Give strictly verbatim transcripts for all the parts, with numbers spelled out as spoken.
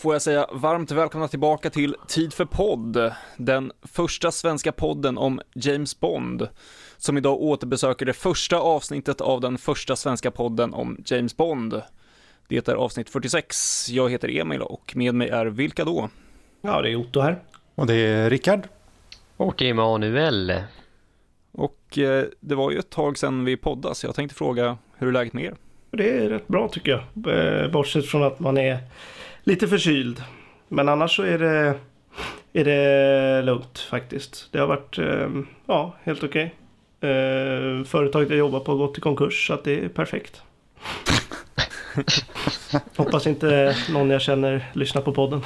får jag säga varmt välkomna tillbaka till Tid för podd, den första svenska podden om James Bond, som idag återbesöker det första avsnittet av den första svenska podden om James Bond. Det är avsnitt fyrtiosex. Jag heter Emil och med mig är vilka då? Ja, det är Otto här. Och det är Rickard. Och Emanuel. Och eh, det var ju ett tag sedan vi poddade, så jag tänkte fråga hur är läget med er? Det är rätt bra tycker jag. Eh, Bortsett från att man är lite förkyld. Men annars så är det, är det lugnt faktiskt. Det har varit eh, ja, helt okej. Eh, företaget jag jobbar på har gått i konkurs så att det är perfekt. Hoppas inte någon jag känner lyssnar på podden.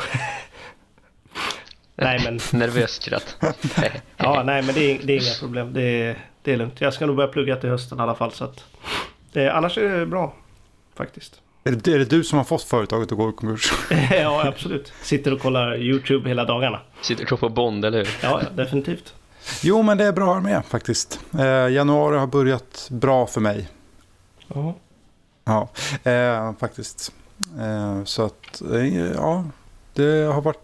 Nej, men... Nervöst skratt. Ja, nej, men det är, det är inga problem. Det är, det är lugnt. Jag ska nog börja plugga till hösten i alla fall. Så att, eh, annars är det bra, faktiskt. Är det, är det du som har fått företaget att gå i konkurs? Ja, absolut. Sitter och kollar YouTube hela dagarna. Sitter och kollar på Bond, eller hur? Ja, definitivt. Jo, men det är bra med faktiskt. Eh, januari har börjat bra för mig. Ja. Ja, eh, faktiskt. Eh, så att, eh, ja, det har varit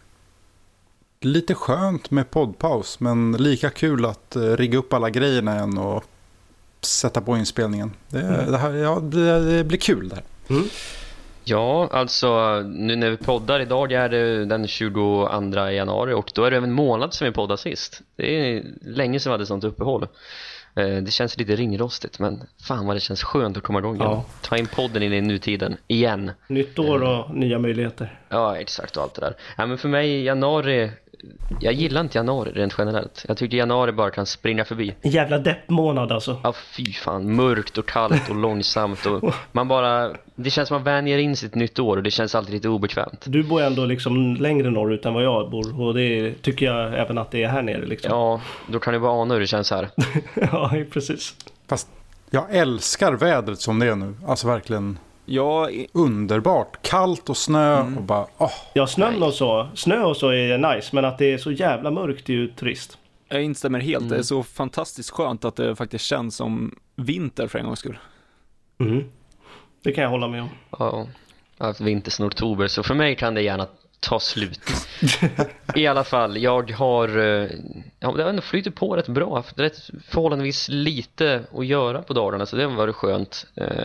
lite skönt med poddpaus, men lika kul att eh, rigga upp alla grejerna igen och sätta på inspelningen. Det, mm. det, här, ja, det, det blir kul det här. Mm. Ja, alltså nu när vi poddar idag är det den tjugoandra januari och då är det en månad sedan vi poddade sist. Det är länge sedan vi hade sånt uppehåll. Det känns lite ringrostigt, men fan vad det känns skönt att komma igång igen. Ja. Ta in podden in i nutiden igen. Nytt år och mm. nya möjligheter. Ja, exakt, och allt det där. Ja, men för mig januari, jag gillar inte januari rent generellt. Jag tycker januari bara kan springa förbi. En jävla deppmånad alltså. Ja, fy fan. Mörkt och kallt och långsamt. Och man bara, det känns som man vänjer in sitt nytt år och det känns alltid lite obekvämt. Du bor ändå liksom längre norrut än vad jag bor. Och det tycker jag även att det är här nere liksom. Ja, då kan du bara ana hur det känns här. Ja, precis. Fast jag älskar vädret som det är nu. Alltså verkligen... Ja, underbart. Kallt och snö mm. och bara åh. Ja, snön och så. Snö och så är nice, men att det är så jävla mörkt är ju trist. Jag instämmer helt. Mm. Det är så fantastiskt skönt att det faktiskt känns som vinter för en gångs skull. Mm. Det kan jag hålla med om. Ja, jag har haft vinter sedan oktober, så för mig kan det gärna ta slut. I alla fall, jag har ja, det har ändå flyttat på rätt bra. Haft rätt förhållandevis lite att göra på dagarna, så det har varit skönt.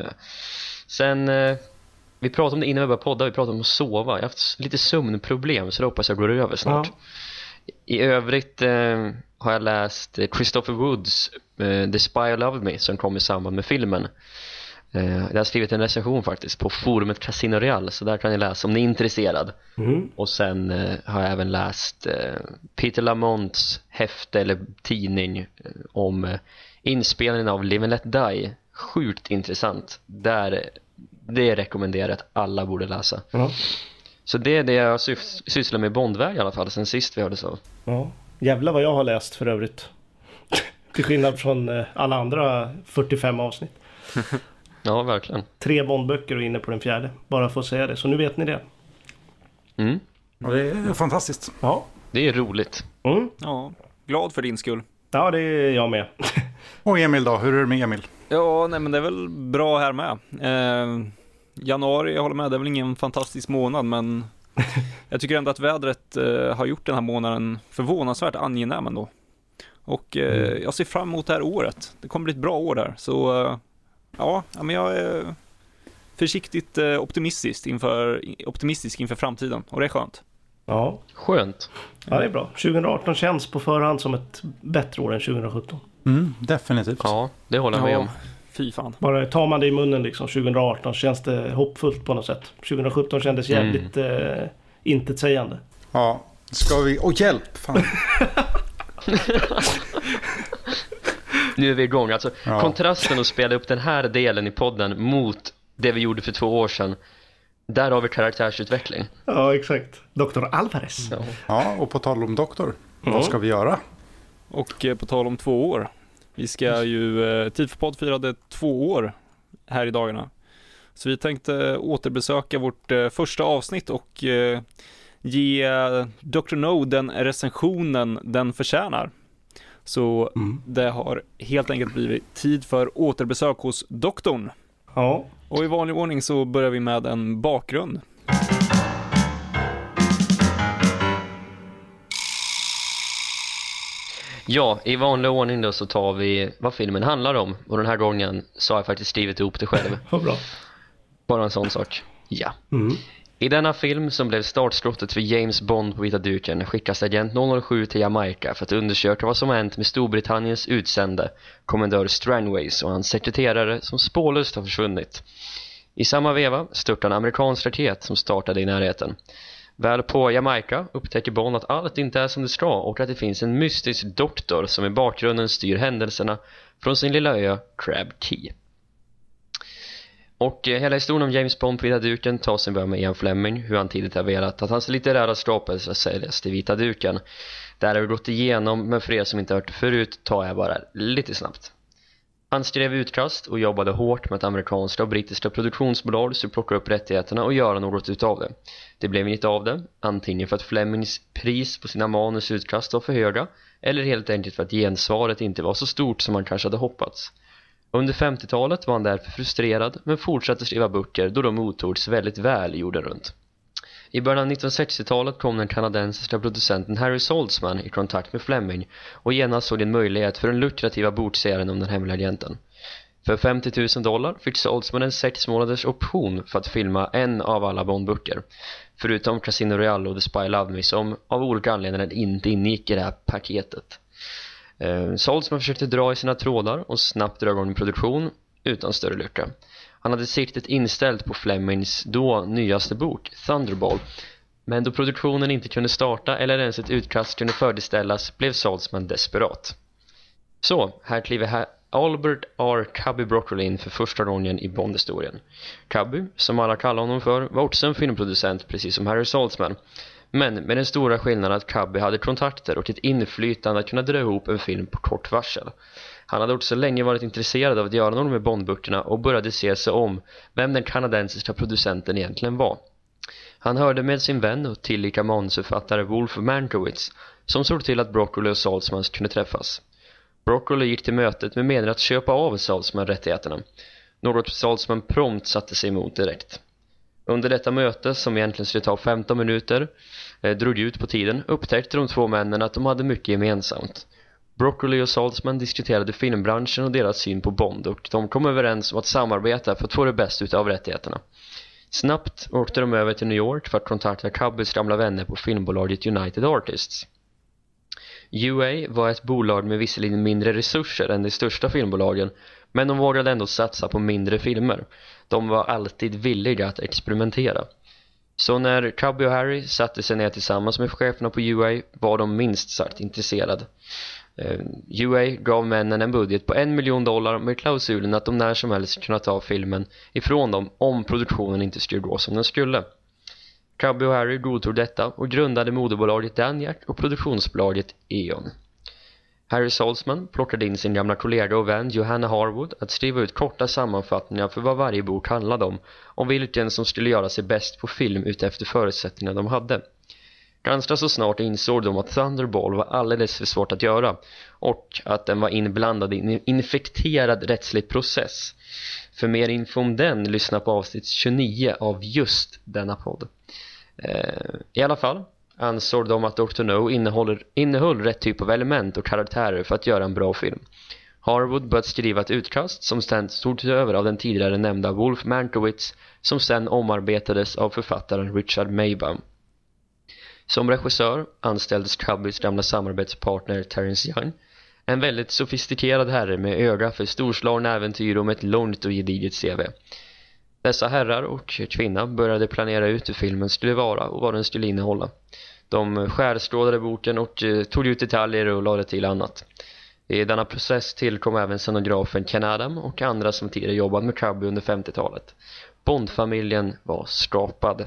Sen, eh, vi pratade om det innan vi började podda, vi pratade om att sova. Jag har haft lite sömnproblem, så det hoppas jag går över snart. Ja. I övrigt eh, har jag läst Christopher Woods eh, The Spy Who Loved Me, som kom i samband med filmen. Eh, jag har skrivit en recension faktiskt på forumet Casino Real, så där kan ni läsa om ni är intresserad. Mm. Och sen eh, har jag även läst eh, Peter Lamonts häfte eller tidning eh, om eh, inspelningen av Live and Let Die. Sjukt intressant. Där, det rekommenderar jag att alla borde läsa. Ja. Så det är det jag syf- sysslar med Bondväg i alla fall sen sist vi hörde så. Ja, jävlar vad jag har läst för övrigt. Till skillnad från alla andra fyrtiofem avsnitt. Ja, verkligen. Tre Bondböcker och inne på den fjärde. Bara för att säga det, så nu vet ni det. Mm. Ja, det är fantastiskt. Ja. Det är roligt. Mm. Ja, glad för din skull. Ja, det är jag med. Och Emil då, hur är det med Emil? Ja, nej men det är väl bra här med. Eh, januari, jag håller med, det är väl ingen fantastisk månad, men jag tycker ändå att vädret eh, har gjort den här månaden förvånansvärt angenäm ändå. Och eh, mm. jag ser fram emot det här året. Det kommer bli ett bra år där. Så eh, ja, men jag är försiktigt eh, optimistisk inför, optimistisk inför framtiden. Och det är skönt. Ja, skönt. Ja, det är bra. tjugo arton känns på förhand som ett bättre år än tjugo sjutton. Mm, definitivt. Ja, det håller jag med ja, om. Fy fan. Bara tar man det i munnen liksom, tjugo arton känns det hoppfullt på något sätt. tjugo sjutton kändes jävligt mm. eh, intetsägande. Ja, ska vi... Åh, hjälp! Fan. Nu är vi igång. Alltså, ja. Kontrasten att spela upp den här delen i podden mot det vi gjorde för två år sedan. Där har vi karaktärsutveckling. Ja, exakt. doktor Alvarez. Ja, ja och på tal om doktor, mm. vad ska vi göra? Och eh, på tal om två år. Vi ska ju, eh, Tid för podd firade två år här i dagarna. Så vi tänkte återbesöka vårt eh, första avsnitt och eh, ge doktor No den recensionen den förtjänar. Så mm. det har helt enkelt blivit tid för återbesök hos doktorn. Ja. Och i vanlig ordning så börjar vi med en bakgrund. Ja, i vanlig ordning då så tar vi vad filmen handlar om. Och den här gången så har jag faktiskt skrivit ihop det själv. Vad bra. Bara en sån sak. Ja. Mm. I denna film som blev startskottet för James Bond på Vita duken skickas agent noll noll sju till Jamaica för att undersöka vad som har hänt med Storbritanniens utsände, kommendör Strangways och hans sekreterare som spårlöst har försvunnit. I samma veva störtar en amerikansk raket som startade i närheten. Väl på Jamaica upptäcker Bond att allt inte är som det ska och att det finns en mystisk doktor som i bakgrunden styr händelserna från sin lilla ö Crab Key. Och eh, hela historien om James Bond på Vita duken tar sin början med Ian Fleming, hur han tidigt har velat att hans litterära skapelser säljas till Vita duken. Där har vi gått igenom, men för er som inte hört det förut tar jag bara lite snabbt. Han skrev utkast och jobbade hårt med ett amerikanska och brittiska produktionsbolag som plockar upp rättigheterna och göra något utav det. Det blev inte av det, antingen för att Flemings pris på sina manusutkast var för höga eller helt enkelt för att gensvaret inte var så stort som man kanske hade hoppats. Under femtiotalet var han därför frustrerad men fortsatte skriva böcker då de mottogs väldigt väl jorden runt. I början av nittonhundrasextiotalet kom den kanadensiska producenten Harry Saltzman i kontakt med Fleming och genast såg en möjlighet för den lukrativa bokserien om den hemliga agenten. För femtio tusen dollar fick Saltzman en sex månaders option för att filma en av alla Bond-böcker, förutom Casino Royale och The Spy Loved Me som av olika anledningar inte ingick i det här paketet. Eh, Saltzman försökte dra i sina trådar och snabbt dra igång en produktion utan större lycka. Han hade siktet inställt på Flemings då nyaste bok, Thunderball. Men då produktionen inte kunde starta eller ens ett utkast kunde fördeställas blev Saltzman desperat. Så, här kliver här Albert R. Cubby Broccoli in för första gången i Bond-historien. Cubby, som alla kallar honom för, var också en filmproducent precis som Harry Saltzman. Men med den stora skillnaden att Cubby hade kontakter och ett inflytande att kunna dra ihop en film på kort varsel. Han hade också länge varit intresserad av att göra något med Bondböckerna och började se sig om vem den kanadensiska producenten egentligen var. Han hörde med sin vän och tillika manusförfattare Wolf Mankiewicz som såg till att Broccoli och Saltzman kunde träffas. Broccoli gick till mötet med meningen att köpa av Saltzman rättigheterna, något Saltzman prompt satte sig emot direkt. Under detta möte, som egentligen skulle ta femton minuter, eh, drog ut på tiden, upptäckte de två männen att de hade mycket gemensamt. Broccoli och Saltzman diskuterade filmbranschen och deras syn på Bond och de kom överens om att samarbeta för att få det bästa ut av rättigheterna. Snabbt åkte de över till New York för att kontakta Cubbys gamla vänner på filmbolaget United Artists. U A var ett bolag med visserligen mindre resurser än de största filmbolagen, men de vågade ändå satsa på mindre filmer. De var alltid villiga att experimentera. Så när Cubby och Harry satte sig ner tillsammans med cheferna på U A var de minst sagt intresserade. Uh, U A gav männen en budget på en miljon dollar med klausulen att de när som helst kunde ta filmen ifrån dem om produktionen inte skulle gå som den skulle. Cubby och Harry godtog detta och grundade moderbolaget Danjak och produktionsbolaget E.ON. Harry Saltzman plockade in sin gamla kollega och vän Johanna Harwood att skriva ut korta sammanfattningar för vad varje bok handlade om och vilken som skulle göra sig bäst på film utefter förutsättningar de hade. Ganska så snart insåg de att Thunderball var alldeles för svårt att göra och att den var inblandad i en infekterad rättslig process. För mer info om den, lyssna på avsnitt tjugonio av just denna podd. Eh, I alla fall ansåg de att doktor No innehåller, innehöll rätt typ av element och karaktärer för att göra en bra film. Harwood började skriva ett utkast som sedan stod över av den tidigare nämnda Wolf Mankiewicz som sedan omarbetades av författaren Richard Maybaum. Som regissör anställdes Cubbys gamla samarbetspartner Terence Young, en väldigt sofistikerad herre med öga för storslagna äventyr och med ett långt och gediget C V. Dessa herrar och kvinna började planera ut hur filmen skulle vara och vad den skulle innehålla. De skärskådade boken och tog ut detaljer och lade till annat. I denna process tillkom även scenografen Ken Adam och andra som tidigare jobbat med Cubby under femtiotalet. Bondfamiljen var skapad.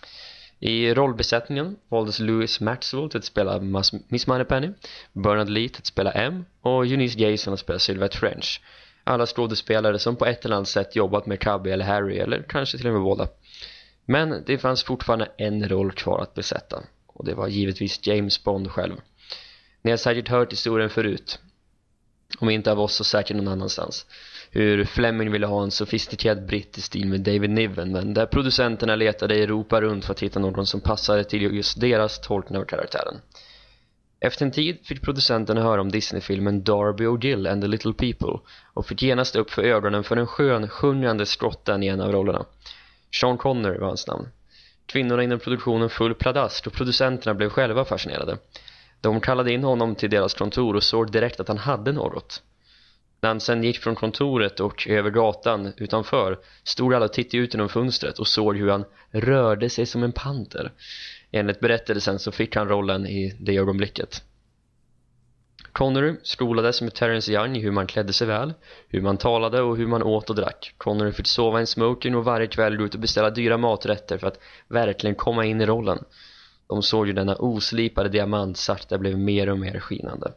I rollbesättningen valdes Louis Maxwell till att spela Miss Moneypenny, Bernard Lee till att spela M och Eunice Jason att spela Sylvette French. Alla skådespelare som på ett eller annat sätt jobbat med Cubby eller Harry eller kanske till och med båda. Men det fanns fortfarande en roll kvar att besätta och det var givetvis James Bond själv. Ni har säkert hört historien förut, om inte av oss så säkert någon annanstans. Hur Fleming ville ha en sofistikerad brittisk stil med David Niven, men där producenterna letade i Europa runt för att hitta någon som passade till just deras tolkning av karaktären. Efter en tid fick producenterna höra om Disney-filmen Darby O'Gill and the Little People och fick genast upp för ögonen för en skön, sjungande skrotten i en av rollerna. Sean Connery var hans namn. Kvinnorna inom produktionen full pladask och producenterna blev själva fascinerade. De kallade in honom till deras kontor och såg direkt att han hade något. När han sen gick från kontoret och över gatan utanför stod alla och tittade ut genom fönstret och såg hur han rörde sig som en panter. Enligt berättelsen så fick han rollen i det ögonblicket. Connery skolades med Terrence Young i hur man klädde sig väl, hur man talade och hur man åt och drack. Connery fick sova i en smoking och varje kväll gå ut och beställa dyra maträtter för att verkligen komma in i rollen. De såg ju denna oslipade diamant sakta blev mer och mer skinande.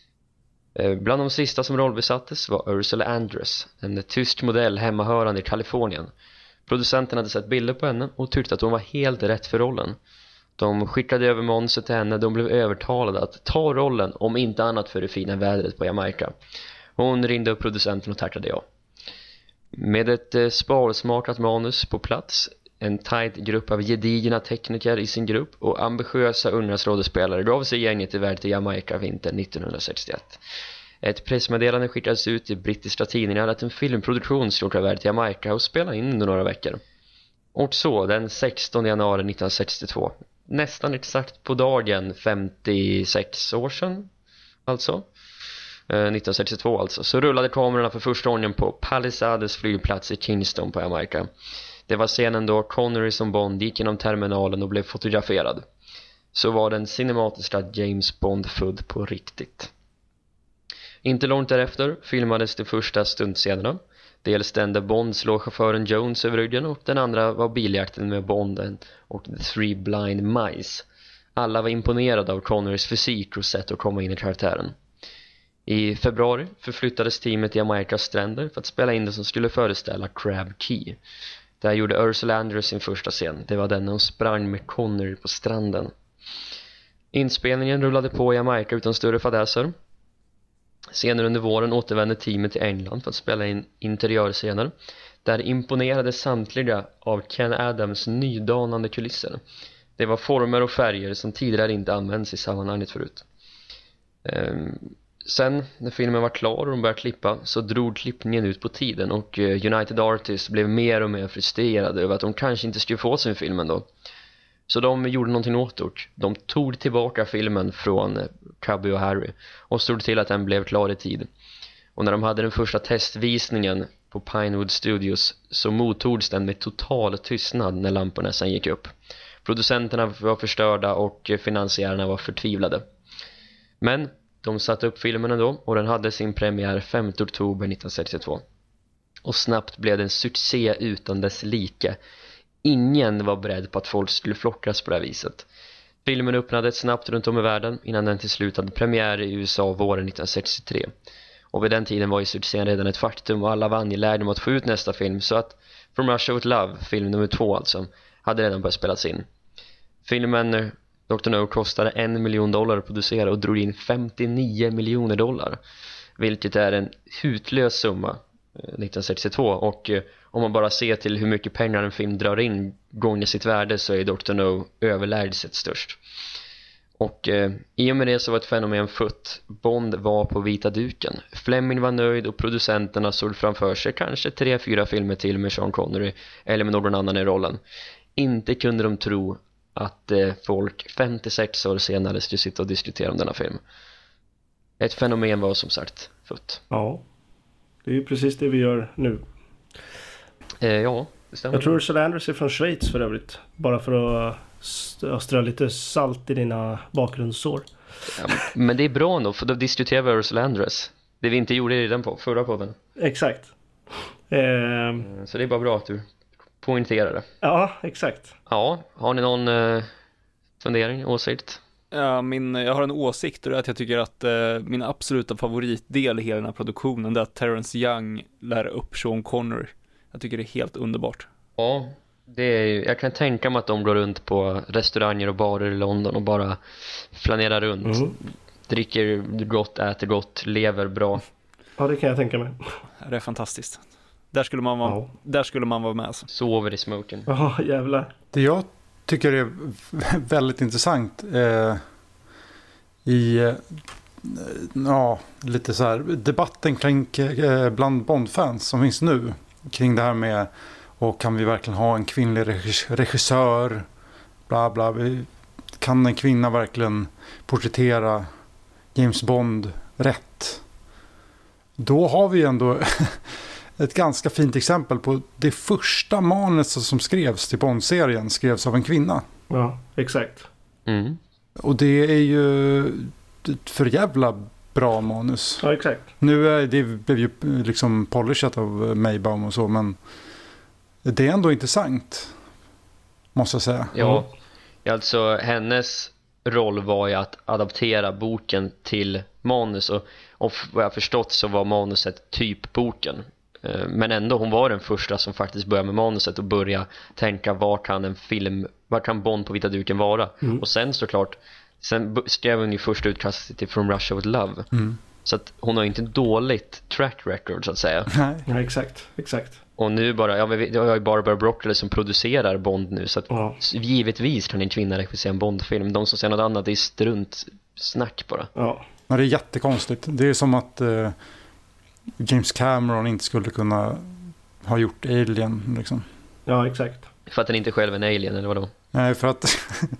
Bland de sista som rollbesattes var Ursula Andress, en tysk modell hemmahörande i Kalifornien. Producenten hade sett bilder på henne och tyckte att hon var helt rätt för rollen. De skickade över manuset till henne. De blev övertalade att ta rollen, om inte annat för det fina vädret på Jamaica. Hon ringde upp producenten och tackade ja. Med ett eh, sparsmakat manus på plats, en tight grupp av gedigna tekniker i sin grupp och ambitiösa unga skådespelare gav sig gänget iväg till Jamaica vintern nittonhundrasextioett. Ett pressmeddelande skickades ut i brittiska tidningar att en filmproduktion skulle åka iväg till Jamaica och spela in under några veckor. Och så den sextonde januari nittonhundrasextiotvå, nästan exakt på dagen femtiosex år sedan, alltså eh, nittonhundrasextiotvå alltså, så rullade kamerorna för första gången på Palisades flygplats i Kingston på Jamaica. Det var scenen då Connery som Bond gick genom terminalen och blev fotograferad. Så var den cinematiska James Bond född på riktigt. Inte långt därefter filmades de första stuntscenerna. Dels den där Bond slår chauffören Jones över ryggen och den andra var biljakten med Bonden och The Three Blind Mice. Alla var imponerade av Connerys fysik och sätt att komma in i karaktären. I februari förflyttades teamet till Jamaicas stränder för att spela in det som skulle föreställa Crab Key. Där gjorde Ursula Andress sin första scen. Det var den när hon sprang med Connery på stranden. Inspelningen rullade på i Jamaica utan större fadäser. Senare under våren återvände teamet till England för att spela in interiörscener. Där imponerade samtliga av Ken Adams nydanande kulisser. Det var former och färger som tidigare inte använts i sammanhanget förut. Ehm, sen när filmen var klar och de började klippa så drog klippningen ut på tiden och United Artists blev mer och mer frustrerade över att de kanske inte skulle få sin filmen då. Så de gjorde någonting åt det. De tog tillbaka filmen från Cubby och Harry och stod till att den blev klar i tid. Och när de hade den första testvisningen på Pinewood Studios så mottogs den med total tystnad när lamporna sen gick upp. Producenterna var förstörda och finansiärerna var förtvivlade. Men de satte upp filmen ändå och den hade sin premiär femte oktober nittonhundrasextiotvå. Och snabbt blev det en succé utan dess like. Ingen var beredd på att folk skulle flockas på det här viset. Filmen öppnade snabbt runt om i världen innan den till slut hade premiär i U S A våren nittonhundrasextiotre. Och vid den tiden var ju succén redan ett faktum och alla var angelägna om att få ut nästa film, så att From Russia with Love, film nummer två alltså, hade redan börjat spelas in. Filmen doktor No kostade en miljon dollar att producera och drog in femtionio miljoner dollar, vilket är en hutlös summa nittonhundrasextiotvå, och om man bara ser till hur mycket pengar en film drar in gånger sitt värde så är doktor No överlägset störst. Och eh, i och med det så var ett fenomen fött. Bond var på vita duken. Fleming var nöjd och producenterna såg framför sig kanske tre, fyra filmer till med Sean Connery eller med någon annan i rollen. Inte kunde de tro att eh, folk femtiosex år senare skulle sitta och diskutera om denna film. Ett fenomen var som sagt fött. Ja, det är ju precis det vi gör nu. Eh, ja, det stämmer. Jag tror Ursula Andress är från Schweiz för övrigt. Bara för att strö lite salt i dina bakgrundssår. Ja, men det är bra ändå, för då diskuterar vi Ursula Andress. Det vi inte gjorde i den på, förra podden. Exakt. Eh... Så det är bara bra att du poängterar det. Ja, exakt. Ja, har ni någon eh, fundering, åsikt? Ja, min, jag har en åsikt och det är att jag tycker att eh, min absoluta favoritdel i hela den här produktionen är att Terrence Young lär upp Sean Connery. Jag tycker det är helt underbart. Ja, det är ju, jag kan tänka mig att de går runt på restauranger och barer i London och bara flanerar runt. Mm. Dricker gott, äter gott, lever bra. Ja, det kan jag tänka mig. Det är fantastiskt. Där skulle man vara, ja. där skulle man vara med. Alltså. Sover i smoken. Ja, oh, jävlar. Det jag tycker är väldigt intressant eh, i eh, ja, lite så här debatten kring eh, bland Bond-fans som finns nu kring det här med och kan vi verkligen ha en kvinnlig regissör, bla bla, kan en kvinna verkligen porträttera James Bond rätt? Då har vi ändå ett ganska fint exempel på det första manuset som skrevs till Bond-serien skrevs av en kvinna. Ja, exakt. Mm. Och det är ju ett för jävla bra manus. Ja, exakt. Nu är det blev ju liksom polishat av Maybaum och så, men det är ändå intressant, måste jag säga. Ja, alltså hennes roll var ju att adaptera boken till manus och, och vad jag förstått så var manuset typ boken. Men ändå, hon var den första som faktiskt började med manuset och började tänka vart kan en film, vart kan Bond på vita duken vara. Mm. Och sen såklart, sen skrev hon ju första utkastet till From Russia With Love. Mm. Så att hon har inte dåligt track record så att säga. Nej, ja, exakt, exakt. Och nu bara, ja, vi har ju Barbara Broccoli som producerar Bond nu. Så att ja. Givetvis kan en kvinna regissera en Bond-film. De som säger något annat, det är strunt snack bara. Ja, ja det är jättekonstigt. Det är som att eh, James Cameron inte skulle kunna ha gjort Alien liksom. Ja, exakt. För att den inte själv är en alien, eller vadå? Nej, för att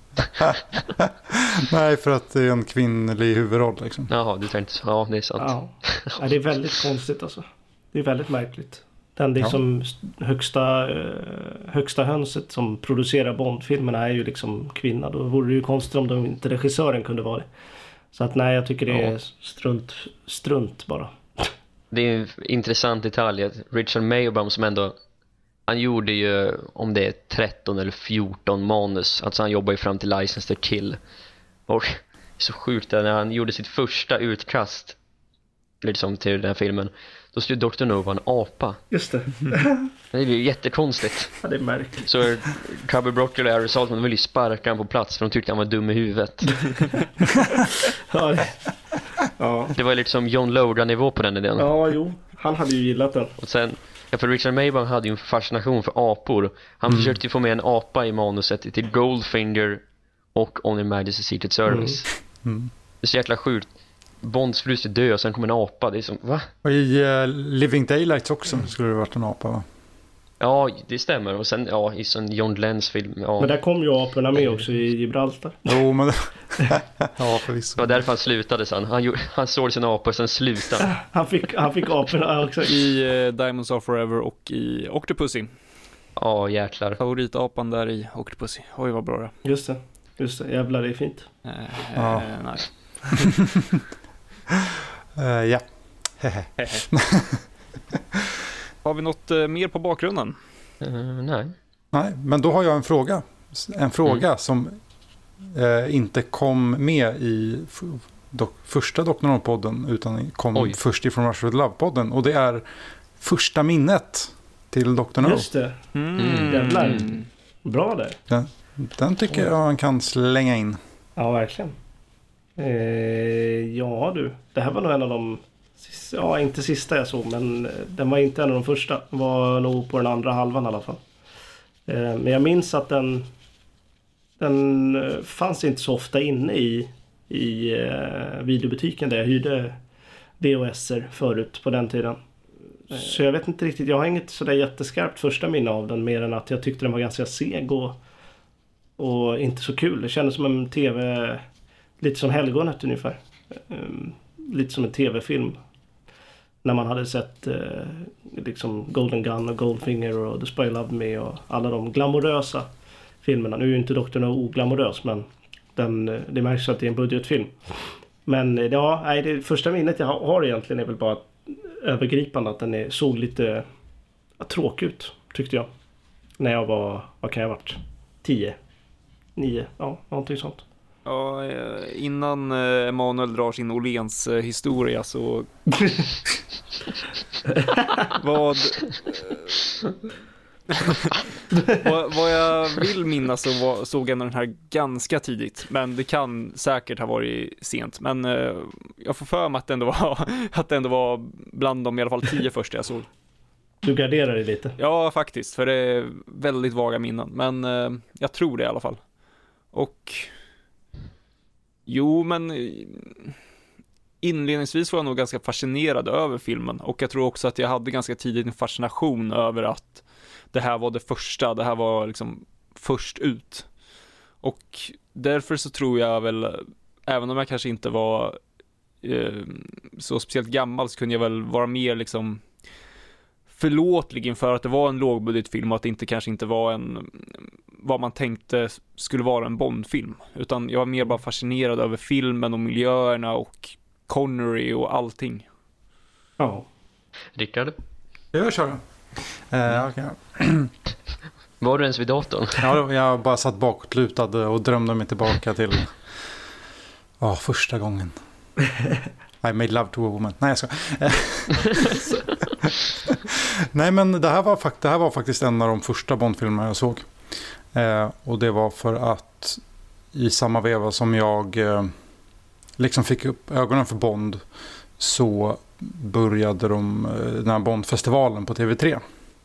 Nej, för att det är en kvinnlig huvudroll liksom. Jaha, du tänkte, ja, det är sant. Ja. Ja, det är väldigt konstigt alltså. Det är väldigt märkligt. Den liksom ja. högsta, högsta hönset som producerar Bond-filmerna är ju liksom kvinna. Då vore det ju konstigt om de inte regissören kunde vara det. Så att nej, jag tycker det är strunt, strunt bara. Det är en intressant detalj att Richard Maybaum som ändå, han gjorde ju om det är tretton eller fjorton manus, alltså han jobbar ju fram till License to Kill. Och så sjukt när han gjorde sitt första utkast liksom till den här filmen, då stod doktor No vara en apa. Just det. Det är ju jättekonstigt. Ja, det är märkligt. Så Cubby Broccoli och Harry Saltzman ville ju sparka han på plats för de tyckte han var dum i huvudet. Ja, det... ja. Det var liksom John Logan-nivå på den idén. Ja, jo. Han hade ju gillat den. Och sen, ja, för Richard Maybaum hade ju en fascination för apor. Han mm. försökte ju få med en apa i manuset till Goldfinger och On Her Majesty's Secret Service. Mm. Mm. Det är så jäkla sjukt. Bonds fru är död och sen kommer en apa. Det är som, va? Och i uh, Living Daylights också mm. skulle det varit en apa, va? Ja, det stämmer. Och sen, ja, i sån John Glenns film. Ja. Men där kom ju aporna med också i Gibraltar. Jo, men... ja, förvisso. Det var därför han slutade sen. Han, gjorde, han såg sina apor och sen slutade. han, fick, han fick aporna också. I uh, Diamonds Are Forever och i Octopussy. Ja, jäklar. Favoritapan där i Octopussy. Oj, vad bra det. Just det. Just det. Jävlar, det är fint. Uh, ja. Uh, nej. uh, ja. Har vi något uh, mer på bakgrunden? Uh, nej. Nej, men då har jag en fråga. En fråga mm. som uh, inte kom med i f- do- första Doktor No-podden utan kom Oj. först ifrån Russia With Love-podden. Och det är första minnet till Doktor No. Just det. Mm. Jävlar. Bra där. Den, den tycker jag man kan slänga in. Ja, verkligen. Eh, ja du, det här var nog en av de, ja inte sista jag såg, men den var inte en av de första. Den var nog på den andra halvan i alla fall. Eh, men jag minns att den, den fanns inte så ofta inne i, i eh, videobutiken där jag hyrde V H S-er förut på den tiden. Så jag vet inte riktigt, jag har inget sådär jätteskarpt första minne av den, mer än att jag tyckte den var ganska seg och, och inte så kul. Det kändes som en tv... Lite som Helgonet ungefär. Um, lite som en tv-film. När man hade sett uh, liksom Golden Gun och Goldfinger och The Spy Loved Me och alla de glamorösa filmerna. Nu är ju inte doktor No oglamorös, men den, det märks att det är en budgetfilm. Men ja, nej, det första minnet jag har egentligen är väl bara övergripande att den är, såg lite ja, tråkig ut, tyckte jag. När jag var, vad kan jag ha varit? tio, nio, ja, någonting sånt. Ja, innan Emanuel drar sin Åhléns historia så vad vad, vad jag vill minnas så var, såg jag den här ganska tidigt, men det kan säkert ha varit sent, men uh, jag får för mig att det ändå var att det ändå var bland de i alla fall tio första jag såg. Du garderar dig lite. Ja, faktiskt, för det är väldigt vaga minnen, men uh, jag tror det i alla fall. Och Jo, men inledningsvis var jag nog ganska fascinerad över filmen, och jag tror också att jag hade ganska tidigt en fascination över att det här var det första, det här var liksom först ut. Och därför så tror jag väl, även om jag kanske inte var eh, så speciellt gammal, så kunde jag väl vara mer liksom förlåtlig inför att det var en lågbudgetfilm och att det inte kanske inte var en vad man tänkte skulle vara en Bondfilm, utan jag var mer bara fascinerad över filmen och miljöerna och Connery och allting. Ja. Rickard? Jag kör. Eh, okay. Var du ens vid datorn? Ja, jag bara satt bakåtlutad och drömde mig tillbaka till oh, första gången. I made love to a woman. Nej, jag ska. Nej, men det här, var fakt- det här var faktiskt en av de första Bondfilmerna jag såg. Eh, och det var för att i samma veva som jag eh, liksom fick upp ögonen för Bond, så började de eh, den här Bondfestivalen på T V tre.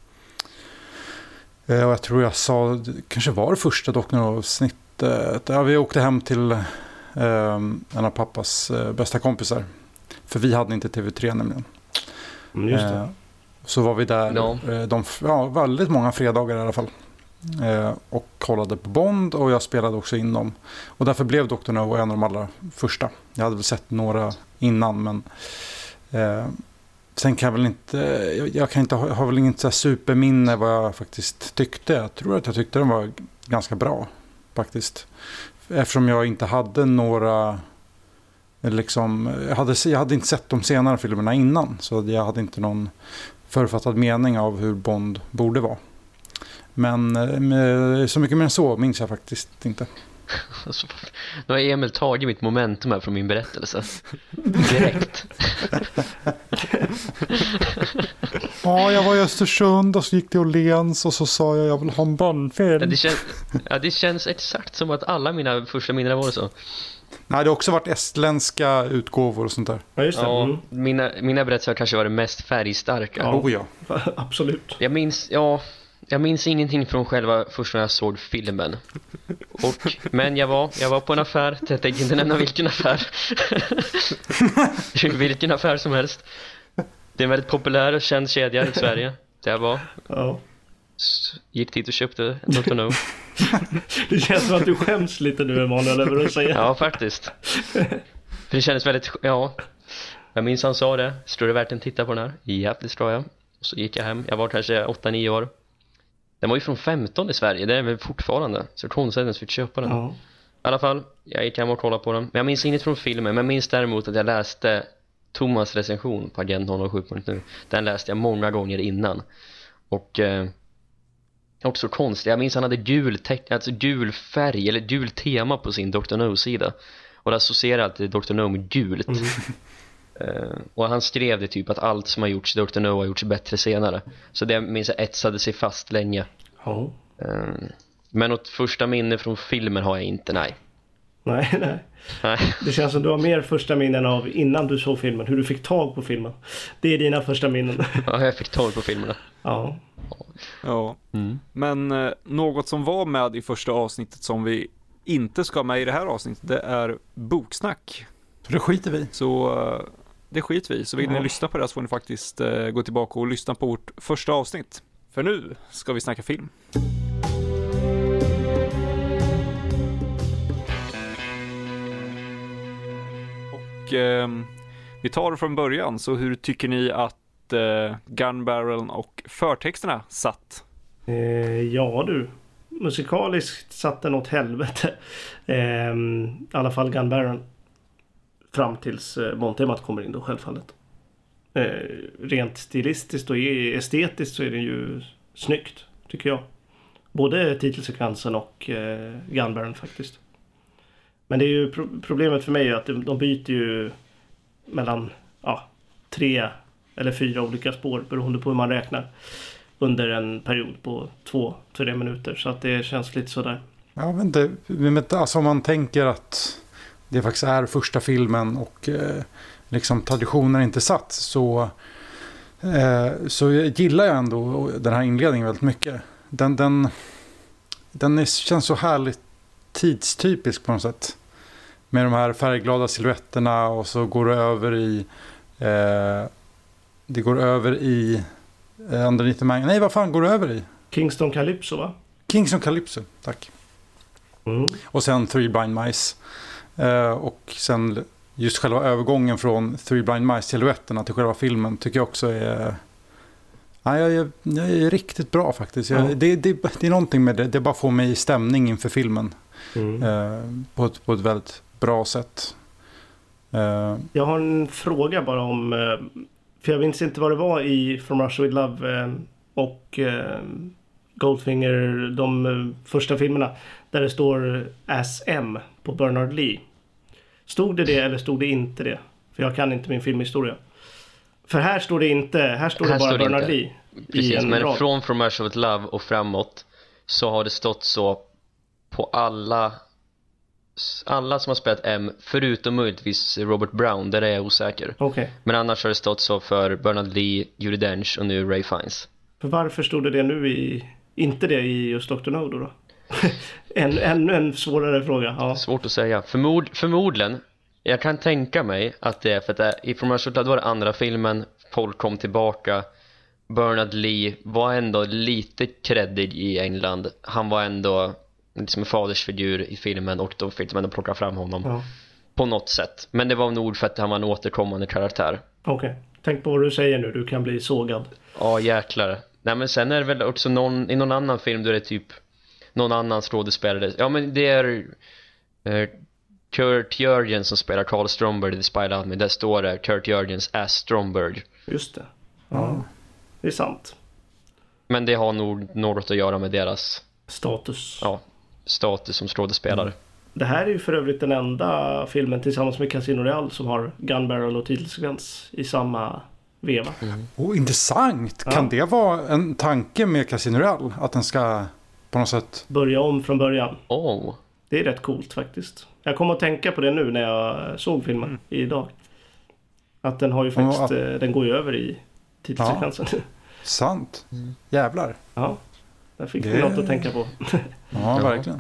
Eh, och jag tror jag sa, kanske var det första Doktor-avsnittet. Ja, vi åkte hem till eh, en av pappas eh, bästa kompisar. För vi hade inte T V tre nämligen. Mm, just det. Eh, så var vi där no. eh, de, ja, väldigt många fredagar i alla fall. Eh, och kollade på Bond, och jag spelade också in dem. Och därför blev Doktor No en av de allra första. Jag hade väl sett några innan, men eh, sen kan jag väl inte, jag, jag kan inte ha, har väl inte så här superminne vad jag faktiskt tyckte. Jag tror att jag tyckte den var ganska bra faktiskt. Eftersom jag inte hade några liksom, jag hade, jag hade inte sett de senare filmerna innan, så jag hade inte någon författad mening av hur Bond borde vara. Men med, så mycket mer än så minns jag faktiskt inte. Alltså, nu har Emil tagit mitt momentum här från min berättelse. Direkt. Ja, jag var i Östersund och så gick det Åhléns och så sa jag jag vill ha en Bondfilm. Ja, det, kän- ja, det känns exakt som att alla mina första minnen var så. Nej, det har också varit estländska utgåvor och sånt där. Ja, just det. Ja, Mm. mina, mina berättelser har kanske varit mest färgstarka. Ja. Oh ja. Absolut. Jag minns, ja, jag minns ingenting från själva första när jag såg filmen. Och, men jag var, jag var på en affär, jag tänkte inte nämna vilken affär. Vilken affär som helst. Det är en väldigt populär och känd kedja i Sverige. Där jag var. Ja. Gick dit och köpte Doktor No. Det känns som att du skäms lite nu, Emanuel, över att säga. Ja, faktiskt. För det kändes väldigt, ja. Jag minns han sa det. Står det värt en titta på den här? Ja, det står jag. Och så gick jag hem. Jag var kanske åtta nio år. Den var ju från femton i Sverige. Det är väl fortfarande. Så konstigt att jag fick köpa den. Ja. I alla fall, jag gick hem och kollade på den. Men jag minns inget från filmen. Men jag minns däremot att jag läste Thomas recension på Agent noll sju punkt nu. Den läste jag många gånger innan. Och eh, också konstigt. Jag minns han hade gul, te- alltså gul färg eller gul tema på sin Doktor No-sida. Och det associerar alltid Doktor No med gult. Mm. Uh, och han skrev det typ att allt som har gjorts i Doktor No har gjorts bättre senare. Så det minns jag etsade sig fast länge. Ja. Uh, men något första minne från filmen har jag inte, nej. Nej, nej. Nej. Det känns som du har mer första minnen av innan du såg filmen. Hur du fick tag på filmen. Det är dina första minnen. Ja, jag fick tag på filmerna. Ja. Ja, Mm. men eh, något som var med i första avsnittet som vi inte ska med i det här avsnittet, det är boksnack. Så det skiter vi. Så eh, det skiter vi. Så vill ni Ja. lyssna på det så får ni faktiskt eh, gå tillbaka och lyssna på vårt första avsnitt. För nu ska vi snacka film. Och eh, vi tar det från början. Så hur tycker ni att eh, Gun Barrel och förtexterna satt? Eh, ja du. Musikaliskt satt den åt helvete. Eh, I alla fall Gun Barrel. Fram tills eh, Bond-temat kommer in då självfallet. Eh, rent stilistiskt och estetiskt så är det ju snyggt tycker jag. Både titelsekvensen och eh, Gun Barrel faktiskt. Men det är ju pro- problemet för mig är att de, de byter ju mellan ja, tre eller fyra olika spår beroende på hur man räknar. Under en period på två, tre minuter. Så att det känns lite sådär. Jag vet inte, men alltså om man tänker att det faktiskt är första filmen och eh, liksom traditionen inte satt så, eh, så gillar jag ändå den här inledningen väldigt mycket. Den, den, den är, känns så härligt tidstypisk på något sätt. med de här färgglada silhuetterna och så går det över i eh, det går över i eh, Underneath the Mango. Nej, vad fan går det över i? Kingston Calypso, va? Kingston Calypso, tack. Mm. Och sen Three Blind Mice. Eh, och sen just själva övergången från Three Blind Mice-silhuetterna till själva filmen tycker jag också är... Ja, jag, är, jag är riktigt bra faktiskt. Jag, Ja. det, det, det är någonting med det. Det bara får mig i stämning inför filmen. Mm. Eh, på, ett, på ett väldigt bra sätt. Eh, Jag har en fråga bara om... eh, För jag minns inte vad det var i From Russia With Love eh, och eh, Goldfinger, de eh, första filmerna, där det står As M på Bernard Lee. Stod det det eller stod det inte det? För jag kan inte min filmhistoria. För här står det inte, här står Här det bara står det Bernard inte. Lee. i Precis, en men rad. från From Russia With Love och framåt så har det stått så på alla alla som har spelat M, förutom möjligtvis Robert Brown, där är jag osäker. Okej. Men annars har det stått så för Bernard Lee, Judi Dench och nu Ray Fiennes. För varför stod det det nu i... Inte det i just doktor No då? då? en, ännu en svårare fråga. Ja. Svårt att säga. Förmod, förmodligen, jag kan tänka mig att det är för att det, i From Russia With Love var det andra filmen, folk kom tillbaka. Bernard Lee var ändå lite creddig i England. Han var ändå liksom en fadersfigur i filmen och då fick de ändå plocka fram honom Ja. på något sätt. Men det var nog för att han var en återkommande karaktär. Okej. Tänk på vad du säger nu. Du kan bli sågad. Ja, jäklar. Nej, men sen är det väl också någon, i någon annan film då är det typ någon annan skådespelare. Ja, men det är eh, Kurt Jörgen som spelar Carl Stromberg i The Spy Out Me. Där står det Kurt Jörgens as Stromberg. Just det. Ja. Det är sant. Men det har nog något att göra med deras Status. ja, status som skådespelare. Det här är ju för övrigt den enda filmen tillsammans med Casino Royale som har Gun Barrel och titelsekvens i samma veva. oh, intressant. Ja. Kan det vara en tanke med Casino Royale? Att den ska på något sätt... Börja om från början. Åh, oh, Det är rätt coolt faktiskt. Jag kommer att tänka på det nu när jag såg filmen Mm. idag. Att den har ju faktiskt, Ja. eh, den går ju över i titelsekvensen. Ja, Sant. Jävlar. ja. Där fick Det- vi något att tänka på. Ja, verkligen.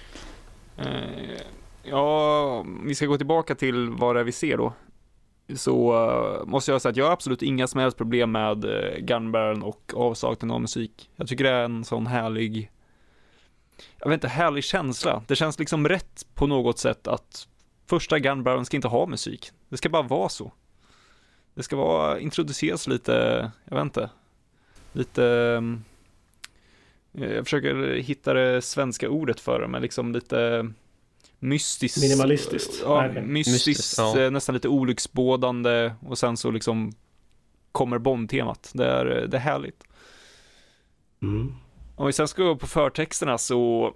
Eh, ja, om vi ska gå tillbaka till vad det är vi ser då. Så eh, måste jag säga att jag har absolut inga som helst problem med uh, Gun Barrel och avsaknaden av musik. Jag tycker det är en sån härlig, jag vet inte, härlig känsla. Det känns liksom rätt på något sätt att första Gun Barrel ska inte ha musik. Det ska bara vara så. Det ska vara introduceras lite, jag vet inte, lite... um, Jag försöker hitta det svenska ordet för det, men liksom lite mystiskt. Minimalistiskt, Ja, verkligen. mystiskt, Mystiskt, ja. eh, nästan lite olycksbådande och sen så liksom kommer Bond-temat. Det är, det är härligt. Mm. Om vi sen ska gå på förtexterna så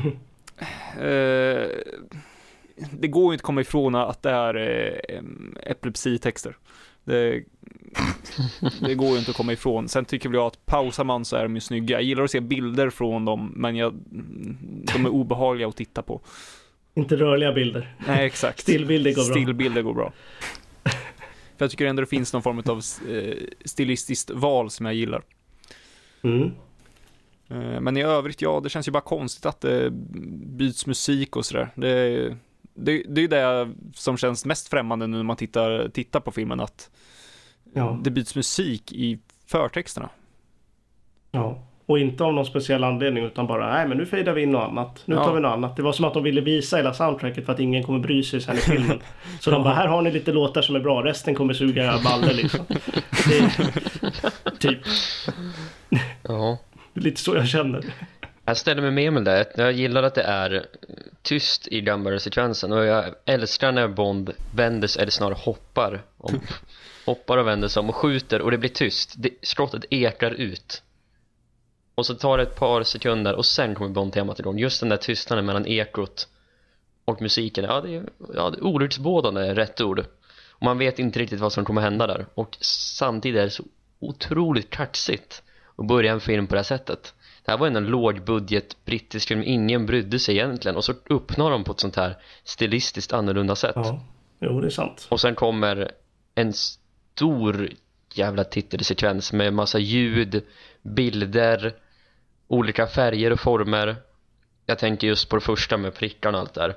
eh, det går ju inte att komma ifrån att det är eh, epilepsitexter. Det, det går ju inte att komma ifrån. Sen tycker jag att pausar man så är de ju snygga. Jag gillar att se bilder från dem, men jag, de är obehagliga att titta på. Inte rörliga bilder. Nej, exakt. Stillbilder går bra. Stillbilder går bra. För jag tycker ändå det finns någon form av eh, stilistiskt val som jag gillar. Mm. Eh, men i övrigt, ja, det känns ju bara konstigt att det byts musik och sådär. Det, det, det är ju det som känns mest främmande nu när man tittar, tittar på filmen, att Ja. det byts musik i förtexterna. Ja. Och inte av någon speciell anledning, utan bara, nej men nu fejdar vi in något annat. Nu Ja. tar vi något annat. Det var som att de ville visa hela soundtracket för att ingen kommer bry sig sen i filmen. Så de bara, här har ni lite låtar som är bra, resten kommer suga baller liksom. Det är typ ja. det är lite så jag känner. Jag ställer mig med med det. Jag gillar att det är tyst i Gun Barrel-sekvensen och jag älskar när Bond vänder sig, eller snarare hoppar om, hoppar och vänder sig om och skjuter och det blir tyst. Det, skottet ekar ut. Och så tar det ett par sekunder och sen kommer Bond-temat igång. Just den där tystnaden mellan ekot och musiken. Ja, det är, ja, det är olycksbådande är rätt ord. Och man vet inte riktigt vad som kommer hända där. Och samtidigt är det så otroligt kaxigt att börja en film på det här sättet. Det här var en lågbudget brittisk film. Ingen brydde sig egentligen. Och så uppnår de på ett sånt här stilistiskt annorlunda sätt. Ja, jo det är sant. Och sen kommer en stor jävla titelsekvens med massa ljud, bilder, olika färger och former. Jag tänker just på det första med prickarna och allt där.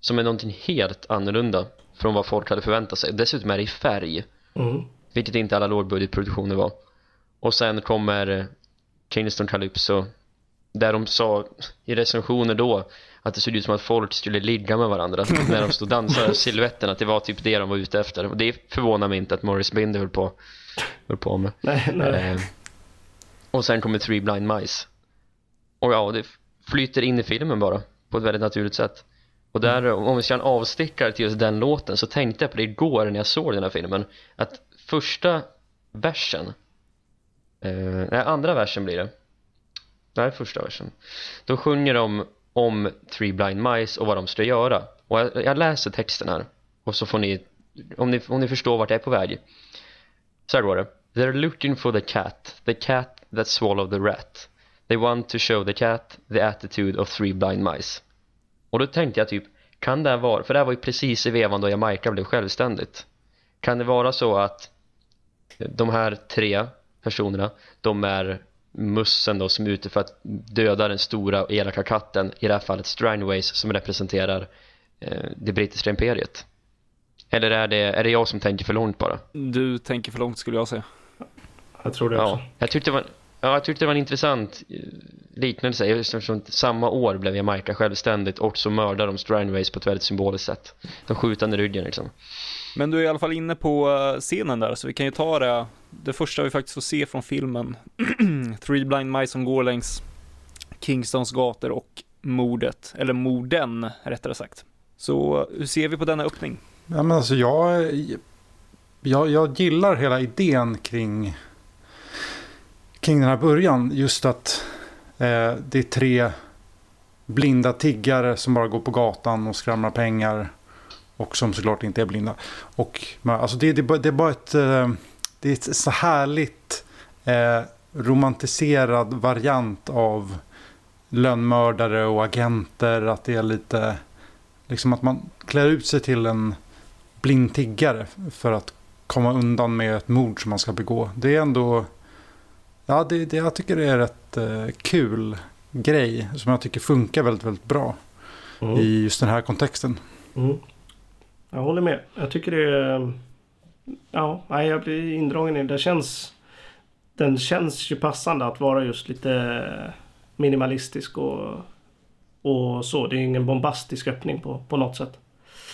som är någonting helt annorlunda från vad folk hade förväntat sig. Dessutom är det i färg, Mm. vilket inte alla lågbudgetproduktioner var. Och sen kommer Kingston Calypso, där de sa i recensioner då att det såg ut som att folk skulle ligga med varandra när de stod och dansade, silhuetten, att det var typ det de var ute efter. Och det förvånar mig inte att Morris Binder höll på, höll på med. Nej, nej. Eh, och sen kommer Three Blind Mice. Och ja, det flyter in i filmen bara på ett väldigt naturligt sätt. Och där, om vi ska en avstickare till just den låten, så tänkte jag på det igår när jag såg den här filmen, att första versen, eh, nej, andra versen blir det. Nej, första versen. Då sjunger de om Three Blind Mice och vad de ska göra. Och jag, jag läser texten här. Och så får ni, om ni, om ni förstår vart jag är på väg. Så här går det. They're looking for the cat. The cat that swallowed the rat. They want to show the cat the attitude of three blind mice. Och då tänkte jag typ, kan det här vara, för det här var ju precis i vevan då Jamaica blev självständigt. Kan det vara så att de här tre personerna, de är mussen då som är ute för att döda den stora elaka katten, i det här fallet Strangways, som representerar eh, det brittiska imperiet? Eller är det, är det jag som tänker för långt bara? Du tänker för långt, skulle jag säga. Jag tror det också. Ja, jag tyckte det var, ja, jag tyckte det var en intressant eh, liknelse, eftersom samma år blev Jamaica självständigt och så mördar de Strangways på ett väldigt symboliskt sätt. De skjuter i ryggen liksom. Men du är i alla fall inne på eh, scenen där, så vi kan ju ta det. Det första vi faktiskt får se från filmen. Three Blind Mice som går längs Kingstons gator och mordet, eller morden rättare sagt. Så hur ser vi på denna öppning? Ja, men alltså jag, jag, jag gillar hela idén kring, kring den här början. Just att eh, det är tre blinda tiggare som bara går på gatan och skramlar pengar. Och som såklart inte är blinda. Och alltså det, det, det är bara ett, det är ett så härligt eh, romantiserad variant av lönnmördare och agenter. Att det är lite liksom att man klär ut sig till en blind tiggare för att komma undan med ett mord som man ska begå. Det är ändå, ja, det, det, jag tycker det är rätt eh, kul grej som jag tycker funkar väldigt, väldigt bra mm. i just den här kontexten. Mm. Jag håller med. Jag tycker det är, ja, nej, jag blir indragen i det. Känns, den känns ju passande att vara just lite minimalistisk och, och så. Det är ingen bombastisk öppning på, på något sätt.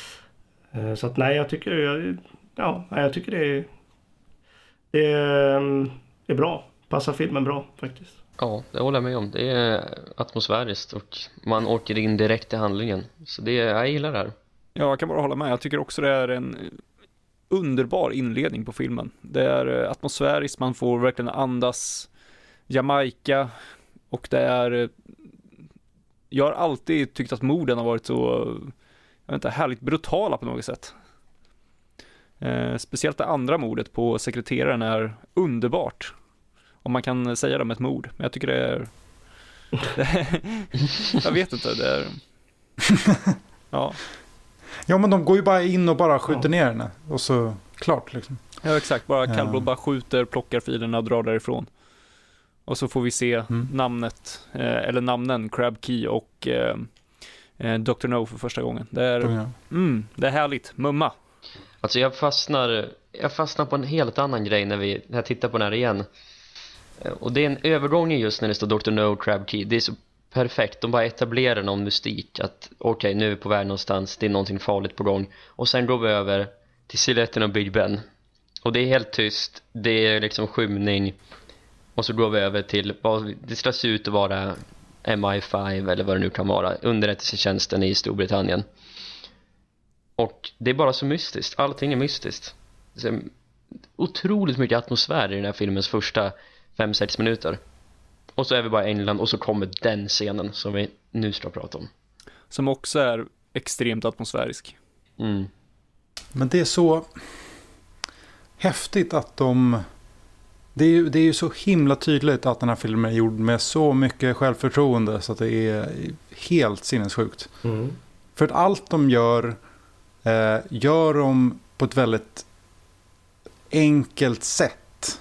Så att nej, jag tycker, ja, jag tycker det är, det är, är bra. Passar filmen bra faktiskt. Ja, det håller jag med om. Det är atmosfäriskt och man åker in direkt i handlingen. Så det, jag gillar det här. Ja, jag kan bara hålla med. Jag tycker också det är en underbar inledning på filmen. Det är atmosfäriskt, man får verkligen andas Jamaica och det är, jag har alltid tyckt att morden har varit så, jag vet inte, härligt brutala på något sätt. Eh, speciellt det andra mordet på sekreteraren är underbart. Om man kan säga det med ett mord. Men jag tycker det är, det är jag vet inte, det är ja. Ja, men de går ju bara in och bara skjuter ja. ner henne. Och så, klart liksom. Ja, exakt. Bara kallblod ja. bara skjuter, plockar filerna och drar därifrån. Och så får vi se mm. namnet, eh, eller namnen, Crab Key och eh, doktor No för första gången. Det är, oh, ja. mm, det är härligt. Mumma. Alltså jag fastnar, jag fastnar på en helt annan grej när, vi, när jag tittar på den här igen. Och det är en övergång just när det står doktor No, Crab Key. Det är så perfekt, de bara etablerar någon mystik att okej, okay, nu är vi på väg någonstans, det är någonting farligt på gång. Och sen går vi över till siluetten av Big Ben. Och det är helt tyst, det är liksom skymning. Och så går vi över till vad det ska se ut att vara M I fem eller vad det nu kan vara, underrättelsetjänsten i Storbritannien. Och det är bara så mystiskt, allting är mystiskt. Det är otroligt mycket atmosfär i den här filmens första fem sex minuter. Och så är vi bara i England och så kommer den scenen som vi nu ska prata om. Som också är extremt atmosfärisk. Mm. Men det är så häftigt att de... Det är, ju, det är ju så himla tydligt att den här filmen är gjord med så mycket självförtroende så att det är helt sinnessjukt. Mm. För att allt de gör eh, gör de på ett väldigt enkelt sätt.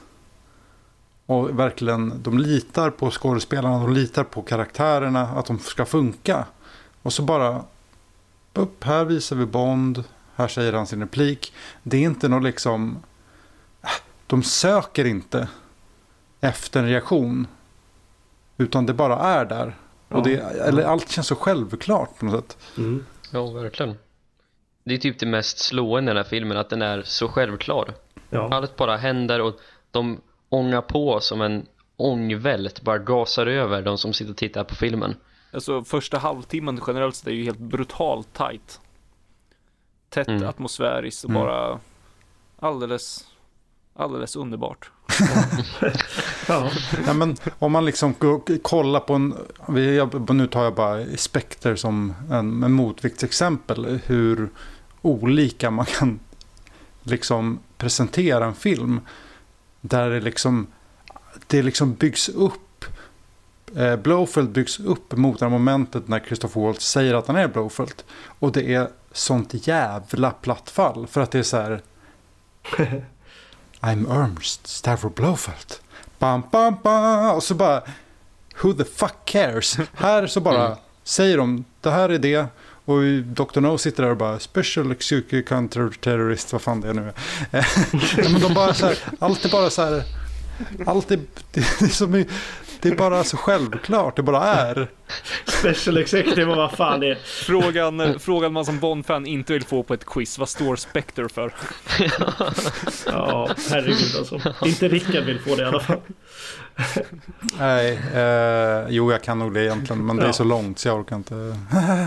Och verkligen, de litar på skådespelarna, de litar på karaktärerna, att de ska funka. Och så bara, upp, här visar vi Bond, här säger han sin replik. Det är inte något liksom, de söker inte efter en reaktion, utan det bara är där. Ja. Och det, eller allt känns så självklart på något sätt. Mm. Ja, verkligen. Det är typ det mest slående i den här filmen, att den är så självklar. Ja. Allt bara händer och de ångar på som en ångvält, bara gasar över de som sitter och tittar på filmen. Alltså första halvtimmen generellt sett är ju helt brutalt tight. Tätt, Mm. atmosfäriskt och Mm. bara alldeles, alldeles underbart. Ja. Ja, men om man liksom k- kollar på en, vi- jag, nu tar jag bara Spectre som en, en motviktsexempel, hur olika man kan liksom presentera en film där det liksom det liksom byggs upp, eh, Blofeld byggs upp mot det här momentet när Christopher Waltz säger att han är Blofeld, och det är sånt jävla plattfall för att det är så här I'm Ernst Stavro Blofeld, bam, bam, bam, och så bara who the fuck cares, här så bara mm. säger de, det här är det, och doktor No sitter där och bara special executive counter-terrorist, vad fan det är nu. Men de bara så här, allt är bara så här, allt är, det är, som, det är bara så självklart, det bara är. Special executive, vad fan det är. Frågan, frågan man som Bond-fan inte vill få på ett quiz, vad står Spectre för? Ja, herregud alltså. Inte Rickard vill få det i alla fall. Nej, eh, jo jag kan nog det egentligen, men ja. Det är så långt så jag orkar inte.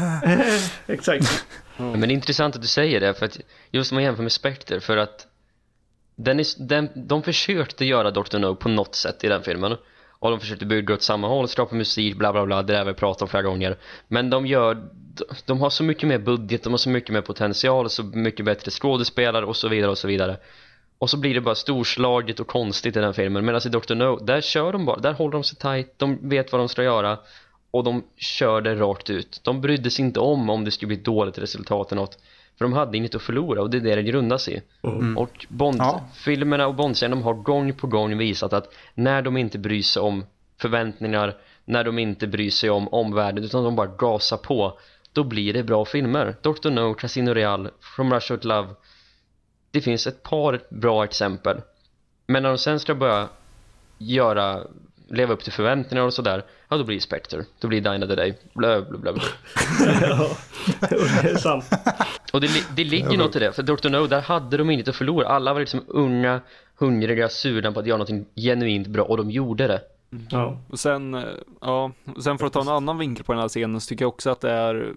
Exakt. Mm. Men det är intressant att du säger det, för att just om man jämför med Spectre, för att den är, den, de försökte göra doktor No på något sätt i den filmen, och de försökte bygga åt samma håll, skapa musik, bla bla bla, det där vi pratat om flera gånger, men de gör, de har så mycket mer budget, de har så mycket mer potential, så mycket bättre skådespelare och så vidare och så vidare. Och så blir det bara storslaget och konstigt i den filmen. Medan i doktor No, där kör de bara, där håller de sig tight, de vet vad de ska göra, och de kör det rakt ut. De brydde sig inte om om det skulle bli ett dåligt resultat eller något, för de hade inget att förlora, och det är det det grundas i. Mm. Och Bond-filmerna och Bond-serien, de har gång på gång visat att när de inte bryr sig om förväntningar, när de inte bryr sig om omvärlden, utan de bara gasar på, då blir det bra filmer. doktor No, Casino Royale, From Russia with Love, det finns ett par bra exempel. Men när de sen ska börja göra, leva upp till förväntningar och sådär, ja, då blir det Spectre, då blir det Dine of the Day, blö, blö, blö. Ja, det är sant. Och det, det ligger något i det, för doktor No, där hade de inget att förlora. Alla var liksom unga, hungriga, sugna på att göra något genuint bra, och de gjorde det. Ja. Och sen, ja, sen för att ta en annan vinkel på den här scenen, så tycker jag också att det är,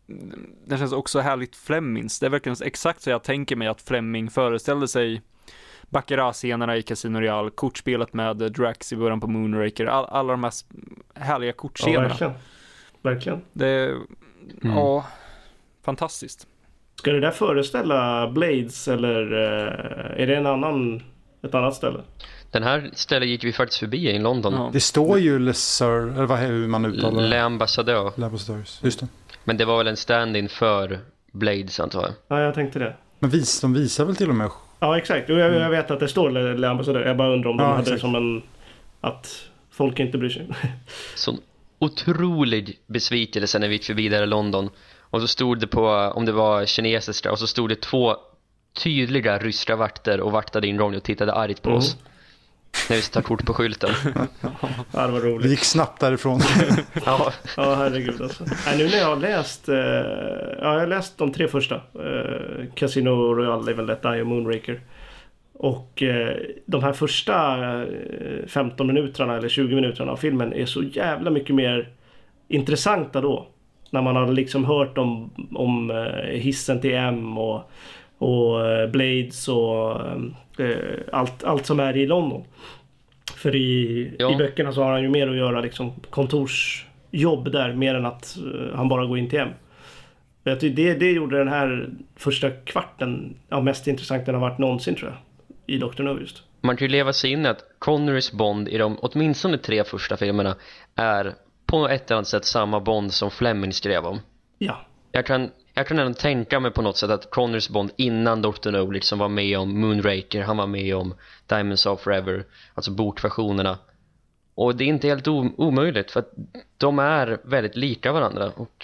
det känns också härligt Flemings. Det är verkligen exakt så jag tänker mig att Fleming föreställde sig Baccarat-scenerna i Casino Royale, kortspelet med Drax i början på Moonraker, all, alla de här härliga kortscenerna. Ja, verkligen. Verkligen. Det är, mm. ja, fantastiskt. Ska det där föreställa Blades, eller är det en annan, ett annat ställe? Den här stället gick vi faktiskt förbi i London. Ja. Det står ju Le Sir, eller vad är hur man uttalar det? Le Ambassadeur. Le Ambassadeurs, just det. Men det var väl en stand-in för Blades, antar jag. Ja, jag tänkte det. Men vis, de visar väl till och med. Ja, exakt. Jag, jag vet att det står Le, Le Ambassadeur. Jag bara undrar om de ja, hade exakt. det som en, att folk inte bryr sig. Sån otrolig besvikelse när vi gick förbi där i London. Och så stod det på, om det var kinesiska, och så stod det två tydliga ryska vakter och vaktade in Ronny och tittade argt på mm. oss. När vi tar kort på skylten. Ja, det var roligt. Vi gick snabbt därifrån. Ja. Ja, herregud alltså. Nej, nu när jag har läst, eh, ja, jag har läst de tre första. Eh, Casino Royale, Live and Let Die och Moonraker. Och eh, de här första eh, femton minuterna eller tjugo minuterna av filmen är så jävla mycket mer intressanta då. När man har liksom hört om, om eh, hissen till M och, och eh, Blades och eh, allt, allt som är i London. För i, ja. i böckerna så har han ju mer att göra liksom kontorsjobb där, mer än att uh, han bara går in till hem. Det, det, det gjorde den här första kvarten ja, mest intressant den har varit någonsin, tror jag, i doktor No just. Man kan ju leva sig in att Connerys Bond i de åtminstone tre första filmerna är på ett eller annat sätt samma Bond som Fleming skrev om. Ja. Jag kan, jag kan ändå tänka mig på något sätt att Connerys Bond innan doktor No liksom var med om Moonraker, han var med om Diamonds of Forever, alltså bokversionerna. Och det är inte helt omöjligt, för att de är väldigt lika varandra, och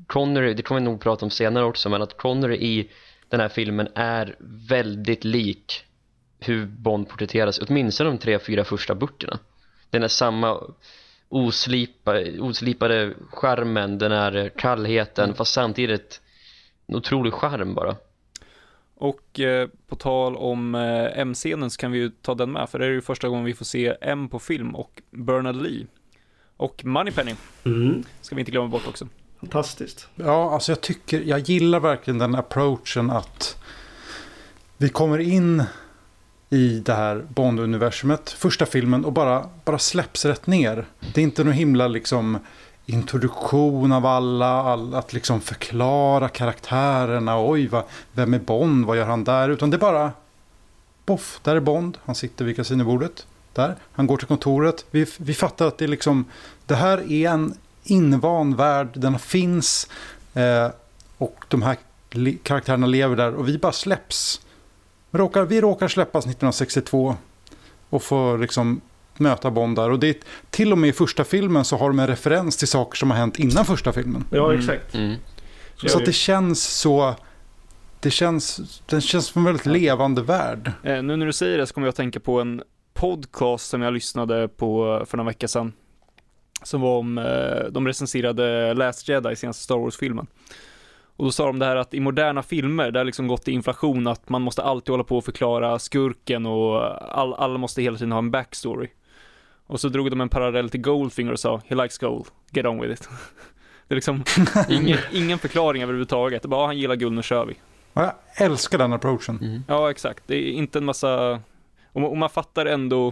Connery, det kommer vi nog prata om senare också, men att Connery i den här filmen är väldigt lik hur Bond porträtteras, åtminstone de tre, fyra första böckerna. Den är samma oslipa, oslipade charmen, den här kallheten, mm. fast samtidigt en otrolig charm bara. Och eh, på tal om eh, M-scenen så kan vi ju ta den med, för det är ju första gången vi får se M på film och Bernard Lee. Och Moneypenny mm. ska vi inte glömma bort också. Fantastiskt. Ja, alltså jag tycker, jag gillar verkligen den approachen att vi kommer in i det här Bond-universumet, första filmen, och bara, bara släpps rätt ner. Det är inte någon himla liksom introduktion av alla, all, att liksom förklara karaktärerna, oj, va, vem är Bond, vad gör han där, utan det är bara poff, där är Bond, han sitter vid kasinobordet, där, han går till kontoret, vi, vi fattar att det är liksom, det här är en invand värld, den finns eh, och de här li- karaktärerna lever där och vi bara släpps. Vi råkar, vi råkar släppas nittonhundrasextiotvå och får liksom möta Bond där. Och det är, till och med i första filmen så har de en referens till saker som har hänt innan första filmen. Ja, exakt. Mm. Så, så att det känns så... Det känns, den känns som en väldigt levande värld. Eh, nu när du säger det så kommer jag att tänka på en podcast som jag lyssnade på för några veckor sedan. Som var om, eh, de recenserade Last Jedi, senaste Star Wars-filmen. Och då sa de det här att i moderna filmer där liksom gått i inflation att man måste alltid hålla på och förklara skurken och all, alla måste hela tiden ha en backstory. Och så drog de en parallell till Goldfinger och sa, he likes gold, get on with it. Det är liksom ingen, ingen förklaring överhuvudtaget. Det är bara, han gillar guld, nu kör vi. Ja, jag älskar den approachen. Mm. Ja, exakt. Det är inte en massa... Och man, och man fattar ändå...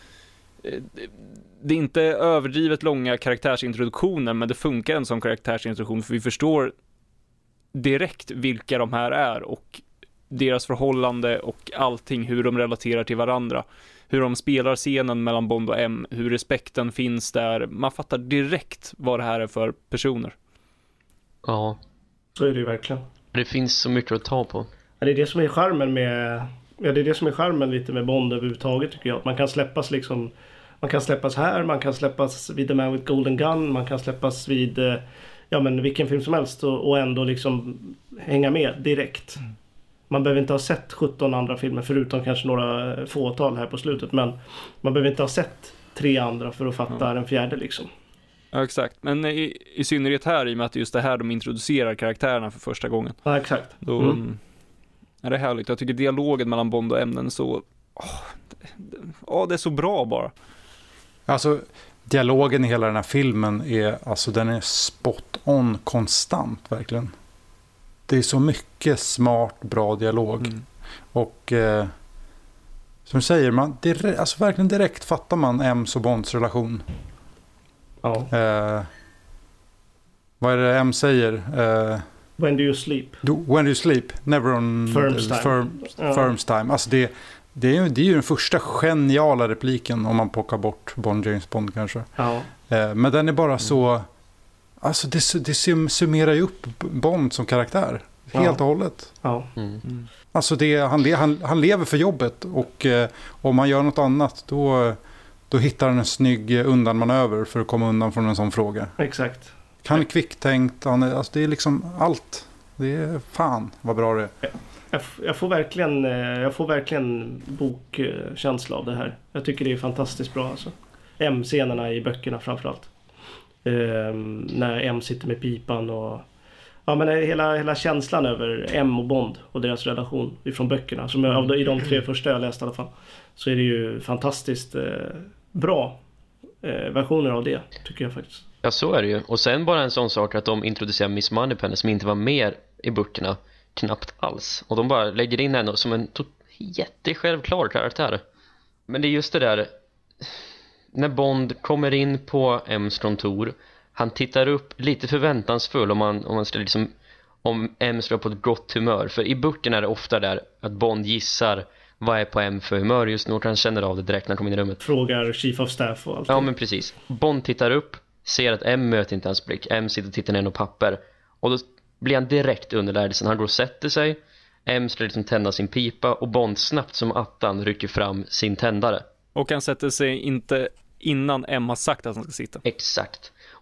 Det är inte överdrivet långa karaktärsintroduktioner, men det funkar en sån karaktärsintroduktion för vi förstår direkt vilka de här är och deras förhållande och allting, hur de relaterar till varandra, hur de spelar scenen mellan Bond och M, hur respekten finns där. Man fattar direkt vad det här är för personer. Ja, så är det ju verkligen. Det finns så mycket att ta på. Ja, det är det som är charmen med ja, det är det som är charmen lite med Bond överhuvudtaget, tycker jag. Att man kan släppas liksom, man kan släppas här, man kan släppas vid The Man with Golden Gun, man kan släppas vid ja, men vilken film som helst och, och ändå liksom hänga med direkt. Mm. Man behöver inte ha sett sjutton andra filmer förutom kanske några fåtal här på slutet, men man behöver inte ha sett tre andra för att fatta mm. en fjärde liksom. Ja, exakt. Men i, i synnerhet här, i och med att det är just det här de introducerar karaktärerna för första gången. Ja, exakt. Då mm. är det härligt. Jag tycker dialogen mellan Bond och ämnen så... Åh, det, det, åh, det är så bra bara. Alltså, dialogen i hela den här filmen är, alltså den är spot on konstant, verkligen. Det är så mycket smart, bra dialog. Mm. Och eh, som du säger, man, direkt, alltså verkligen direkt fattar man M's och Bonds relation. Ja. Eh, vad är det M säger? Eh, when do you sleep? Do, when do you sleep? Never on firm's time. Firm, ja. Firm's time. Alltså det, det, är, det är ju den första geniala repliken om man plockar bort Bond, James Bond kanske. Ja. Eh, men den är bara så... Alltså det, det summerar ju upp Bond som karaktär. Helt ja. och hållet. Ja. Mm. Mm. Alltså det, han, le, han, han lever för jobbet. Och eh, om man gör något annat då, då hittar han en snygg undanmanöver för att komma undan från en sån fråga. Exakt. Han är kvicktänkt. Han är, alltså det är liksom allt. Det är fan vad bra det är. Jag, jag, får verkligen, jag får verkligen bokkänsla av det här. Jag tycker det är fantastiskt bra. Alltså. M-scenerna i böckerna framförallt. Um, när M sitter med pipan och ja, men hela, hela känslan över M och Bond och deras relation ifrån böckerna som är, i de tre första jag läst i alla fall, så är det ju fantastiskt eh, bra eh, versioner av det, tycker jag faktiskt. Ja, så är det ju. Och sen bara en sån sak att de introducerar Miss Moneypenny som inte var med i böckerna knappt alls, och de bara lägger in henne som en to- jättesjälvklar karaktär. Men det är just det där, när Bond kommer in på M's kontor, han tittar upp lite förväntansfull om man, om man ska liksom, om M ska på ett gott humör. För i böckerna är det ofta där att Bond gissar vad är på M för humör just nu, och han känner av det direkt när han kommer in i rummet. Frågar Chief of Staff och allt. Ja, men precis. Bond tittar upp, ser att M möter inte hans blick. M sitter och tittar ner på papper. Och då blir han direkt underlärd. Sen han går och sätter sig. M ska liksom tända sin pipa, och Bond snabbt som attan rycker fram sin tändare. Och han sätter sig inte innan M har sagt att han ska sitta. Exakt.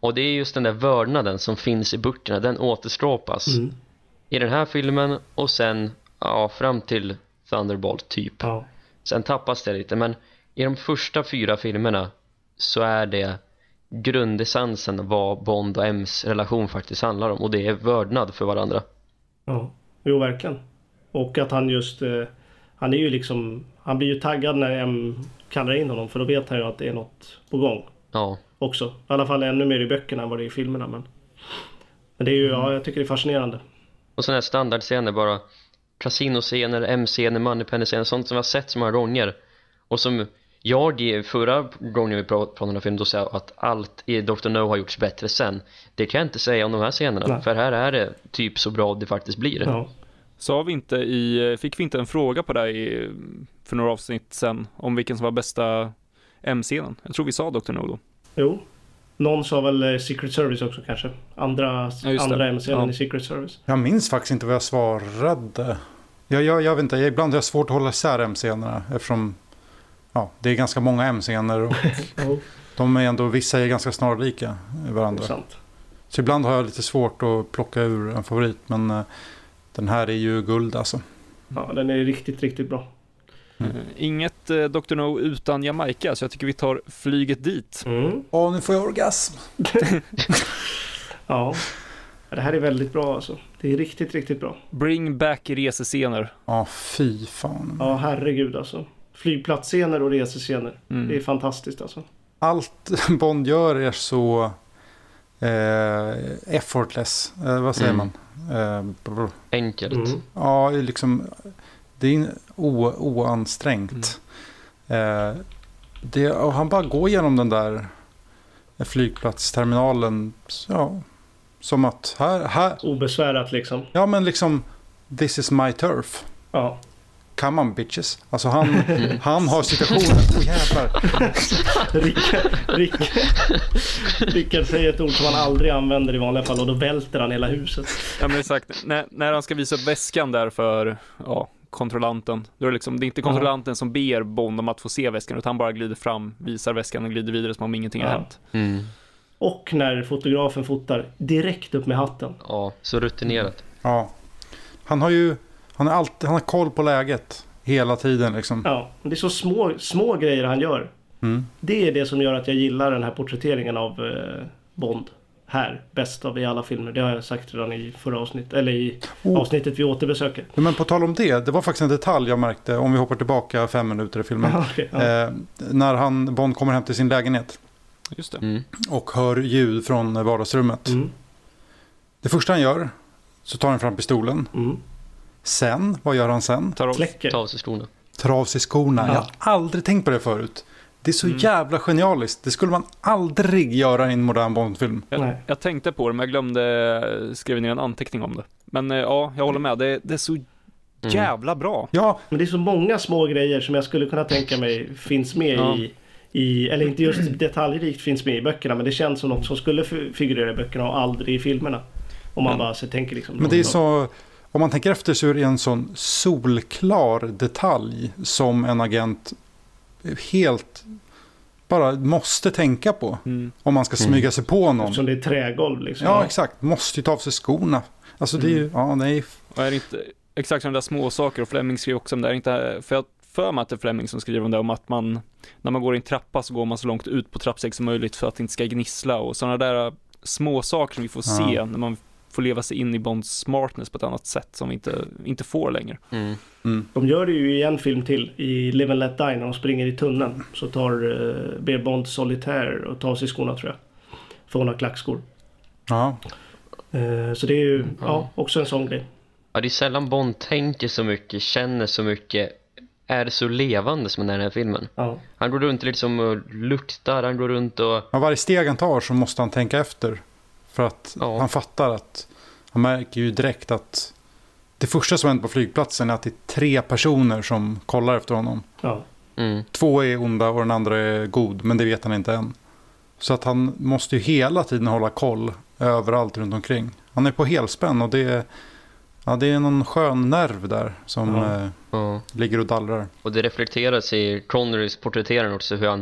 Och det är just den där vördnaden som finns i böckerna, den återskapas Mm. i den här filmen och sen ja, fram till Thunderbolt typ. Ja. Sen tappas det lite, men i de första fyra filmerna så är det grundessensen vad Bond och M's relation faktiskt handlar om, och det är vördnad för varandra. Ja, jo verkligen. Och att han just, eh, han är ju liksom, han blir ju taggad när M kallar in honom, för då vet han ju att det är något på gång Ja. också. I alla fall ännu mer i böckerna än vad det är i filmerna, men, men det är ju, ja, jag tycker det är fascinerande. Och sådana här standardscener, bara kasinoscener, M-scener, moneypenny-scener, sånt som vi har sett så många gånger. Och som jag i förra gången vi pratade om den här filmen, då sa jag att allt i doktor No har gjorts bättre sen. Det kan jag inte säga om de här scenerna. Nej. För här är det typ så bra det faktiskt blir. Ja. Sa vi inte i, fick vi inte en fråga på det i, för några avsnitt sen om vilken som var bästa M-scenen? Jag tror vi sa doktor No då. Jo. Någon sa väl eh, Secret Service också kanske. Andra, Ja, just det. andra M-scenen Ja. i Secret Service. Jag minns faktiskt inte vad jag svarade. Jag, jag, jag vet inte, jag, ibland har jag svårt att hålla isär M-scenerna eftersom ja, det är ganska många M-scener och Ja, de är ändå, vissa är ganska snarlika varandra. sant. Så ibland har jag lite svårt att plocka ur en favorit, men eh, den här är ju guld alltså. Ja, den är riktigt, riktigt bra. Mm. Inget eh, doktor No utan Jamaica, så jag tycker vi tar flyget dit. Mm. Åh, nu får jag orgasm. Ja. Det här är väldigt bra alltså. Det är riktigt, riktigt bra. Bring back resescener. Ja, fy fan. Ja, herregud alltså. Flygplatsscener och resescener. Mm. Det är fantastiskt alltså. Allt Bond gör är så eh, effortless. Eh, vad säger Mm. man? Eh, brr. Enkelt. Mm. Ja, liksom, det är o, oansträngt. Eh, det, och han bara går igenom den där flygplatsterminalen. Ja, som att här, här, Obesvärat liksom. ja men liksom, this is my turf. Ja. Come on bitches. Alltså han, han har situationen. Åh oh, jävlar. Rickard, Rickard, Rickard säger ett ord som han aldrig använder i vanliga fall och då välter han hela huset. Ja, men exakt. När, när han ska visa upp väskan där för ja, kontrollanten, då är det liksom, det är inte kontrollanten som ber Bond om att få se väskan, utan han bara glider fram, visar väskan och glider vidare som om ingenting Ja. har hänt. Mm. Och när fotografen fotar direkt upp med hatten. Ja, så rutinerat. Ja. Han har ju han har, alltid, han har koll på läget hela tiden liksom. Ja, men det är så små, små grejer han gör. Mm. Det är det som gör att jag gillar den här porträtteringen av eh, Bond här, bäst av i alla filmer. Det har jag sagt redan i förra avsnitt, eller i Oh. avsnittet vi återbesöker. Men på tal om det, det var faktiskt en detalj jag märkte om vi hoppar tillbaka fem minuter i filmen. Ja, okej, ja. eh, när han, Bond kommer hem till sin lägenhet Just det. Mm. och hör ljud från vardagsrummet. Mm, Det första han gör, så tar han fram pistolen. mm. Sen, vad gör han sen? Tar av. Släcker. Ta av sig skorna. Tar av sig skorna. Ja. Jag har aldrig tänkt på det förut. Det är så Mm. jävla genialiskt. Det skulle man aldrig göra i en modern Bond-film. Jag, Nej. jag tänkte på det, men jag glömde skriva ner en anteckning om det. Men eh, ja, jag håller med. Det, det är så jävla bra. Ja, Men det är så många små grejer som jag skulle kunna tänka mig finns med Ja. i, i, eller inte just detaljrikt finns med i böckerna, men det känns som något som skulle f- figurera i böckerna och aldrig i filmerna. Om man Men- bara så tänker liksom. men det är så... Om man tänker efter så är det en sån solklar detalj som en agent helt bara måste tänka på. Mm. Om man ska Mm. smyga sig på någon. Eftersom det är trägolv liksom. Ja, exakt. Måste ju ta av sig skorna. Alltså det är ju... Ja, nej. Och är det inte exakt sådana där små saker, och Fleming skrev också om det, är inte, för jag för mig att det är Fleming som skriver om det, om att man, när man går i en trappa så går man så långt ut på trappsteg som möjligt för att det inte ska gnissla, och sådana där små saker som vi får Ja. se när man får leva sig in i Bonds smartness på ett annat sätt som vi inte, inte får längre. Mm. Mm. De gör det ju i en film till, i Live and Let Die, när de springer i tunneln. Så tar uh, ber Bond solitär och tar av sig skorna, tror jag. För hon har klackskor. Ja. Eh, så det är ju Mm, ja. ja, också en sån grej. Ja, det är sällan Bond tänker så mycket, känner så mycket, är så levande som den här filmen. Ja. Han går runt liksom och luktar, han går runt och... Ja, varje steg han tar så måste han tänka efter. För att Ja. han fattar att... Han märker ju direkt att det första som händer på flygplatsen är att det är tre personer som kollar efter honom. Ja. Mm. Två är onda och den andra är god, men det vet han inte än. Så att han måste ju hela tiden hålla koll överallt runt omkring. Han är på helspänn och det är, ja, det är någon skön nerv där som Ja. eh, Ja. ligger och dallrar. Och det reflekteras i Connerys porträtterande också, hur han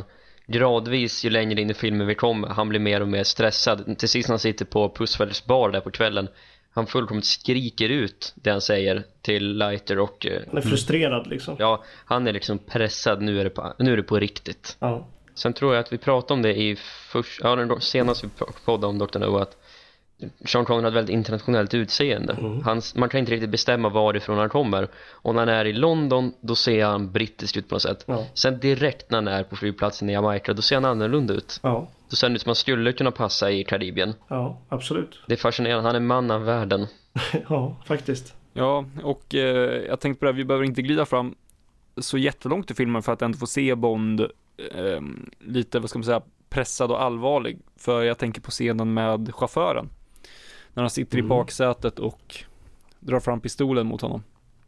gradvis ju längre in i filmen vi kommer, han blir mer och mer stressad. Till sist när han sitter på Pussfeldts bar där på kvällen, han fullkomligt skriker ut det han säger till Leiter och... Han är frustrerad liksom. Ja, han är liksom pressad, nu är det på, nu är det på riktigt. Ja. Sen tror jag att vi pratade om det i först, ja, den senast vi poddade om doktor No, att Sean Connery hade väldigt internationellt utseende. Mm. Hans, man kan inte riktigt bestämma varifrån han kommer. Och när han är i London, då ser han brittisk ut på något sätt. Ja. Sen direkt när han är på flygplatsen i Jamaica, då ser han annorlunda ut. Ja. Då ser han ut som han skulle kunna passa i Karibien. Ja, absolut. Det är fascinerande, han är man av världen. Ja, faktiskt. Ja, och eh, jag tänkte på det, vi behöver inte glida fram så jättelångt i filmen för att ändå få se Bond eh, lite, vad ska man säga, pressad och allvarlig. För jag tänker på scenen med chauffören. När han sitter Mm. i baksätet och drar fram pistolen mot honom.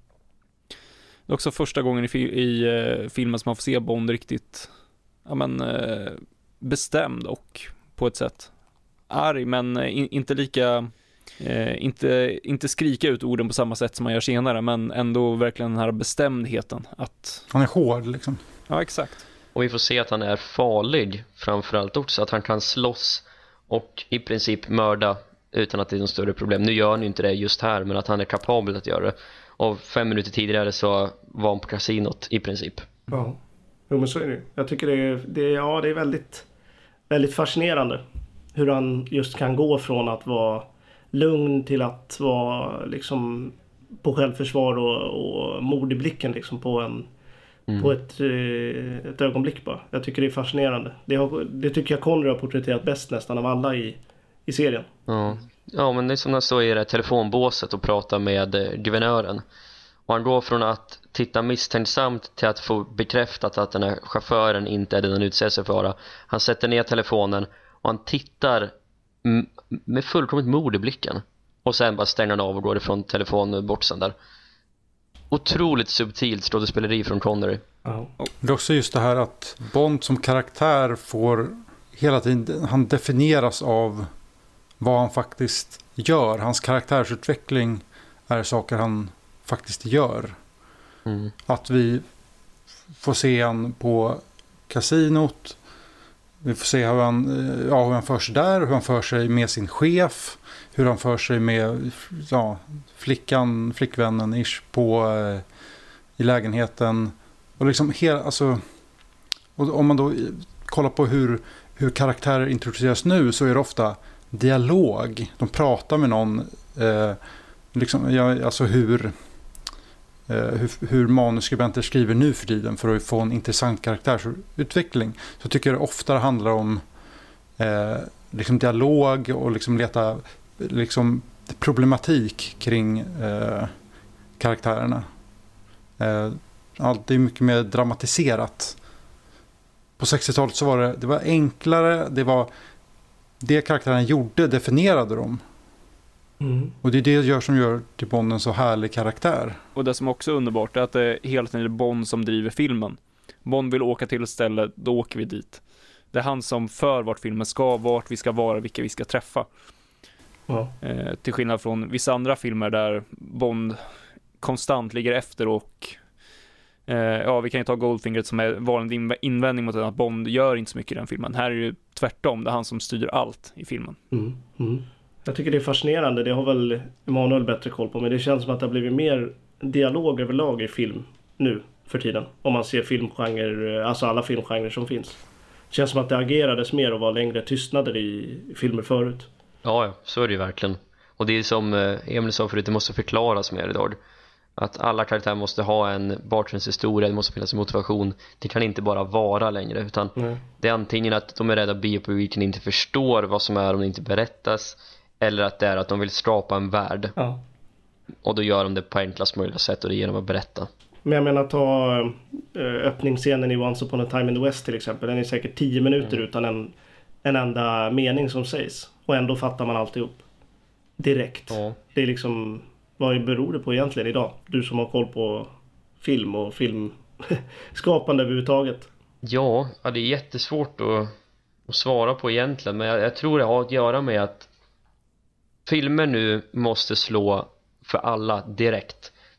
Det är också första gången i, fi- i eh, filmen som man får se Bond riktigt ja, men, eh, bestämd och på ett sätt arg, men eh, in, inte lika eh, inte, inte skrika ut orden på samma sätt som man gör senare, men ändå verkligen den här bestämdheten att... Han är hård liksom. Ja, exakt. Och vi får se att han är farlig framförallt också, att han kan slåss och i princip mörda utan att det är någon större problem. Nu gör han ju inte det just här, men att han är kapabel att göra det. Och fem minuter tidigare så var han på kasinot i princip. Ja. Jo, men så är det. Jag tycker det är, det är, ja, det är väldigt, väldigt fascinerande hur han just kan gå från att vara lugn till att vara liksom på självförsvar och, och mod i blicken liksom på en mm. på ett, ett ögonblick bara. Jag tycker det är fascinerande. Det, har, det tycker jag Connery har porträtterat bäst nästan av alla i, i serien. Ja. Ja, men det är som när han står i det telefonbåset och pratar med eh, guvernören. Och han går från att titta misstänksamt till att få bekräftat att den här chauffören inte är den han utser sig för. Han sätter ner telefonen och han tittar m- med fullkomligt mod i blicken. Och sen bara stänger han av och går ifrån telefonboxen där. Otroligt subtilt skådespeleri från Connery. Ja. Det är också just det här att Bond som karaktär får hela tiden, han definieras av vad han faktiskt gör. Hans karaktärsutveckling är saker han faktiskt gör. Mm. Att vi får se han på kasinot. Vi får se hur han, ja, hur han för sig där, hur han för sig med sin chef, hur han för sig med ja, flickan, flickvännen ish på eh, i lägenheten. Och liksom hela, alltså, och om man då kollar på hur, hur karaktärer introduceras nu, så är det ofta dialog. De pratar med någon eh, liksom, ja, alltså hur, eh, hur hur manuskribenter skriver nu för tiden för att få en intressant karaktärsutveckling. Så tycker jag det ofta handlar om eh, liksom dialog och liksom leta liksom problematik kring eh, karaktärerna. Eh, allt är mycket mer dramatiserat. På sextiotalet så var det, det var enklare, det var det karaktären gjorde definierade dem. Mm. Och det är det gör som gör till Bond en så härlig karaktär. Och det som också är underbart är att det hela tiden är Bond som driver filmen. Bond vill åka till ett ställe, då åker vi dit. Det är han som för vart filmen ska, vart vi ska vara, vilka vi ska träffa. Ja. Eh, till skillnad från vissa andra filmer där Bond konstant ligger efter och eh, ja, vi kan ju ta Goldfinger som är vanlig invändning mot den, att Bond gör inte så mycket i den filmen. Här är det ju tvärtom, det är han som styr allt i filmen. Mm. Mm. Jag tycker det är fascinerande, det har väl Emanuel bättre koll på, men det känns som att det har blivit mer dialog överlag i film nu för tiden. Om man ser filmgenrer, alltså alla filmgenrer som finns. Det känns som att det agerades mer och var längre tystnader i filmer förut. Ja, ja, så är det ju verkligen. Och det är som eh, Emil sa förut, det måste förklaras mer idag. Att alla karaktärer måste ha en bakgrundshistoria, det måste finnas en motivation. Det kan inte bara vara längre, utan Nej. det är antingen att de är rädda biopubliken inte förstår vad som är om det inte berättas, eller att det är att de vill skapa en värld. Ja. Och då gör de det på enklast möjliga sätt, och det är genom att berätta. Men jag menar, ta äh, öppningsscenen i Once Upon a Time in the West till exempel. Den är säkert tio minuter mm. utan en, en enda mening som sägs. Och ändå fattar man alltihop. Direkt. Ja. Det är liksom, vad beror det på egentligen idag? Du som har koll på film och filmskapande överhuvudtaget. Ja, ja, det är jättesvårt att, att svara på egentligen. Men jag, jag tror det har att göra med att filmer nu måste slå för alla direkt.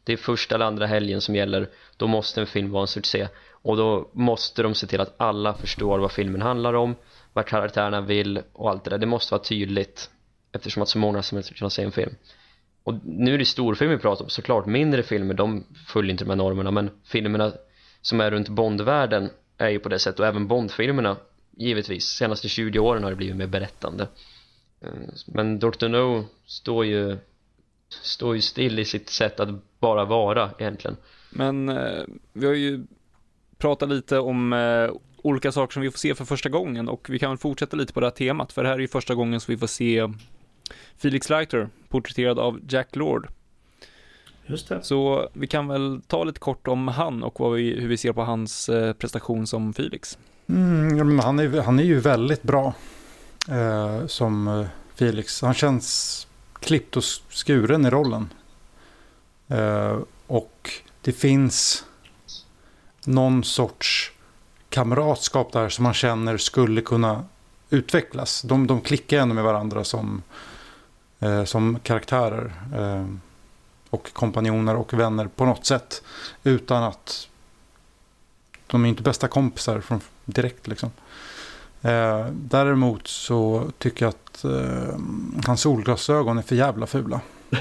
Det är första eller andra helgen som gäller. Då måste en film vara en succé. Och då måste de se till att alla förstår vad filmen handlar om, vad karaktärerna vill och allt det där. Det måste vara tydligt eftersom att så många som helst kan se en film. Och nu är det storfilmer vi pratar om, såklart. Mindre filmer, de följer inte de här normerna. Men filmerna som är runt Bondvärlden är ju på det sättet. Och även Bondfilmerna, givetvis, senaste tjugo åren har det blivit mer berättande. Men doktor No står ju, står ju still i sitt sätt att bara vara egentligen. Men eh, vi har ju pratat lite om eh, olika saker som vi får se för första gången. Och vi kan väl fortsätta lite på det här temat. För det här är ju första gången som vi får se Felix Leiter porträtterad av Jack Lord. Just det. Så vi kan väl ta lite kort om han och vad vi, hur vi ser på hans eh, prestation som Felix. Mm, ja, men han, är, han är ju väldigt bra eh, som eh, Felix. Han känns klippt och skuren i rollen. Eh, och det finns någon sorts kamratskap där som man känner skulle kunna utvecklas. De, de klickar ändå med varandra som, eh, som karaktärer eh, och kompanjoner och vänner på något sätt. Utan att de är inte bästa kompisar från direkt liksom. Eh, däremot så tycker jag att eh, hans solglasögon är för jävla fula.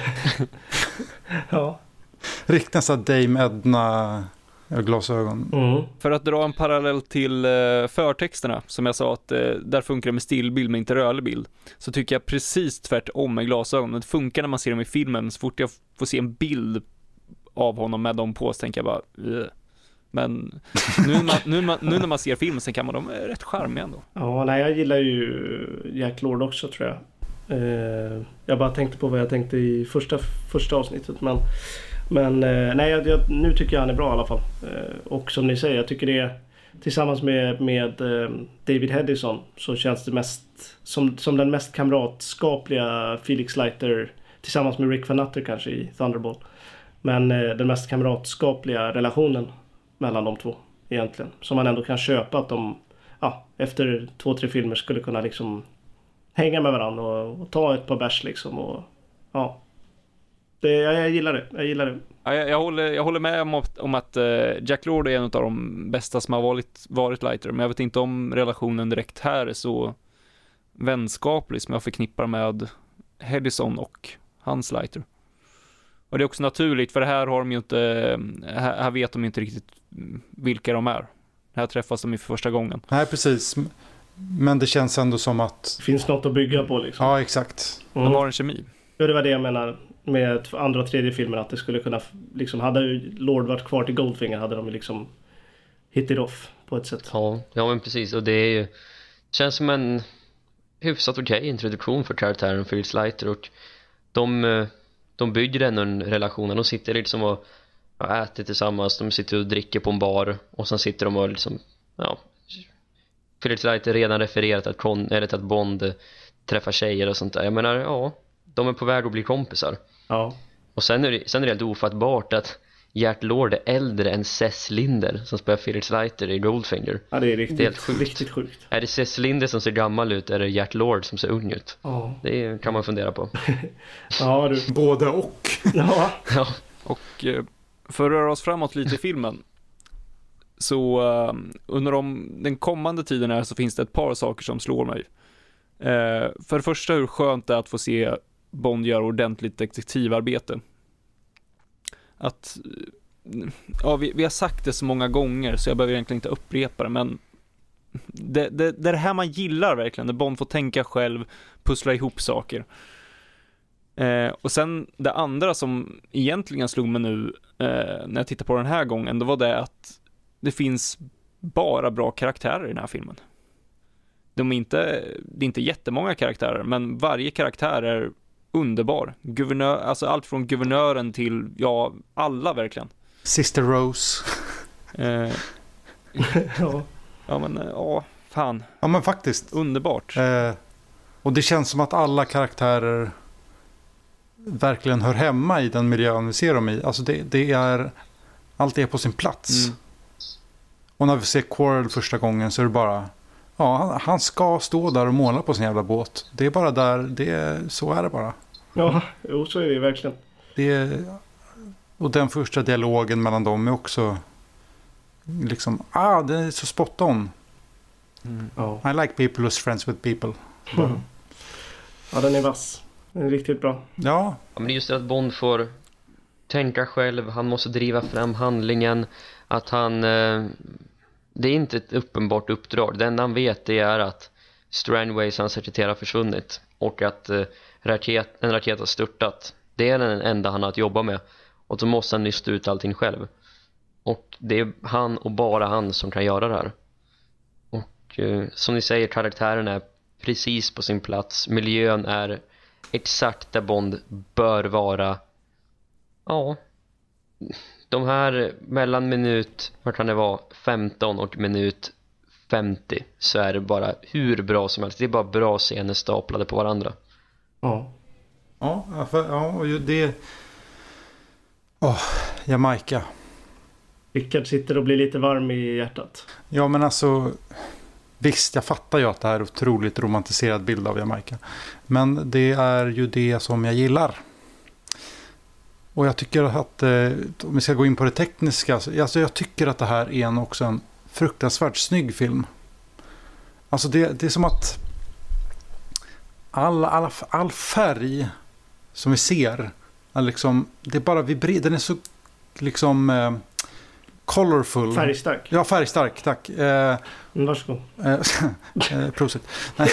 Ja. Riktigt nästan Dame Edna glasögon. Mm. För att dra en parallell till eh, förtexterna, som jag sa att eh, där funkar det med stillbild men inte rörlig bild, så tycker jag precis tvärtom med glasögon. Det funkar när man ser dem i filmen, så fort jag får se en bild av honom med dem på så tänker jag bara Ugh. Men nu när, man, nu, när man, nu när man ser filmen så kan man de är rätt charmiga ändå. Ja, nej, jag gillar ju Jack Lord också, tror jag. Eh, jag bara tänkte på vad jag tänkte i första, första avsnittet, men Men eh, nej, jag, jag, nu tycker jag han är bra i alla fall. Eh, och som ni säger, jag tycker det är, tillsammans med, med eh, David Hedison så känns det mest som, som den mest kamratskapliga Felix Leiter, tillsammans med Rick Van Nutter kanske i Thunderball. Men eh, den mest kamratskapliga relationen mellan de två egentligen. Som man ändå kan köpa att de ja, efter två, tre filmer skulle kunna liksom hänga med varandra och, och ta ett par bärs liksom. Och, ja. Det, jag, jag gillar det, jag gillar det. Ja, jag, jag, håller, jag håller med om, om att uh, Jack Lord är en av de bästa som har varit, varit Leiter. Men jag vet inte om relationen direkt här är så vänskaplig som jag förknippar med Hedison och hans Leiter. Och det är också naturligt, för här har de ju inte, här, här vet de inte riktigt vilka de är. Här träffas de ju för första gången. Nej, precis. Men det känns ändå som att det finns något att bygga på liksom. Ja, exakt. Mm. De har en kemi. Ja, det var det jag menar med andra och tredje filmen, att det skulle kunna liksom, hade Lord varit kvar till Goldfinger hade de liksom hit it off på ett sätt. Ja, ja men precis, och det är ju, känns som en hyfsat okej okay introduktion för karaktären Felix Leiter, och de, de bygger ändå en relation. De sitter liksom och, och äter tillsammans, de sitter och dricker på en bar och sen sitter de och liksom, ja, Felix Leiter redan refererat att, Con, eller att Bond träffar tjejer och sånt där. Jag menar, ja, de är på väg att bli kompisar. Ja. Och sen är det, sen är det helt ofattbart att Jack Lord är äldre än Cess Linder som spelar Felix Leiter i Goldfinger. Ja, det är riktigt, det är helt sjukt. Riktigt sjukt. Är det Cess Linder som ser gammal ut, eller är det Jack Lord som ser ung ut? Ja. Det kan man fundera på. Ja, du. Både och. Ja. Ja. Och eh, för att röra oss framåt lite i filmen, så uh, under de, den kommande tiden här så finns det ett par saker som slår mig. Uh, för det första, hur skönt det är att få se Bond göra ordentligt detektivarbete. Att ja, vi, vi har sagt det så många gånger så jag behöver egentligen inte upprepa det, men det, det, det är det här man gillar verkligen, när Bond får tänka själv, pussla ihop saker. Eh, och sen det andra som egentligen slog mig nu eh, när jag tittar på den här gången, det var det att det finns bara bra karaktärer i den här filmen. De är inte, det är inte jättemånga karaktärer, men varje karaktär är underbar. Guvernör, alltså allt från guvernören till, ja, alla verkligen. Sister Rose. Eh, Ja. ja, men ja, fan. Ja, men faktiskt. Underbart. Eh, och det känns som att alla karaktärer verkligen hör hemma i den miljön vi ser dem i. Alltså det, det är, allt är på sin plats. Mm. Och när vi ser Quarrel första gången så är det bara, ja, han, han ska stå där och måla på sin jävla båt. Det är bara där, det är, så är det bara. Ja, jo, så är det verkligen. Det är, och den första dialogen mellan dem är också liksom, ah, det är så spot on. Mm. Ja. I like people who's friends with people. Mm. Ja, den är vass. Den är riktigt bra. Ja. Ja, men det är just det att Bond får tänka själv, han måste driva fram handlingen, att han eh, det är inte ett uppenbart uppdrag. Det enda han vet det är att Strandways, hans sekreterare, har försvunnit och att eh, raket, en raket har störtat. Det är den enda han har att jobba med, och då måste han nysta ut allting själv. Och det är han och bara han som kan göra det här. Och eh, som ni säger, karaktären är precis på sin plats. Miljön är exakt där Bond bör vara. Ja, de här mellan minut, vad kan det vara, femton och minut femtio, så är det bara hur bra som helst. Det är bara bra scener staplade på varandra. Ja. Ja, för, ja och ju det... Åh, oh, Jamaica. Rickard sitter och blir lite varm i hjärtat. Ja, men alltså... Visst, jag fattar ju att det här är en otroligt romantiserad bild av Jamaica. Men det är ju det som jag gillar. Och jag tycker att, eh, om vi ska gå in på det tekniska, alltså jag tycker att det här är en, också en fruktansvärt snygg film. Alltså det, det är som att all, all, all färg som vi ser, är liksom, det är bara vibrerar, den är så liksom eh, colorful. Färgstark. Ja, färgstark, tack. Eh, mm, varsågod. eh, prosit. Nej.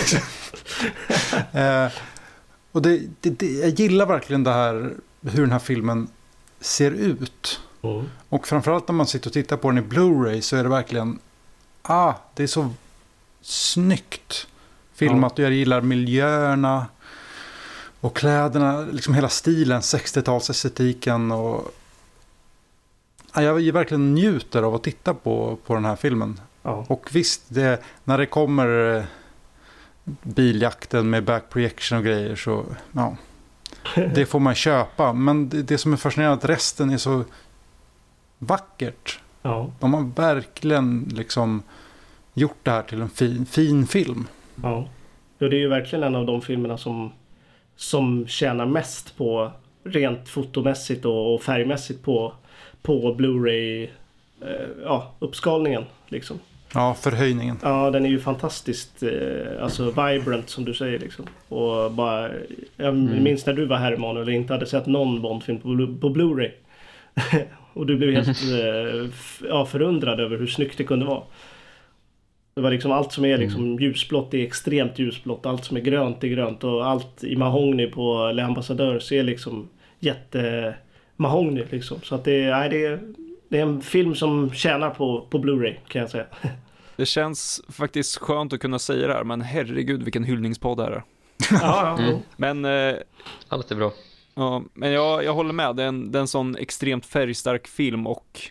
eh, och det, det, det, jag gillar verkligen det här, hur den här filmen ser ut. Mm. Och framförallt när man sitter och tittar på den i Blu-ray så är det verkligen, ah, det är så snyggt filmat. Ja. Och jag gillar miljöerna och kläderna, liksom hela stilen, sextiotalsestetiken, och ah, jag verkligen njuter av att titta på, på den här filmen. Ja. Och visst, det, när det kommer eh, biljakten med back projection och grejer, så ja, det får man köpa. Men det, det som är fascinerande är att resten är så vackert. Ja. De har verkligen liksom gjort det här till en fin, fin film. Ja. Ja, det är ju verkligen en av de filmerna som, som tjänar mest på rent fotomässigt och, och färgmässigt på, på Blu-ray eh, ja, uppskalningen liksom. Ja, förhöjningen. Ja, den är ju fantastiskt eh, alltså vibrant som du säger liksom. Och bara, jag mm. minns när du var här, Emanuel, och inte hade sett någon Bondfilm på, på Blu-ray. Och du blev helt eh, f- ja, förundrad över hur snyggt det kunde vara. Det var liksom allt som är liksom mm. ljusblått är extremt ljusblått. Allt som är grönt är grönt. Och allt i mahogny på Le Ambassadeur ser liksom jätte mahogny liksom. Så att det, nej, det, är, det är en film som tjänar på, på Blu-ray, kan jag säga. Det känns faktiskt skönt att kunna säga det här, men herregud vilken hyllningspodd det här är. Ja, ja, Mm. ja. Men, eh, Allt är bra. ja, men jag, jag håller med, det är, en, det är en sån extremt färgstark film, och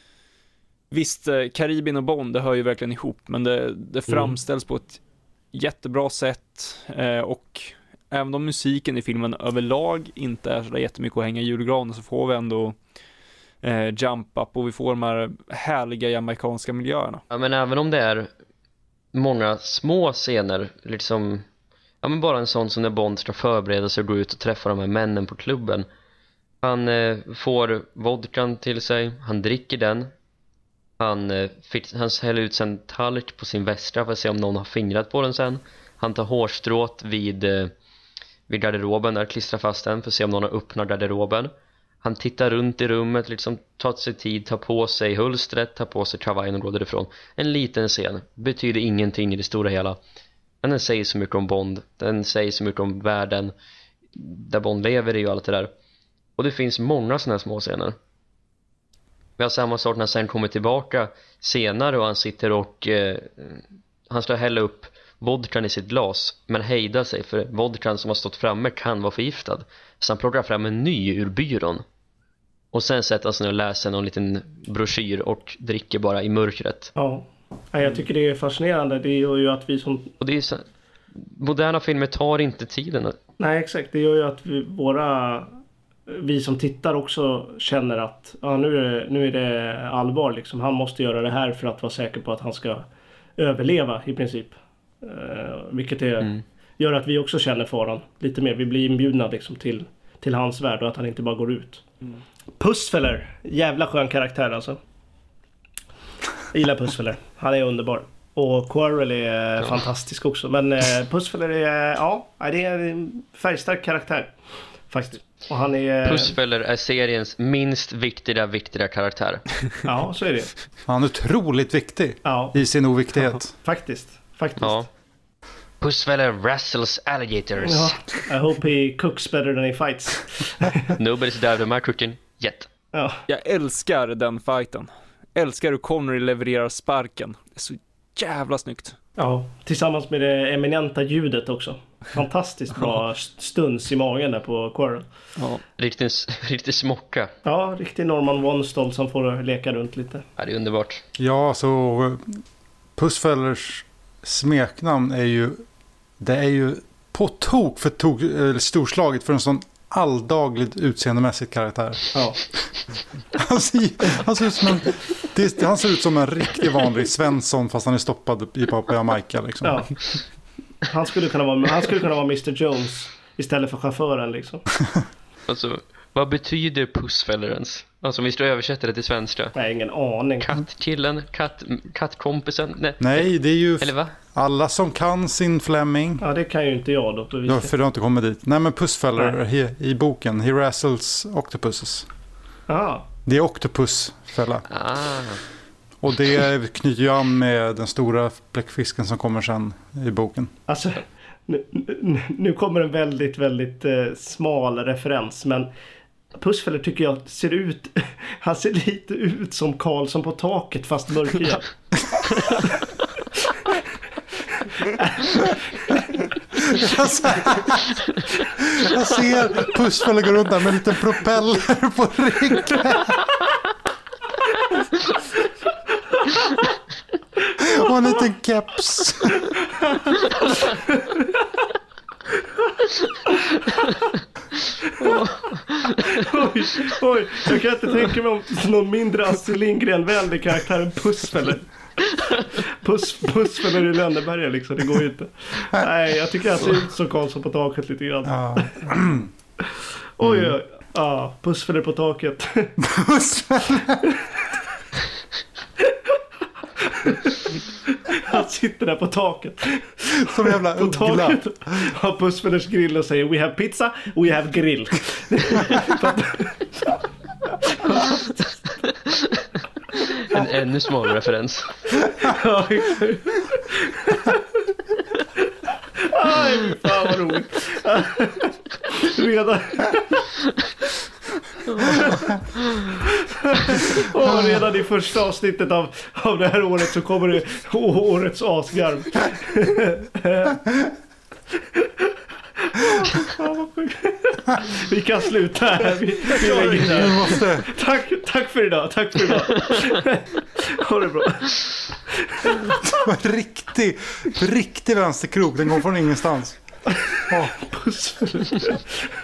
visst, eh, Karibien och Bond, det hör ju verkligen ihop, men det, det framställs mm. på ett jättebra sätt, eh, och även om musiken i filmen överlag inte är så jättemycket att hänga i julgranen, så får vi ändå eh, jump up, och vi får de här härliga jamaikanska miljöerna. Ja, men även om det är många små scener, liksom, ja, men bara en sån som när Bond ska förbereda sig och gå ut och träffa de här männen på klubben. Han eh, får vodkan till sig, han dricker den. Han, eh, fick, han häller ut en tallrik på sin väska för att se om någon har fingrat på den sen. Han tar hårstrået vid, eh, vid garderoben där, klistrar fast den för att se om någon har öppnat garderoben. Han tittar runt i rummet, liksom tar sig tid, tar på sig hulstret, tar på sig kavajen och går därifrån. En liten scen, betyder ingenting i det stora hela. Men den säger så mycket om Bond, den säger så mycket om världen där Bond lever i och allt det där. Och det finns många sådana här små scener. Vi har samma sak när han sen kommer tillbaka senare och han sitter och eh, han ska hälla upp vodkan i sitt glas, men hejdar sig för vodkan som har stått framme kan vara förgiftad. Så han plockar fram en ny ur byrån. Och sen sätter han sig och läser någon liten broschyr och dricker bara i mörkret. Ja. Ja, jag tycker det är fascinerande. Det gör ju att vi som... Och det är så, moderna filmer tar inte tiden. Nej, exakt. Det gör ju att vi, våra... vi som tittar också känner att ja, nu, är det, nu är det allvar liksom. Han måste göra det här för att vara säker på att han ska överleva i princip. Uh, vilket är, mm. gör att vi också känner faran lite mer. Vi blir inbjudna liksom till, till hans värld och att han inte bara går ut. Mm. Pussfeller, jävla skön karaktär alltså. Jag gillar Pussfeller, han är underbar. Och Quirrell är ja. fantastisk också. Men eh, Pussfeller är, ja, det är en färgstark karaktär faktiskt. Och han är... Pussfeller är seriens minst viktiga, viktiga karaktär. Ja, så är det. Han är otroligt viktig ja. i sin oviktighet. Ja, faktiskt, faktiskt. Ja. Pussfeller wrestles alligators. Ja. I hope he cooks better than he fights. Nobody's died of my cooking yet. Ja. Jag älskar den fighten. Älskar hur Connery levererar sparken. Det är så jävla snyggt. Ja, tillsammans med det eminenta ljudet också. Fantastiskt bra stunds i magen där på Quirrell. Ja. Riktigt, riktigt smocka. Ja, riktigt Norman Wanstall som får leka runt lite. Ja, det är underbart. Ja, så Pussfellers smeknamn är ju, det är ju på tok för tok, eller storslaget för en sån alldagligt utseendemässigt karaktär. Ja. Han ser, han, ser ut som en, det, han ser ut som en riktigt vanlig Svensson fast han är stoppad i på Jamaica liksom. Ja. Han skulle kunna vara han skulle kunna vara mister Jones istället för chauffören liksom. Alltså, vad betyder Pussfeller ens? Alltså om vi ska översätta det till svenska. Nej, ingen aning. Kattkillen, katt, kattkompisen. Nej. Nej, det är ju Eller va? alla som kan sin Fleming. Ja, det kan ju inte jag då. Ja, för du har inte kommit dit. Nej, men Pussfeller he, i boken, he wrestles octopuses. Ja. Det är octopusfälla. Ah. Och det knyter ju an med den stora bläckfisken som kommer sen i boken. Alltså, nu, nu kommer en väldigt, väldigt eh, smal referens, men Pussfeller tycker jag ser ut, han ser lite ut som Karlsson på taket fast mörkhyad. jag, ser, jag ser Pussfeller gå runt där med en liten propeller på ryggen. Och en liten keps. oj, oj, jag kan inte tänka mig om någon mindre Astrid Lindgren-vänlig karaktär än Pussfeller. Puss, Pussfeller i Lönneberga liksom, det går ju inte. Nej, jag tycker att det ser ut som Karlsson på taket lite grann. Ja. Oj, oj, ja, Pussfeller på taket. Pussfeller. Han sitter där på taket. Som jävla på uggla. Taket har Pussfellers grill och säger we have pizza, we have grill. En ännu smalare referens. Ja, aj, fan vad roligt. Redan och redan i första avsnittet av, av det här året så kommer det årets asgarv. Vi kan sluta här. Vi, vi lägger där. Måste. Tack, tack för idag. Tack för idag. Ha det bra. Det var riktig, riktig vänsterkrok. Den går från ingenstans. Oh. Pussfeller.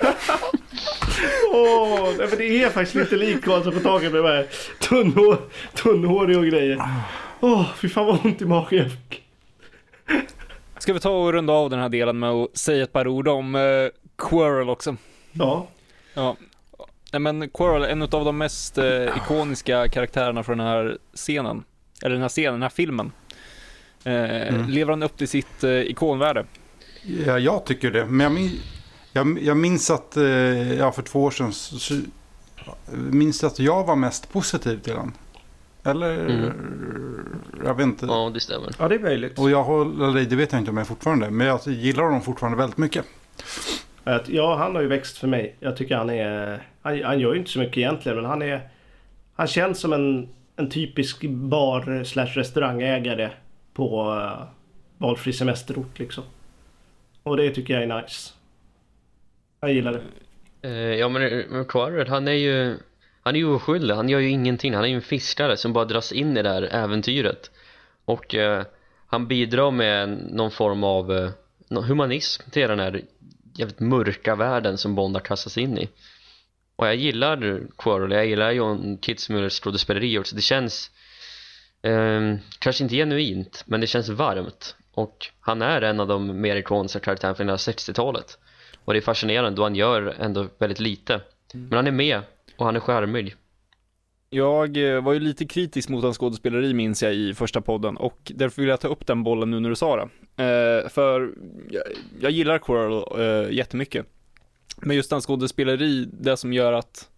Åh, oh, det är faktiskt lite lik Karlsson på taget med mig. Tunnhår, tunnhårig och grejer. Åh, oh, fy fan vad ont i magen jag fick. Ska vi ta och runda av den här delen med att säga ett par ord om uh, Quirrell också? Ja. Ja. Nej, men Quirrell är en av de mest uh, ikoniska karaktärerna för den här scenen. Eller den här scenen, den här filmen. Uh, mm. Lever han upp till sitt uh, ikonvärde? Ja, jag tycker det. Men jag, min, jag, jag minns att uh, ja, för två år sedan så, så, minns att jag var mest positiv till den. Eller, mm. jag vet inte. Ja, det stämmer. Ja, det är möjligt. Och jag håller, det vet jag inte om jag fortfarande, men jag gillar honom fortfarande väldigt mycket. Ja, han har ju växt för mig. Jag tycker han är, han, han gör ju inte så mycket egentligen, men han är, han känns som en, en typisk bar slash restaurangägare på uh, valfri semesterort liksom. Och det tycker jag är nice. Jag gillar det. Uh, ja, men, men Quirrell, han är ju Han är ju oskyldig, han gör ju ingenting. Han är ju en fiskare som bara dras in i det här äventyret. Och eh, han bidrar med någon form av eh, humanism till den här jävligt mörka världen som Bond har kastats in i. Och jag gillar Quirrell, jag gillar John Kitzmüllers skådespeleri också. Det känns eh, kanske inte genuint, men det känns varmt. Och han är en av de mer ikoniska karaktärerna från sextiotalet. Och det är fascinerande då han gör ändå väldigt lite. Men han är med Och han är charmig. Jag var ju lite kritisk mot hans skådespeleri, minns jag, i första podden, och därför vill jag ta upp den bollen nu när du sa det. Eh, för jag, jag gillar Quirrell eh, jättemycket. Men just hans skådespeleri, det som gör att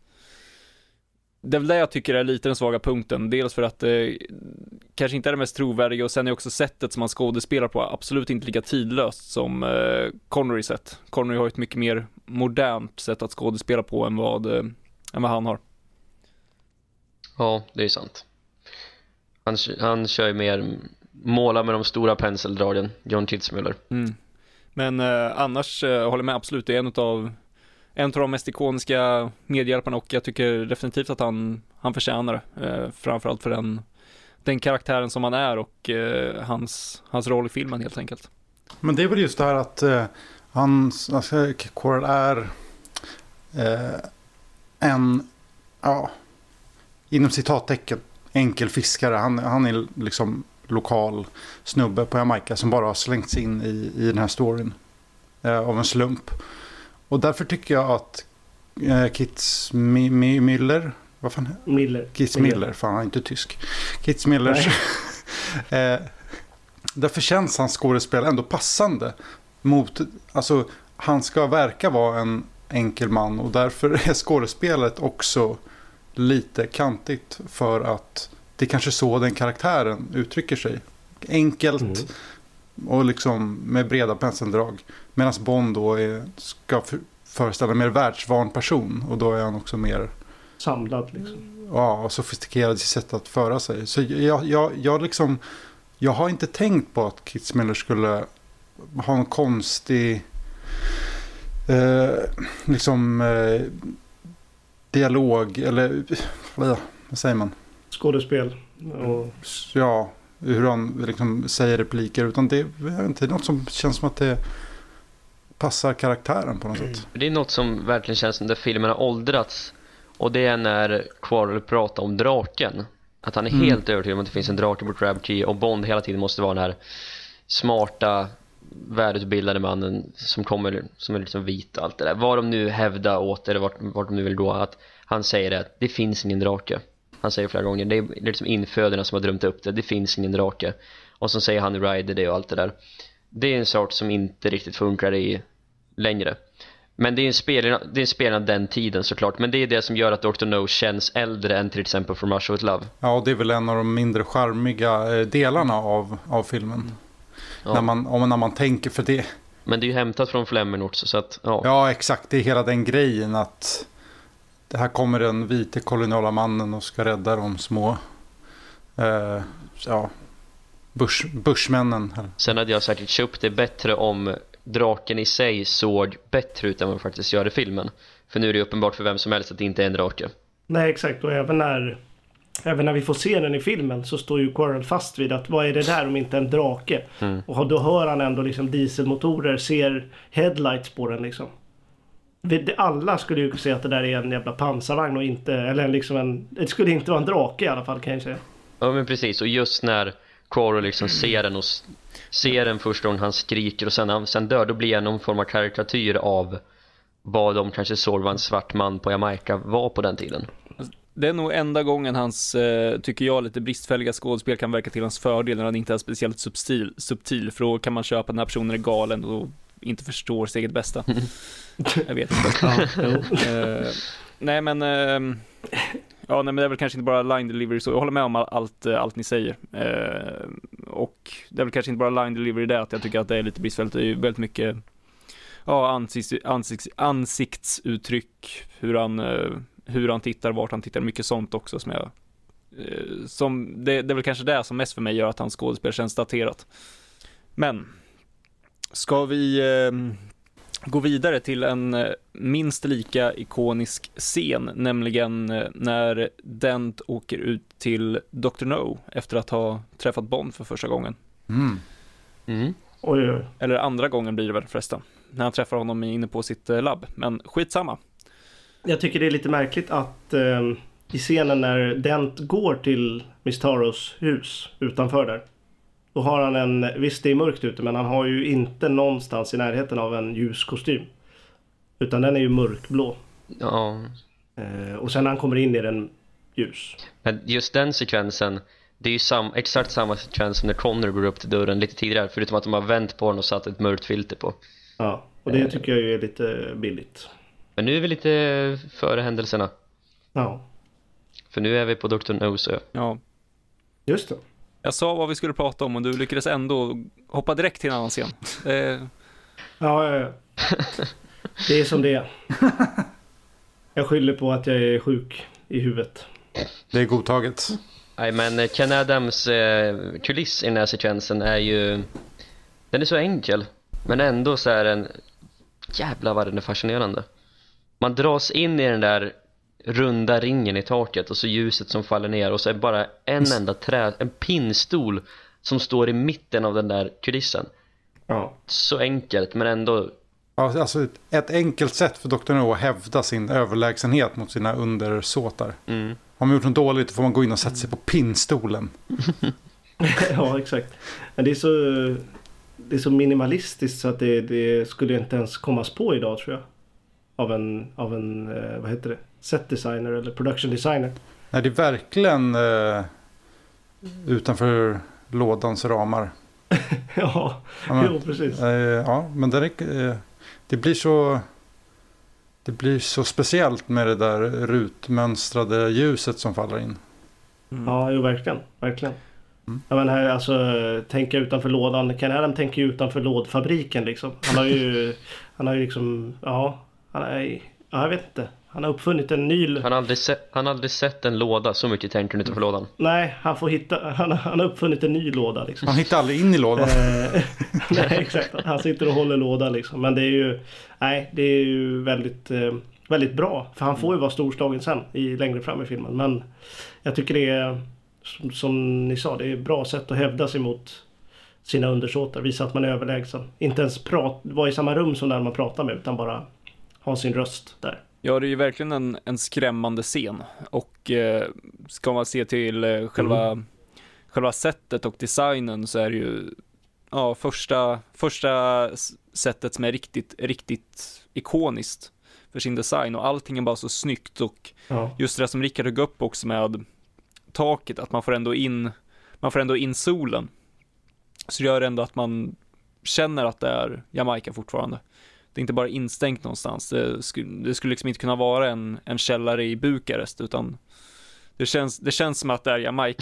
det är väl det jag tycker är lite den svaga punkten. Dels för att det eh, kanske inte är det mest trovärdiga, och sen är också sättet som han skådespelar på absolut inte lika tidlöst som eh, Connery sätt. Connery har ett mycket mer modernt sätt att skådespela på än vad, eh, än vad han har. Ja, det är sant. Han, han kör ju mer måla med de stora penseldragen, John Kitzmüller. Mm. Men eh, annars eh, håller jag med, absolut. Det är en av en av de mest ikoniska medhjälparna, och jag tycker definitivt att han, han förtjänar det. Eh, framförallt för den, den karaktären som han är, och eh, hans, hans roll i filmen helt enkelt. Men det är väl just det här att eh, han, alltså, Quirrell är eh, en, ja, inom citattecken, enkel fiskare. Han, han är liksom lokal snubbe på Jamaica som bara har slängts in i, i den här storyn eh, av en slump. Och därför tycker jag att eh, Kitz Mi- Mi- Miller, vad fan är Miller. Kitz Miller, fan han är inte tysk. Kitz Millers. eh, därför känns hans skådespel ändå passande mot, alltså han ska verka vara en enkel man, och därför är skådespelet också lite kantigt, för att det är kanske så den karaktären uttrycker sig. Enkelt mm. och liksom med breda penseldrag. Medan Bond då är, ska för, föreställa en mer världsvan person, och då är han också mer samlad liksom. Ja, och sofistikerad i sätt att föra sig. Så jag, jag, jag liksom jag har inte tänkt på att Kitzmiller skulle ha en konstig eh, liksom eh, dialog, eller vad säger man? Skådespel. Och... Ja, hur han liksom säger repliker, utan det är inte något som känns som att det passar karaktären på något sätt. Det är något som verkligen känns som där filmen har åldrats, och det är när Quirrell pratar om draken. Att han är mm. helt övertygad om att det finns en drake på Crab Tree, och Bond hela tiden måste vara den här smarta, välutbildade mannen som kommer, som är liksom vit och allt det där. Vad de nu hävdar åt, eller vart, vart de nu vill gå, att han säger det, det finns ingen drake. Han säger flera gånger, det är, det är liksom inföderna som har drömt upp det, det finns ingen drake. Och så säger han Ryder det och allt det där. Det är en sort som inte riktigt funkar i längre. Men det är en spelare, det är en spelare av den tiden såklart. Men det är det som gör att doktor No känns äldre än till exempel From Russia With Love. Ja, och det är väl en av de mindre charmiga delarna av, av filmen. Ja. När, man, om, när man tänker för det. Men det är ju hämtat från Fleming också, så att, ja. Ja, exakt. Det är hela den grejen att det här kommer den vite koloniala mannen och ska rädda de små eh, ja, bush, bushmännen. Sen hade jag säkert köpt det bättre om draken i sig såg bättre ut än vad det faktiskt gör i filmen. För nu är det uppenbart för vem som helst att det inte är en drake. Nej, exakt. Och även när, även när vi får se den i filmen så står ju Quirrell fast vid att vad är det där om inte en drake? Mm. Och då hör han ändå liksom dieselmotorer, ser headlights på den liksom. Alla skulle ju säga att det där är en jävla pansarvagn och inte, eller liksom en, det skulle inte vara en drake i alla fall, kan jag säga. Ja, men precis. Och just när Quirrell liksom ser den och ser den första gången han skriker och sen, sen dör, då blir det någon form av karikatyr av vad de kanske såg var en svart man på Jamaica var på den tiden. Det är nog enda gången hans, eh, tycker jag, lite bristfälliga skådespel kan verka till hans fördel, när han inte är speciellt subtil, subtil för då kan man köpa att den här personen är galen och inte förstår sitt eget bästa. Jag vet inte. uh, nej men uh, ja, nej, men det är väl kanske inte bara line delivery, så jag håller med om allt, allt ni säger. Uh, och det är väl kanske inte bara line delivery det, att jag tycker att det är lite bristfälligt. Det är ju väldigt mycket ja, ansikts, ansikts, ansiktsuttryck, hur han, uh, hur han tittar, vart han tittar, mycket sånt också som jag uh, som, det, det är väl kanske det som mest för mig gör att hans skådespel känns daterat. Men ska vi uh, gå vidare till en minst lika ikonisk scen, nämligen när Dent åker ut till doktor No efter att ha träffat Bond för första gången. Mm. Mm. Oj, oj. Eller andra gången blir det väl förresten, när han träffar honom inne på sitt labb. Men skitsamma. Jag tycker det är lite märkligt att eh, i scenen när Dent går till Miss Taros hus utanför där, då har han en, visst det är mörkt ute, men han har ju inte någonstans i närheten av en ljus kostym. Utan den är ju mörkblå. Ja. Eh, och sen när han kommer in i den ljus. Men just den sekvensen, det är ju sam, exakt samma sekvens som när Connor går upp till dörren lite tidigare, förutom att de har vänt på den och satt ett mörkt filter på. Ja, och det tycker jag ju är lite billigt. Men nu är vi lite före händelserna. Ja, För nu är vi på doktor No's ö. Ja. just det. Jag sa vad vi skulle prata om och du lyckades ändå hoppa direkt till en annan scen. Eh, Ja, ja, ja. Det är som det är. Jag skyller på att jag är sjuk i huvudet. Det är godtaget. Nej, men Ken Adams eh, kuliss i den här sekvensen är ju... Den är så enkel, men ändå så är den... Jävlar vad den är fascinerande. Man dras in i den där runda ringen i taket och så ljuset som faller ner och så är bara en enda trä, en pinnstol som står i mitten av den där kulissen. Ja, Så enkelt, men ändå... Ja, alltså ett, ett enkelt sätt för doktor No att hävda sin överlägsenhet mot sina undersåtar. Mm. Har man gjort något dåligt då får man gå in och sätta sig på pinnstolen. ja exakt. Men det är så, det är så minimalistiskt så att det, det skulle inte ens kommas på idag tror jag. Av en, av en eh, vad heter det? Set designer eller production designer. Nej, det är verkligen eh, utanför lådans ramar. ja, Ja, men, jo precis. eh, ja, men det, är, eh, det blir så det blir så speciellt med det där rutmönstrade ljuset som faller in. mm. Ja, jo verkligen, verkligen. Mm. Ja, men här, alltså, tänka utanför lådan. Ken Adam tänker ju utanför lådfabriken liksom. Han har ju, han har ju liksom, ja, han är, ja, jag vet inte. Han har uppfunnit en ny... Han har aldrig sett, han har aldrig sett en låda, så mycket tänker han utanför lådan. Nej, han får hitta, han, han har uppfunnit en ny låda liksom. Han hittar aldrig in i lådan. Eh, nej, exakt. Han sitter och håller låda liksom. Men det är ju, nej, det är ju väldigt, eh, väldigt bra. För han får ju vara storslagen sen i, längre fram i filmen. Men jag tycker det är, som, som ni sa, det är ett bra sätt att hävda sig mot sina undersåtar. Visa att man är överlägsen. Inte ens prat, vara i samma rum som där man pratar med, utan bara ha sin röst där. Ja, det är ju verkligen en, en skrämmande scen. Och eh, ska man se till eh, själva, mm. själva sättet och designen så är det ju ja, första, första sättet som är riktigt, riktigt ikoniskt för sin design. Och allting är bara så snyggt. Och Ja. just det som Rickard tog upp också med taket, att man får ändå in, man får ändå in solen. Så det gör ändå att man känner att det är Jamaica fortfarande. Det är inte bara instängt någonstans. Det skulle, det skulle liksom inte kunna vara en, en källare i Bukarest, utan det känns, det känns som att det är Jamaica.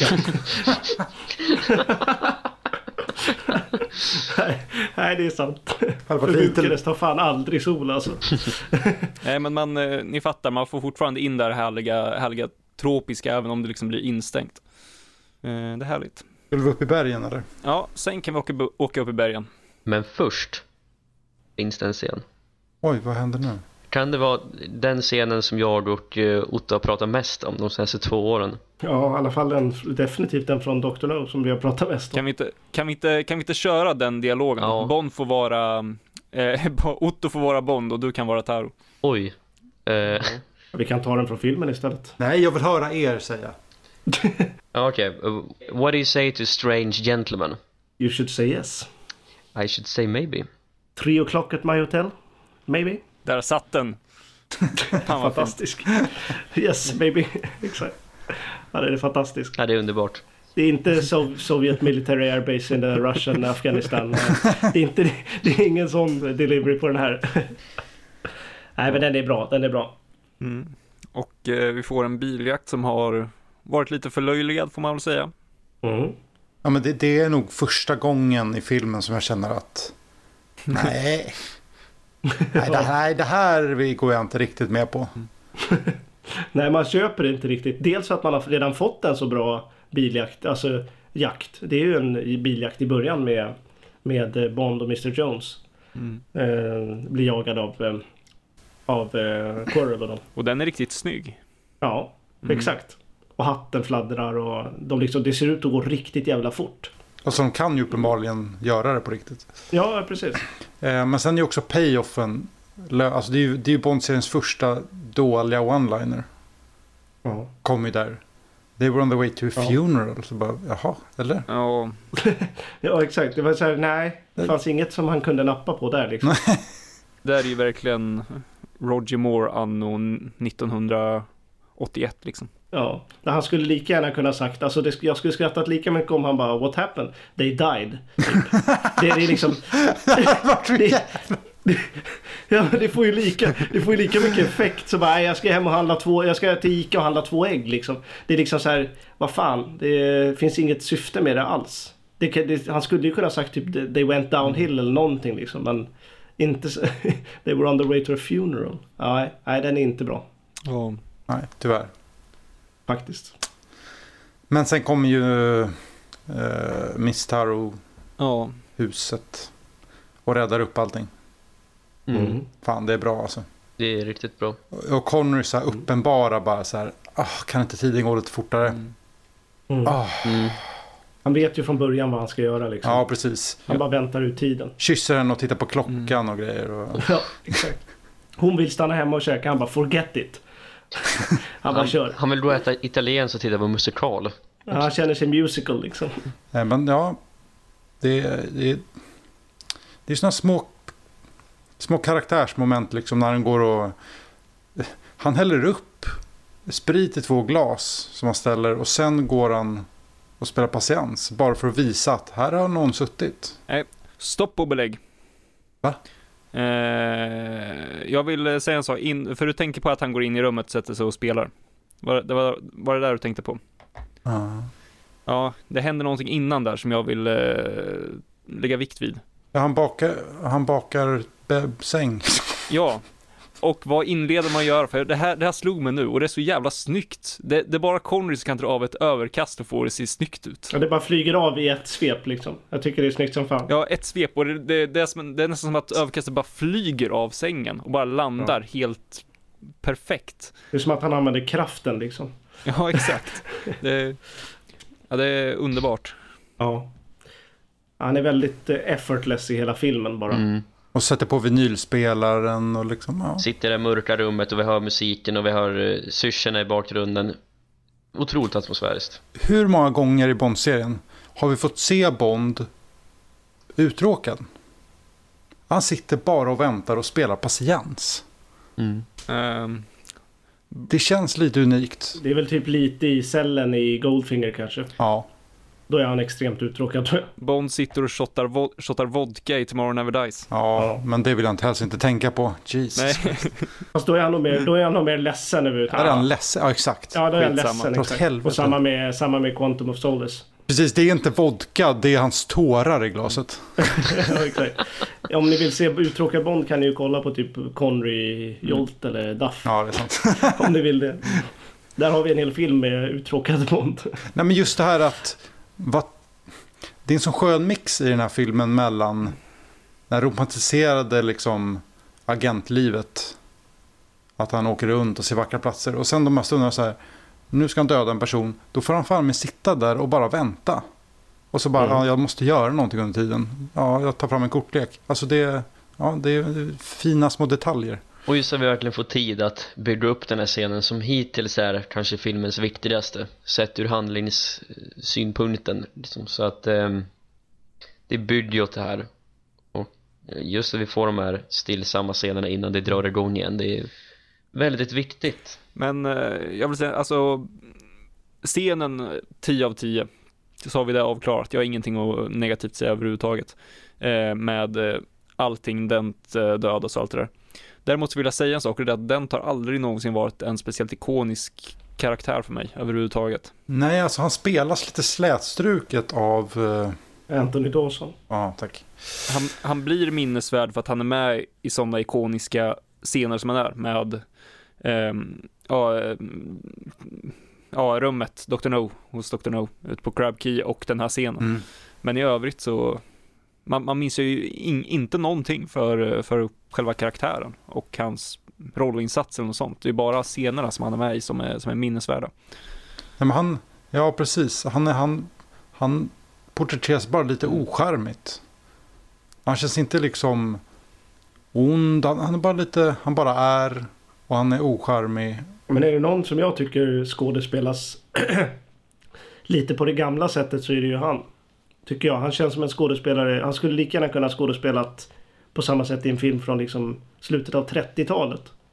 nej, nej, det är sant. För För Bukarest har fan aldrig sol alltså. Nej, men man, ni fattar, man får fortfarande in där härliga, härliga tropiska, även om det liksom blir instängt. Det är härligt. Vill vi upp i bergen eller? Ja, sen kan vi åka, åka upp i bergen. Men först finns det en scen. Oj, vad händer nu? Kan det vara den scenen som jag och uh, Otto har pratat mest om de senaste två åren? Ja, i alla fall den, definitivt den från doktor No som vi har pratat mest om. Kan vi inte, kan vi inte, kan vi inte köra den dialogen? Ja. Bond får vara eh, Otto får vara Bond och du kan vara Taro. Oj. Uh, Vi kan ta den från filmen istället. Nej, jag vill höra er säga. Okej. Okay. Uh, what do you say to strange gentlemen? You should say yes. I should say maybe. Three o'clock at my hotel. Maybe. Där satt den. Fan vad Fantastisk. Yes, maybe. Exakt. Ja, det är fantastiskt. Ja, det är underbart. Det är inte Sov- Soviet Military Airbase in the Russian Afghanistan. Det är, inte, det är ingen sån delivery på den här. Nej, men den är bra. Den är bra. Mm. Och eh, vi får en biljakt som har varit lite förlöjligad, får man väl säga. Mm. Ja, men det, det är nog första gången i filmen som jag känner att nej, nej, det här, det här går jag inte riktigt med på. Nej, man köper det inte riktigt. Dels för att man har redan fått en så bra biljakt, alltså jakt. Det är ju en biljakt i början med, med Bond och mister Jones. Mm. Eh, blir jagad av, eh, av eh, Quirrell och dem. Och den är riktigt snygg. Ja, Mm. exakt. Och hatten fladdrar och de liksom, det ser ut att gå riktigt jävla fort. Och så de kan ju uppenbarligen göra det på riktigt. Ja, precis. Eh, men sen är ju också payoffen, alltså det är ju, det är ju Bond-seriens första dåliga one-liner. Ja. Kom ju där. They were on the way to a Ja. funeral. Så bara, jaha, eller? Ja, Ja, exakt. Det var så här, nej, det fanns inget som han kunde nappa på där liksom. det är ju verkligen Roger Moore anno nittonhundraåttioett liksom. Ja, han skulle lika gärna kunna sagt, alltså det, jag skulle skrattat lika mycket om han bara, what happened? They died. det, det är liksom... det, det, ja, det får ju lika det får ju lika mycket effekt så bara, jag ska hem och handla två, jag ska till Ica och handla två ägg liksom. Det är liksom så här, vad fan, det finns inget syfte med det alls. Det, det, han skulle ju kunna sagt typ, they went downhill eller någonting liksom, men inte så, they were on the way to a funeral. Nej, nej, den är inte bra. Ja. Nej, tyvärr. Faktiskt. Men sen kommer ju eh, Miss Taro Ja. huset och räddar upp allting. Mm. Mm. Fan, det är bra alltså. Det är riktigt bra. Och Connery så här uppenbara bara så här, ah, kan inte tiden gå lite fortare? Mm. Mm. Ah, Mm. Han vet ju från början vad han ska göra liksom. ja, precis. Han bara väntar ut tiden. Kysser henne och tittar på klockan Mm. och grejer. Och... Ja, exakt. Hon vill stanna hemma och käka, han bara forget it. Han bara Han, kör. han vill då äta italienskt och titta på musikal. Ja, han känner sig musical liksom. Nej, men ja, det, det, det är såna små, små karaktärsmoment liksom när han går och... Han häller upp sprit i två glas som han ställer och sen går han och spelar patiens bara för att visa att här har någon suttit. Nej, stopp och belägg. Va? Eh, jag vill säga en sak, in, för du tänker på att han går in i rummet, sätter sig och spelar. Var det var, var det där du tänkte på? Ja. Ja, det händer någonting innan där som jag vill eh, lägga vikt vid. Ja, han bakar, han bakar be- säng. Ja, och vad inleder man gör? För det här, det här slog mig nu och det är så jävla snyggt. Det, det är bara Connery som kan dra av ett överkast och få det se snyggt ut. Ja, det bara flyger av i ett svep liksom. Jag tycker det är snyggt som fan. Ja, ett svep och det, det, det, är, som, det är nästan som att överkastet bara flyger av sängen och bara landar ja. helt perfekt. Det är som att han använder kraften liksom. Ja, exakt. Det, ja, det är underbart. Ja. Han är väldigt effortless i hela filmen bara. Mm. Och sätter på vinylspelaren och liksom, ja. Sitter i det mörka rummet och vi hör musiken och vi hör uh, syrsorna i bakgrunden. Otroligt atmosfäriskt. Hur många gånger i Bond-serien har vi fått se Bond uttråkad? Han sitter bara och väntar och spelar patiens. Mm. Um, Det känns lite unikt. Det är väl typ lite i cellen i Goldfinger kanske. Ja. Då är han extremt uttråkad tror jag. Bond sitter och shottar, vo- shottar vodka i Tomorrow Never Dies. Ja, Ja. men det vill jag inte helst inte tänka på. Jesus. Nej. Fast då är han nog mer, då är han nog mer ledsen Där överhuvudtaget. är han ledsen. Ja, exakt. Ja, då är han Skitsamma. ledsen. Dra åt Exakt. helvete. Och samma med, samma med Quantum of Solace. Precis, det är inte vodka, det är hans tårar i glaset. Ja, exakt. Om ni vill se uttråkad Bond kan ni ju kolla på typ Connery, Jolt eller Duff. Ja, det är sant. Om ni vill det. Där har vi en hel film med uttråkad Bond. Nej, men just det här att... Vad, det är en sån skön mix i den här filmen mellan den romantiserade liksom agentlivet. Att han åker runt och ser vackra platser. Och sen de här stunderna så här... Nu ska han döda en person. Då får han fan med sitta där och bara vänta. Och så bara, Mm. ja, jag måste göra någonting under tiden. Ja, jag tar fram en kortlek. Alltså det, ja, det är fina små detaljer. Och just att vi verkligen får tid att bygga upp den här scenen som hittills är kanske filmens viktigaste. Sett ur handlingssynpunkten. Liksom. Så att eh, det bygger ju åt det här. Och just att vi får de här stillsamma scenerna innan det drar igång igen. Det är väldigt viktigt. Men eh, jag vill säga, alltså scenen tio av tio, så har vi det avklarat. Jag har ingenting att negativt säga överhuvudtaget eh, med eh, allting, den eh, dödas och allt det där. Däremot så vill jag säga en sak, och det är att den tar aldrig någonsin varit en speciellt ikonisk karaktär för mig överhuvudtaget. Nej, alltså han spelas lite slätstruket av... eh, Anthony Dawson. Ja, tack. Han, han blir minnesvärd för att han är med i sådana ikoniska scener som han är med ehm, ja, ehm, ja, rummet, doktor No hos doktor No ute på Crab Key och den här scenen. Mm. Men i övrigt så man, man minns ju in, inte någonting för, för själva karaktären och hans rollinsatser och sånt. Det är bara scenerna som han är med i som är, som är minnesvärda. Ja, men han, ja, precis. Han, är, han, han porträtteras bara lite ocharmigt. Han känns inte liksom ond. Han, han är bara lite, han bara är och han är ocharmig. Men är det någon som jag tycker skådespelas lite på det gamla sättet så är det ju han. Tycker jag. Han känns som en skådespelare. Han skulle lika gärna kunna skådespelat på samma sätt i en film från liksom slutet av trettiotalet.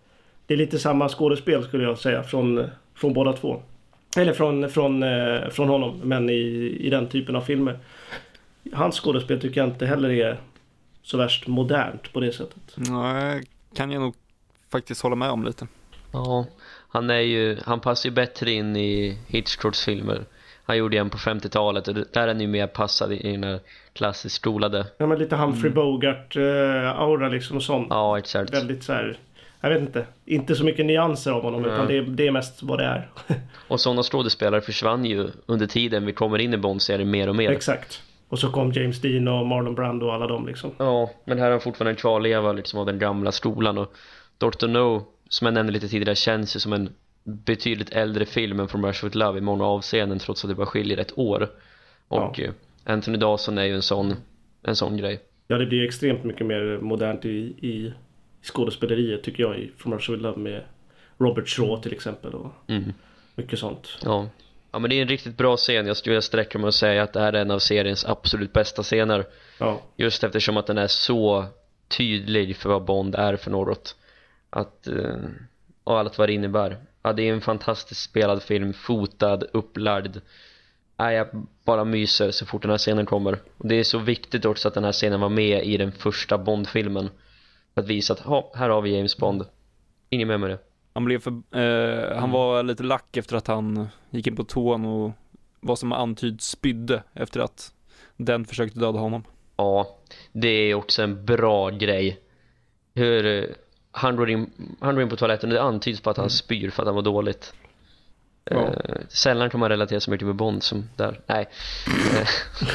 det är lite samma skådespel skulle jag säga från, från båda två. Eller från, från, eh, från honom, men i, i den typen av filmer. Hans skådespel tycker jag inte heller är så värst modernt på det sättet. Nej, kan jag nog faktiskt hålla med om lite. Ja, han är ju, han passar ju bättre in i Hitchcocks filmer. Han gjorde en på femtiotalet och där är han ju mer passad i den här klassiskt skolade. Ja, men lite Humphrey Mm. Bogart-aura liksom och sånt. Ja, exakt. Väldigt så här, jag vet inte, inte så mycket nyanser av honom, Nej. utan det, det är mest vad det är. Och sådana skådespelare försvann ju under tiden vi kommer in i Bond-serien mer och mer. Exakt. Och så kom James Dean och Marlon Brando och alla dem liksom. Ja, men här har han fortfarande en kvarleva liksom av den gamla skolan. Och doktor No, som jag nämnde lite tidigare, känns ju som en betydligt äldre film än From Russia With Love i många avseenden, trots att det bara skiljer ett år. Och Ja. eh, Anthony Dawson är ju en sån, en sån grej. Ja, det blir ju extremt mycket mer modernt i, i skådespeleriet tycker jag i From Russia With Love med Robert Shaw till exempel och Mm. mycket sånt. Ja. Ja, men det är en riktigt bra scen. Jag skulle vilja sträcka mig och säga att det här är en av seriens absolut bästa scener. Ja, Just eftersom att den är så tydlig för vad Bond är för något. Att, eh, och allt vad det innebär. Ja, det är en fantastiskt spelad film, fotad, upplagd. Ja, jag bara myser så fort den här scenen kommer. Och det är så viktigt också att den här scenen var med i den första Bond-filmen. För att visa att, ja, här har vi James Bond. Ingen med med det. Han blev för, eh, han var lite lack efter att han gick in på tån och vad som antyds spydde efter att den försökte döda honom. Ja, det är också en bra grej. Hur eh, han går in, han går in på toaletten och det antyds på att han spyr för att han var dåligt. Ja. Eh, sällan kan man relatera så mycket med Bond som där. Nej. Eh,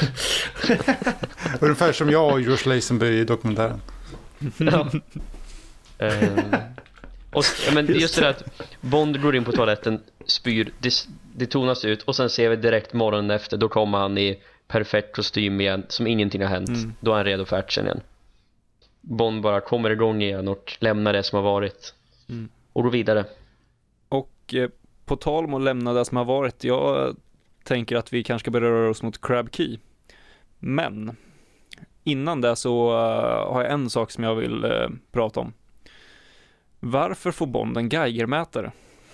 Ungefär som jag och George Lazenby i dokumentären. eh, och, ja, men just det där att Bond går in på toaletten, spyr, det, det tonas ut och sen ser vi direkt morgonen efter, då kommer han i perfekt kostym igen, som ingenting har hänt. Mm. Då är han redo för action igen. Bond bara kommer igång igen och lämnar det som har varit. Mm. Och går vidare. Och eh, på tal om att lämna det som har varit, jag tänker att vi kanske ska börja röra oss mot Crab Key. Men innan det så uh, har jag en sak som jag vill uh, prata om. Varför får Bond en Geigermätare?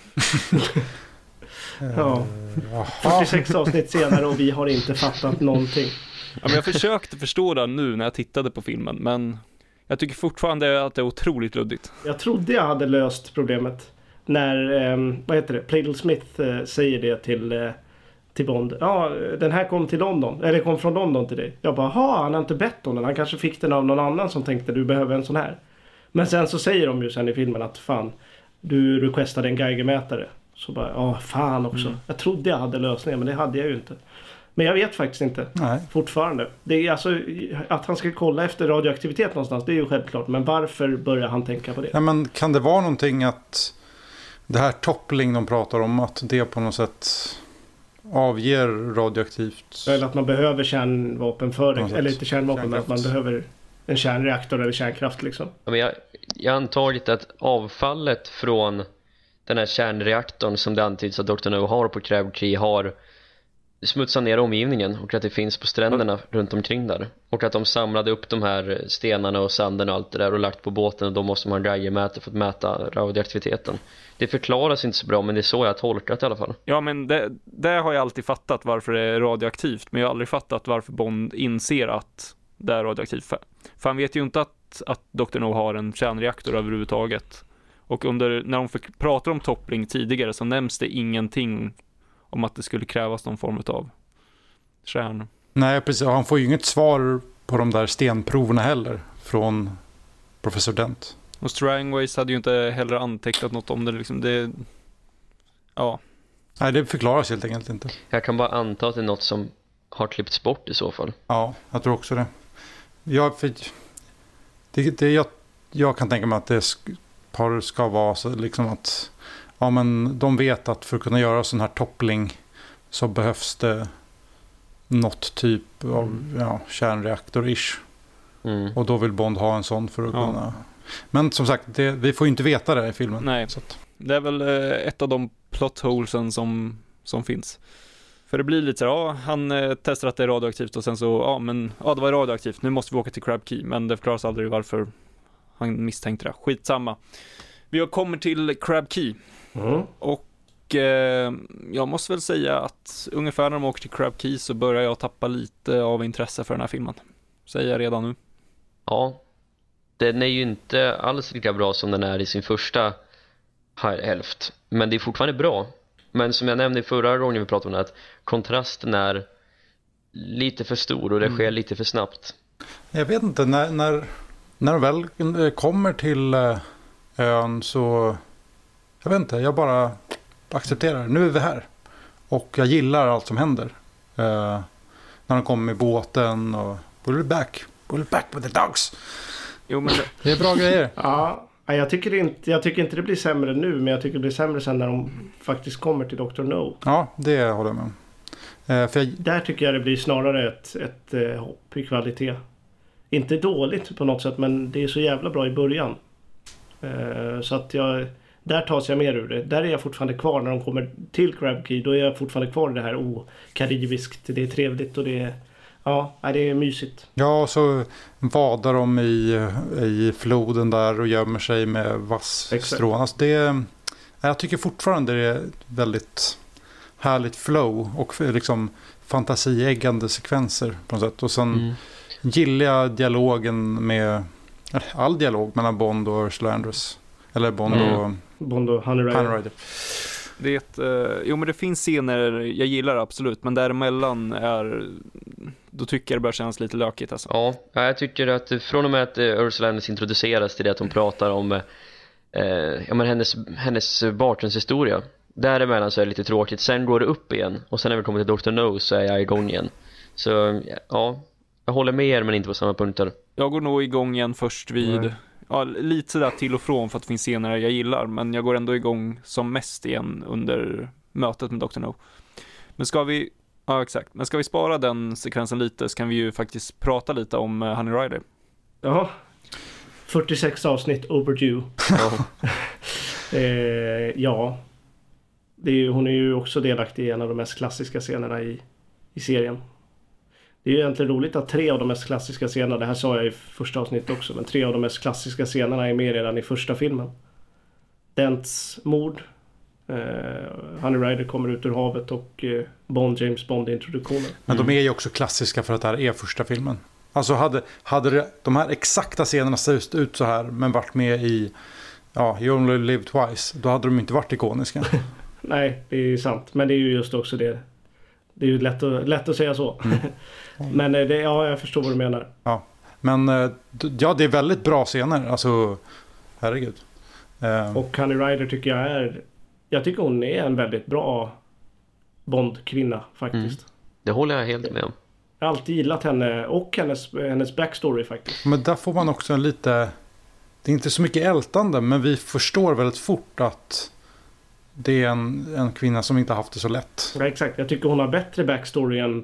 ja. Jaha. fyrtiosex avsnitt senare och vi har inte fattat någonting. Ja, men jag försökte förstå det nu när jag tittade på filmen, men jag tycker fortfarande att det är otroligt luddigt. Jag trodde jag hade löst problemet när, eh, vad heter det, Playdell Smith eh, säger det till, eh, till Bond. Ja, den här kom till London, eller kom från London till dig. Jag bara, ha, han har inte bett om den. Han kanske fick den av någon annan som tänkte du behöver en sån här. Men sen så säger de ju sen i filmen att fan, du requestade en Geigermätare. Så bara, ja fan också. Mm. Jag trodde jag hade lösningen, men det hade jag ju inte. Men jag vet faktiskt inte. Nej. Fortfarande. Det är alltså att han ska kolla efter radioaktivitet någonstans, det är ju självklart. Men varför börjar han tänka på det? Ja, men kan det vara någonting att det här toppling de pratar om, att det på något sätt avger radioaktivt? Eller att man behöver kärnvapen för det. Något Eller sätt. inte kärnvapen, men att man Kärnkraft. behöver en kärnreaktor eller kärnkraft liksom. Ja, men jag, jag har antagit att avfallet från den här kärnreaktorn som det antyds att doktor No har på Crab Key har smutsat ner omgivningen och att det finns på stränderna mm. runt omkring där. Och att de samlade upp de här stenarna och sanden och allt det där och lagt på båten och då måste man ha en Geigermätare för att mäta radioaktiviteten. Det förklaras inte så bra, men det är så jag har tolkat i alla fall. Ja, men det, det har jag alltid fattat varför det är radioaktivt, men jag har aldrig fattat varför Bond inser att det är radioaktivt. För, för han vet ju inte att, att doktor No har en kärnreaktor överhuvudtaget. Och under, när de fick, pratar om toppling tidigare så nämns det ingenting om att det skulle krävas någon form av kärn. Nej, precis. Han får ju inget svar på de där stenproverna heller från professor Dent. Och Strangways hade ju inte heller antecknat något om det. Liksom det ja. Nej, det förklaras helt enkelt inte. Jag kan bara anta att det är något som har klippts bort i så fall. Ja, jag tror också det. Jag, för, det, det jag, jag kan tänka mig att det ska, ska vara så liksom att ja, men de vet att för att kunna göra sån här toppling så behövs det något typ av Mm. ja, kärnreaktor-ish. Mm. Och då vill Bond ha en sån för att Ja. kunna... Men som sagt, det, vi får ju inte veta det i filmen. Nej. Så att, Det är väl eh, ett av de plot holesen som, som finns. För det blir lite så här, ja, han eh, testar att det är radioaktivt och sen så, ja men, ja det var radioaktivt, nu måste vi åka till Crab Key. Men det förklaras aldrig varför han misstänkte det. Skitsamma. Vi kommer till Crab Key. Mm. Och eh, jag måste väl säga att ungefär när de åker till Crab Key så börjar jag tappa lite av intresse för den här filmen. Säger jag redan nu. Ja, den är ju inte alls lika bra som den är i sin första hälft. Men det är fortfarande bra. Men som jag nämnde i förra gången vi pratade om det, att kontrasten är lite för stor och det sker lite för snabbt. Jag vet inte, när, när, när de väl kommer till ön så, jag vet inte, jag bara accepterar. Nu är vi här. Och jag gillar allt som händer. Uh, när de kommer med båten och we'll be back, we'll be back with the dogs. Jo, men det... det är bra grejer. Ja, jag tycker, inte, jag tycker inte det blir sämre nu, men jag tycker det blir sämre sen när de faktiskt kommer till doktor No. Ja, det håller jag med om. Uh, för jag... Där tycker jag det blir snarare ett, ett uh, hopp i kvalitet. Inte dåligt på något sätt, men det är så jävla bra i början. Uh, så att jag... Där tas jag mer ur det. Där är jag fortfarande kvar när de kommer till Crab Key. Då är jag fortfarande kvar i det här okaribiskt. Det är trevligt och det är, ja, det är mysigt. Ja, så vadar de i, i floden där och gömmer sig med vassstrån. Alltså det, jag tycker fortfarande det är väldigt härligt flow och liksom fantasieggande sekvenser på något sätt. Och sen mm. gillar jag dialogen med, all dialog mellan Bond och Ursula Andress. Eller Bond mm. och Bond och Honey Rider. Honey Rider. Det, eh, jo men det finns scener jag gillar absolut, men däremellan är, då tycker jag det börjar kännas lite lökigt alltså. Ja, jag tycker att från och med att Ursula Andress introduceras till det att hon pratar om eh, ja, men hennes, hennes bartens historia. Däremellan så är det lite tråkigt. Sen går det upp igen och sen när vi kommer till doktor No så är jag igång igen. Så ja, jag håller med er men inte på samma punkter. Jag går nog igång igen först vid mm. ja, lite sådär till och från för att det finns scener jag gillar, men jag går ändå igång som mest igen under mötet med doktor No. Men ska vi, ja exakt, men ska vi spara den sekvensen lite så kan vi ju faktiskt prata lite om uh, Honey Rider. Ja, fyrtiosex avsnitt overdue. Ja. eh, ja. Det är ju, hon är ju också delaktig i en av de mest klassiska scenerna i, i serien. Det är ju egentligen roligt att tre av de mest klassiska scenerna, det här sa jag i första avsnittet också, men tre av de mest klassiska scenerna är med redan i första filmen. Dents mord, eh, Honey Rider kommer ut ur havet och eh, Bond, James Bond-introduktionen. Men de är ju också klassiska för att det här är första filmen. Alltså hade, hade det, de här exakta scenerna sett ut så här men varit med i ja, You Only Live Twice, då hade de inte varit ikoniska. Nej, det är sant. Men det är ju just också det. Det är ju lätt att, lätt att säga så. Mm. Men det, ja, jag förstår vad du menar. Ja, men ja, det är väldigt bra scener. Alltså, herregud. Och Honey Rider tycker jag är... Jag tycker hon är en väldigt bra Bond-kvinna faktiskt. Mm. Det håller jag helt med om. Jag har alltid gillat henne och hennes, hennes backstory faktiskt. Men där får man också en lite... Det är inte så mycket ältande, men vi förstår väldigt fort att det är en, en kvinna som inte har haft det så lätt. Ja, exakt. Jag tycker hon har bättre backstory än...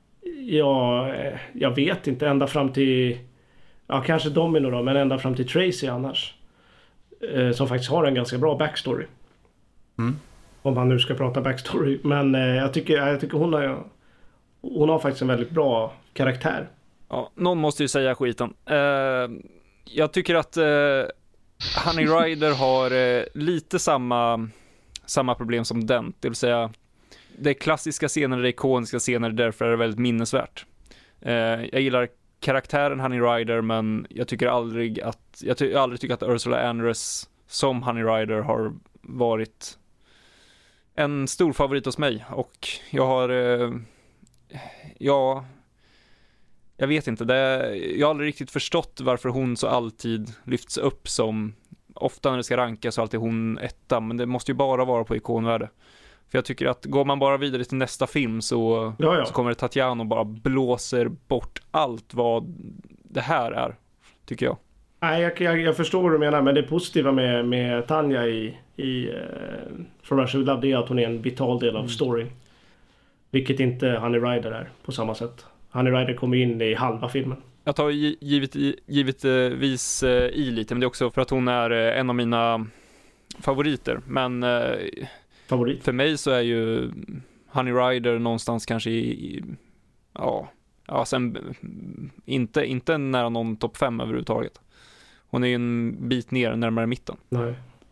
Ja, jag vet inte. Ända fram till... Ja, kanske Domino då, men ända fram till Tracy annars. Eh, som faktiskt har en ganska bra backstory. Mm. Om man nu ska prata backstory. Men eh, jag tycker, jag tycker hon har... Hon har faktiskt en väldigt bra karaktär. Ja, någon måste ju säga skiten. Uh, jag tycker att uh, Honey Rider har uh, lite samma, samma problem som Dent. Det vill säga, det är klassiska scener, det är ikoniska scener, därför är det väldigt minnesvärt. Uh, jag gillar karaktären Honey Rider, men jag tycker aldrig att jag, ty- jag aldrig tycker att Ursula Andress som Honey Rider har varit en stor favorit hos mig. Och jag har... Uh, Ja, jag vet inte. Det, jag har aldrig riktigt förstått varför hon så alltid lyfts upp som, ofta när det ska rankas så alltid hon etta, men det måste ju bara vara på ikonvärde. För jag tycker att går man bara vidare till nästa film så, ja, ja. så kommer det Tatiana och bara blåser bort allt vad det här är, tycker jag. Nej, jag, jag, jag förstår vad du menar, men det positiva med, med Tanja i, i uh, For Russia With Love, det är att hon är en vital del av mm. storyn. Vilket inte Honey Rider är på samma sätt. Honey Rider kommer in i halva filmen. Jag tar givet, givetvis i lite, men det är också för att hon är en av mina favoriter. Men Favorit? För mig så är ju Honey Rider någonstans kanske i, i ja, ja sen, inte, inte nära någon topp fem överhuvudtaget. Hon är ju en bit ner, närmare mitten. Nej.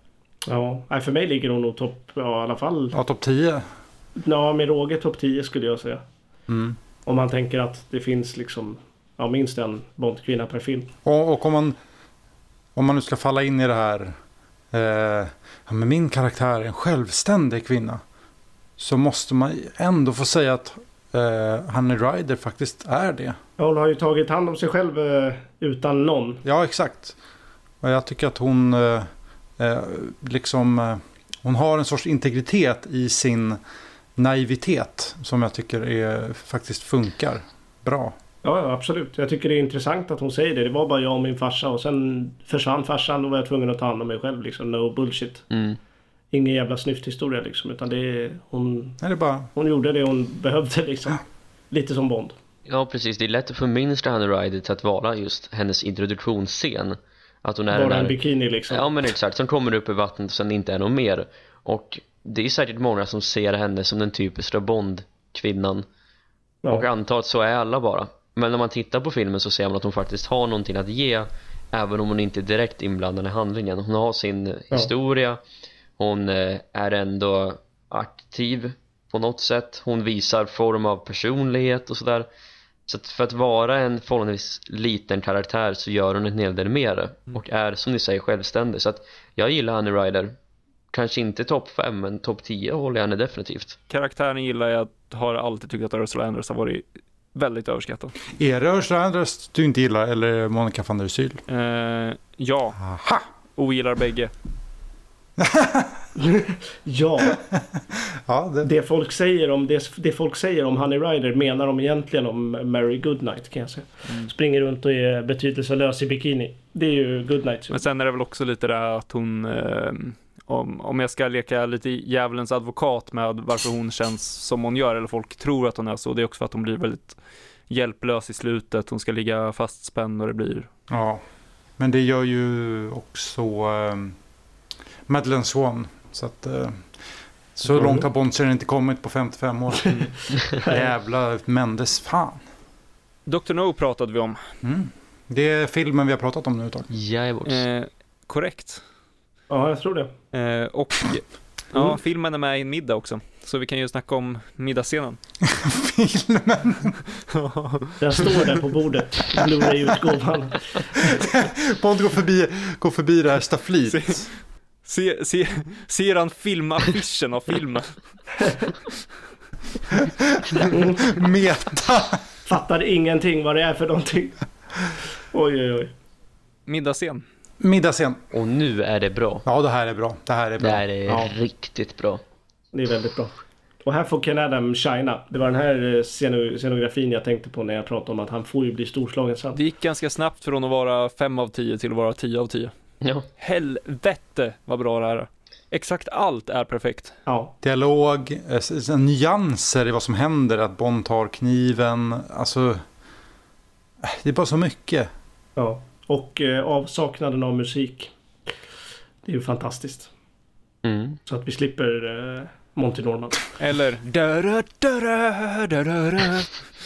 Ja, nej, för mig ligger hon nog topp, ja, i alla fall. Ja, topp tio. Ja, med råge topp tio skulle jag säga. Mm. Om man tänker att det finns liksom, ja, minst en Bond-kvinna per film. Och, och om, man, om man nu ska falla in i det här, eh, ja, men min karaktär är en självständig kvinna, så måste man ändå få säga att eh, Honey Rider faktiskt är det. Ja, hon har ju tagit hand om sig själv eh, utan någon. Ja, exakt. Och jag tycker att hon eh, eh, liksom eh, hon har en sorts integritet i sin naivitet som jag tycker är, faktiskt funkar bra. Ja, ja, absolut. Jag tycker det är intressant att hon säger det. Det var bara jag och min farsa och sen försvann farsan och var jag tvungen att ta hand om mig själv. Liksom. No bullshit. Mm. Ingen jävla snyfthistoria liksom. Utan det är, hon, Nej, det är bara... hon gjorde det hon behövde liksom. Ja. Lite som Bond. Ja, precis. Det är lätt att förminska Honey Rider till att vara just hennes introduktionsscen. Att hon är Bara den en där... bikini liksom. Ja, men exakt. Som kommer upp i vattnet och sen inte är någon mer. Och det är säkert många som ser henne som den typiska Bond-kvinnan. Ja. Och antar att så är alla bara. Men när man tittar på filmen så ser man att hon faktiskt har någonting att ge. Även om hon inte är direkt inblandad i handlingen. Hon har sin Ja. historia. Hon eh, är ändå aktiv på något sätt. Hon visar form av personlighet och sådär. Så att för att vara en förhållandevis liten karaktär så gör hon en hel del mer. Och är, som ni säger, självständig. Så att jag gillar Honey Rider. Kanske inte topp fem, men topp tio håller jag henne definitivt. Karaktären gillar jag, har alltid tyckt att Ursula Andress har varit väldigt överskattad. Är det Ursula Andress du inte gillar eller Monica van der Zyl? Eh, ja, Aha! ogillar bägge. Ja, Ja, det... det folk säger om det, det folk säger om Honey Rider menar de egentligen om Mary Goodnight, kan jag säga. Mm. Springer runt och är betydelselös i bikini. Det är ju Goodnight. Men sen är det väl också lite där att hon, eh, om, om jag ska leka lite djävulens advokat med varför hon känns som hon gör, eller folk tror att hon är så, det är också för att hon blir väldigt hjälplös i slutet. Hon ska ligga fastspänd och det blir... Ja, men det gör ju också eh, Madeleine Swan. Så att eh, så Mm. långt har Bond-serien inte kommit på femtiofem år. Jävla Mendes, fan. doktor No pratade vi om. Mm. Det är filmen vi har pratat om nu ett tag. Jajebox. Eh, korrekt. Ja, jag tror det. Eh, och ja, filmen är med i en middag också. Så vi kan ju snacka om middagsscenen. Filmen? Den står där på bordet. Blu-ray-utgåvan. Bond går förbi, går förbi det här stafflit. Se, se, ser han filmaffischen av filmen? Meta. Fattar ingenting vad det är för någonting. Oj, oj, oj. Middagsscen. Middagsscen. Och nu är det bra. Ja, det här är bra. Det här är Det bra. här är Ja. riktigt bra. Det är väldigt bra. Och här får Ken Adam shina. Det var den här sceno- scenografin jag tänkte på när jag pratade om att han får ju bli storslagen sen. Det gick ganska snabbt från att vara fem av tio till att vara tio av tio. Ja. Helvete vad bra det här är. Exakt allt är perfekt. Ja, Dialog, eh, s- s- nyanser i vad som händer. Att Bond tar kniven. Alltså, eh, det är bara så mycket. ja. Och eh, avsaknaden av musik. Det är ju fantastiskt. Mm. Så att vi slipper eh, Monty Norman. Eller dörra, dörra, dörra.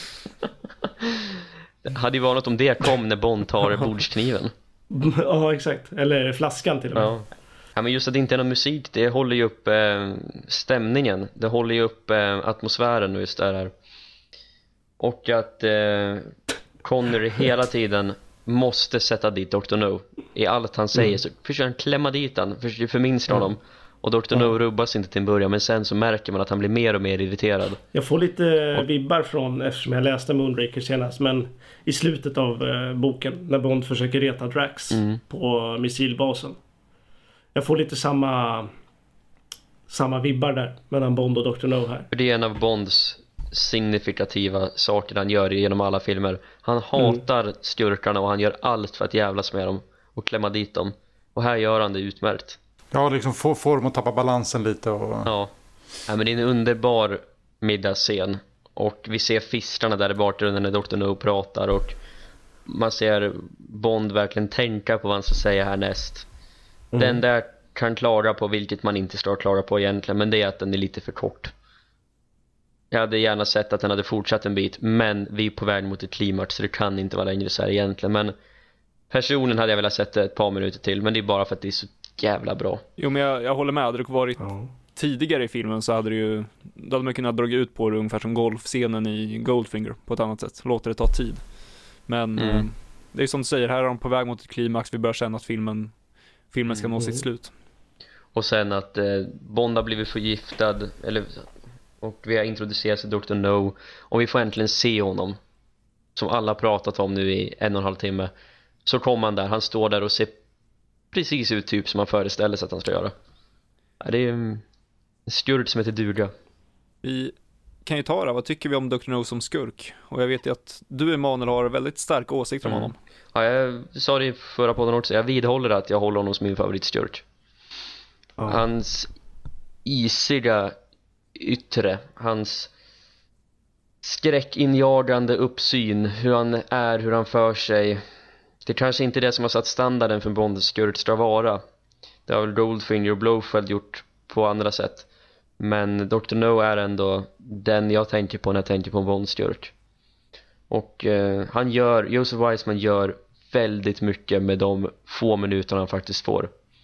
Det hade ju varit något om det kom när Bond tar bordskniven. Ja, exakt. Eller flaskan till och med. Ja. Ja, men just att det inte är någon musik, det håller ju upp eh, stämningen. Det håller ju upp eh, atmosfären och just det här. Och att eh, Connery hela tiden måste sätta dit doktor No. I allt han säger Mm. så försöker han klämma dit han, försöker förminska honom. Och doktor No rubbas inte till en början, men sen så märker man att han blir mer och mer irriterad. Jag får lite vibbar från, eftersom jag läste Moonraker senast, men i slutet av eh, boken när Bond försöker reta Drax Mm. på missilbasen. Jag får lite samma samma vibbar där mellan Bond och doktor No här. För det är en av Bonds signifikativa saker han gör genom alla filmer. Han hatar skurkarna och han gör allt för att jävlas med dem och klämma dit dem. Och här gör han det utmärkt. Ja, liksom få, få dem att tappa balansen lite. Och... Ja. Ja, men det är en underbar middagsscen. Och vi ser fiskarna där i bakgrunden när doktor No pratar. Och man ser Bond verkligen tänka på vad han ska säga härnäst. Mm. Den där kan klaga på, vilket man inte ska klaga på egentligen, men det är att den är lite för kort. Jag hade gärna sett att den hade fortsatt en bit, men vi är på väg mot ett klimax så det kan inte vara längre så här egentligen. Men personen hade jag velat sett ett par minuter till, men det är bara för att det är så jävla bra. Jo, men jag, jag håller med. Hade det varit Ja. tidigare i filmen så hade det ju, då hade man kunnat dra ut på det ungefär som golfscenen i Goldfinger på ett annat sätt. Låter det ta tid. Men Mm. eh, det är som du säger, här är de på väg mot ett klimax. Vi börjar känna att filmen, filmen ska nå Mm. sitt slut. Och sen att eh, Bond har blivit förgiftad, eller, och vi har introducerat till doktor No, och vi får äntligen se honom, som alla pratat om nu i en och en halv timme. Så kommer han där, han står där och ser precis ut typ som man föreställer sig att han ska göra. Ja, det är en Stewart som heter duga. Vi kan ju ta det, vad tycker vi om doktor No som skurk? Och jag vet ju att du, Emanuel, har väldigt starka åsikter om Mm. honom. Ja, jag sa det i förra podden också, jag vidhåller att jag håller honom som min favorit Stewart. Ja. Hans isiga yttre, hans skräckinjagande uppsyn, hur han är, hur han för sig. Det är kanske inte det som har satt standarden för Bonds skurk ska vara. Det har väl Goldfinger och Blofeld gjort på andra sätt. Men doktor No är ändå den jag tänker på när jag tänker på en Bonds skurk. Och eh, han gör, Joseph Wiseman gör väldigt mycket med de få minuter han faktiskt får.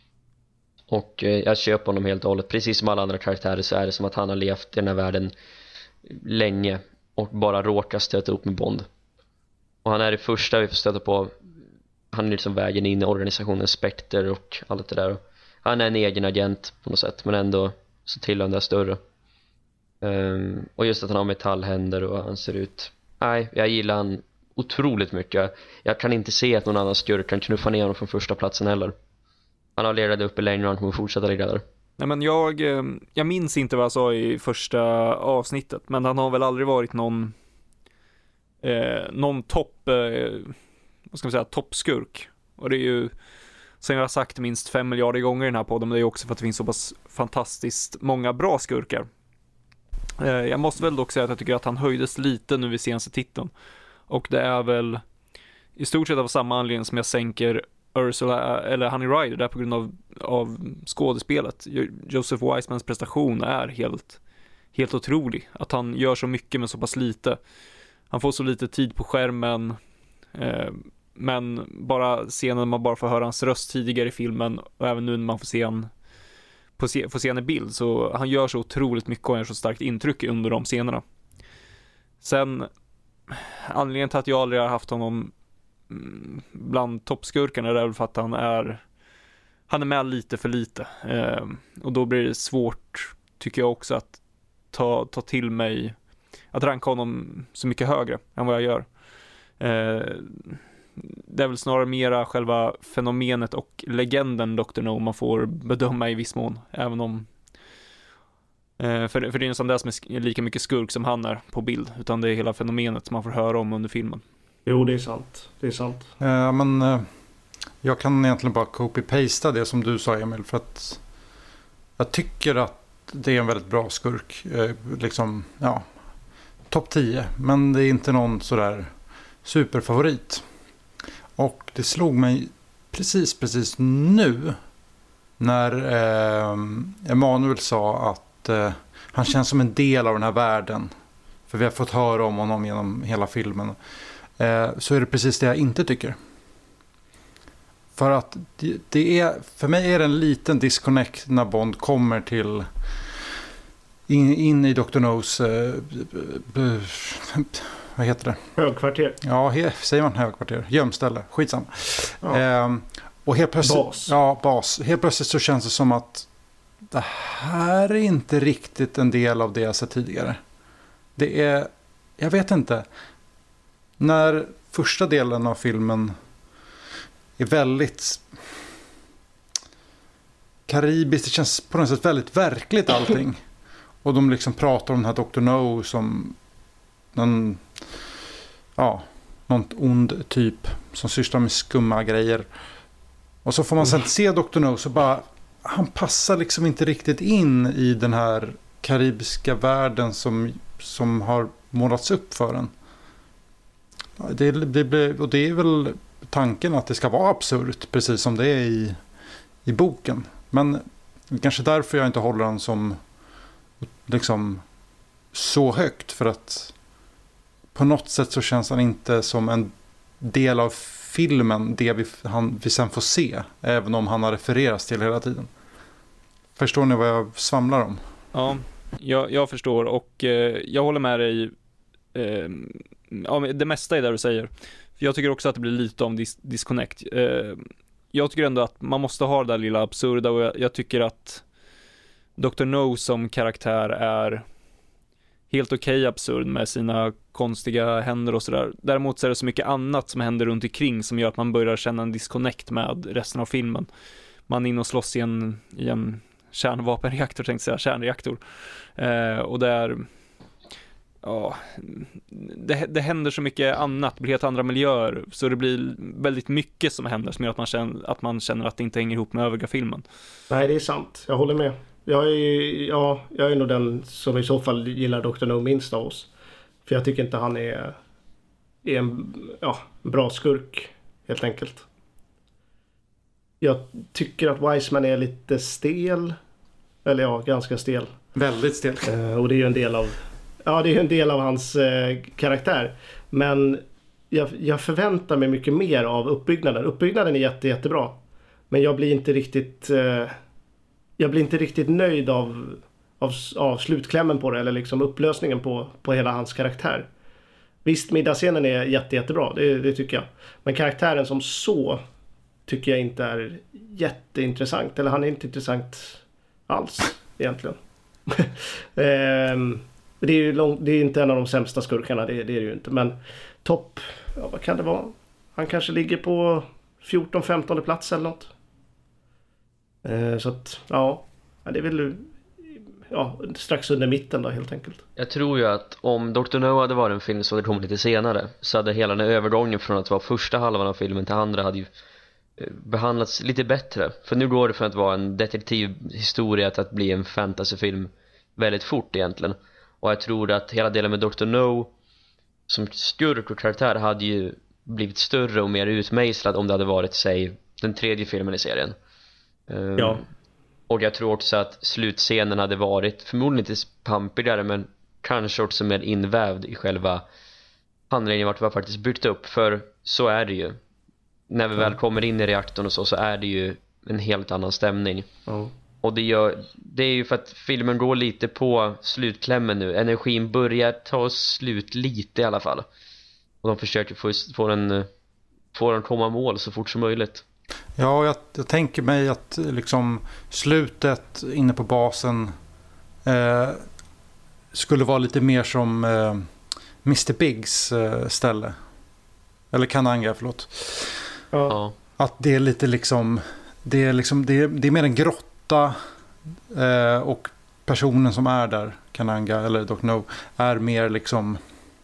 Och eh, jag köper honom helt och hållet. Precis som alla andra karaktärer så är det som att han har levt i den här världen länge och bara råkar stöta upp med Bond. Och han är det första vi får stöta på. Han är liksom vägen in i organisationen Spectre och allt det där. Han är en egen agent på något sätt, men ändå så till han där större. Um, och just att han har metallhänder och han ser ut. Nej, jag gillar han otroligt mycket. Jag kan inte se att någon annan skurk kan knuffa ner honom från första platsen heller. Han har legat uppe länge och han kommer fortsätta ligga där. Nej, men jag, eh, jag minns inte vad jag sa i första avsnittet, men han har väl aldrig varit någon eh, någon topp eh, vad ska man säga, toppskurk. Och det är ju, som jag har sagt minst fem miljarder gånger i den här podden, men det är också för att det finns så pass fantastiskt många bra skurkar. Eh, jag måste väl dock säga att jag tycker att han höjdes lite nu vid senaste titeln. Och det är väl i stort sett av samma anledning som jag sänker Ursula eller Honey Rider där på grund av, av skådespelet. Joseph Wisemans prestation är helt, helt otrolig. Att han gör så mycket med så pass lite. Han får så lite tid på skärmen. Eh, men bara scenen när man bara får höra hans röst tidigare i filmen och även nu när man får se han på se, får se han i bild, så han gör så otroligt mycket och gör så starkt intryck under de scenerna. Sen anledningen till att jag aldrig har haft honom bland toppskurkarna är väl för att han är han är med lite för lite eh, och då blir det svårt, tycker jag också, att ta, ta till mig att ranka honom så mycket högre än vad jag gör. Eh, det är väl snarare mera själva fenomenet och legenden doktor No man får bedöma i viss mån, även om eh, för, för det är en sån där som är lika mycket skurk som han är på bild, utan det är hela fenomenet som man får höra om under filmen. Jo, det är sant. Det är sant. Eh, men eh, jag kan egentligen bara copy-pasta det som du sa, Emil, för att jag tycker att det är en väldigt bra skurk. Eh, liksom, ja, topp tio. Men det är inte någon sådär superfavorit. Och det slog mig precis, precis nu när eh, Emanuel sa att eh, han känns som en del av den här världen. För vi har fått höra om honom genom hela filmen. Eh, så är det precis det jag inte tycker. För att det, det är, för mig är det en liten disconnect när Bond kommer till in, in i doktor No's eh, b, b, vad heter det? Högkvarter. Ja, he, säger man högkvarter? Gömställe, skitsam. Ja. Eh, och helt plötsligt, Bas. Ja, bas. Helt plötsligt så känns det som att det här är inte riktigt en del av det jag sett tidigare. Det är, jag vet inte. När första delen av filmen är väldigt karibiskt, det känns på något sätt väldigt verkligt allting. Och de liksom pratar om den här doktor No som någon, ja, någon ond typ som sysslar med skumma grejer. Och så får man sen se doktor No så bara, han passar liksom inte riktigt in i den här karibiska världen som, som har målats upp för en. Det, det, och det är väl tanken att det ska vara absurt, precis som det är i, i boken. Men kanske därför jag inte håller den som liksom så högt, för att på något sätt så känns han inte som en del av filmen det vi, han, vi sen får se, även om han har refererats till hela tiden. Förstår ni vad jag svamlar om? Ja, jag, jag förstår och eh, jag håller med dig eh, ja, det mesta är där du säger. Jag tycker också att det blir lite om dis- disconnect. Eh, jag tycker ändå att man måste ha det där lilla absurda och jag, jag tycker att doktor No som karaktär är helt okej okay, absurd med sina konstiga händer och sådär. Däremot så är det så mycket annat som händer runt omkring som gör att man börjar känna en disconnect med resten av filmen. Man är inne och slåss i en, i en kärnvapenreaktor, tänkte jag säga, kärnreaktor. Eh, och där ja, det, det händer så mycket annat, det blir helt andra miljöer, så det blir väldigt mycket som händer som gör att man känner att, man känner att det inte hänger ihop med övriga filmen. Nej, det är sant. Jag håller med. Jag är, ja, jag är nog den som i så fall gillar doktor No minst av oss. För jag tycker inte han är, är en ja, bra skurk, helt enkelt. Jag tycker att Wiseman är lite stel. Eller ja, ganska stel. Väldigt stel. Eh, och det är ju en del av ja, det är en del av hans eh, karaktär. Men jag, jag förväntar mig mycket mer av uppbyggnaden. Uppbyggnaden är jätte, jättebra. Men jag blir inte riktigt eh, jag blir inte riktigt nöjd av, av, av slutklämmen på det. Eller liksom upplösningen på, på hela hans karaktär. Visst, middagsscenen är jätte, jättebra. Det, det tycker jag. Men karaktären som så tycker jag inte är jätteintressant. Eller han är inte intressant alls egentligen. ehm, det, är ju lång, det är inte en av de sämsta skurkarna, det, det är det ju inte. Men topp, ja, vad kan det vara? Han kanske ligger på fjorton femton plats eller något. Ehm, så att, ja, det är väl ja, strax under mitten då helt enkelt. Jag tror ju att om doktor No hade varit en film som hade kommit lite senare, så hade hela den övergången från att vara första halvan av filmen till andra hade ju behandlats lite bättre. För nu går det från att vara en detektivhistoria till att bli en fantasyfilm väldigt fort egentligen. Och jag tror att hela delen med doktor No som skurk och karaktär hade ju blivit större och mer utmejslad om det hade varit, säg, den tredje filmen i serien. Ja. Och jag tror också att slutscenen hade varit förmodligen lite pampigare, men kanske också mer invävd i själva handlingen vart vi har faktiskt byggt upp. För så är det ju. När vi väl kommer in i reaktorn och så, så är det ju en helt annan stämning. Mm. Och det, gör, det är ju för att filmen går lite på slutklämmen nu. Energin börjar ta slut lite i alla fall. Och de försöker få, få, den, få den komma mål så fort som möjligt. Ja, jag, jag tänker mig att liksom slutet inne på basen eh, skulle vara lite mer som eh, mister Biggs eh, ställe. Eller Kananga, förlåt. Ja. Att det är lite liksom det är liksom det är, det är mer en grotta eh, och personen som är där, Kananga eller doktor No, är mer liksom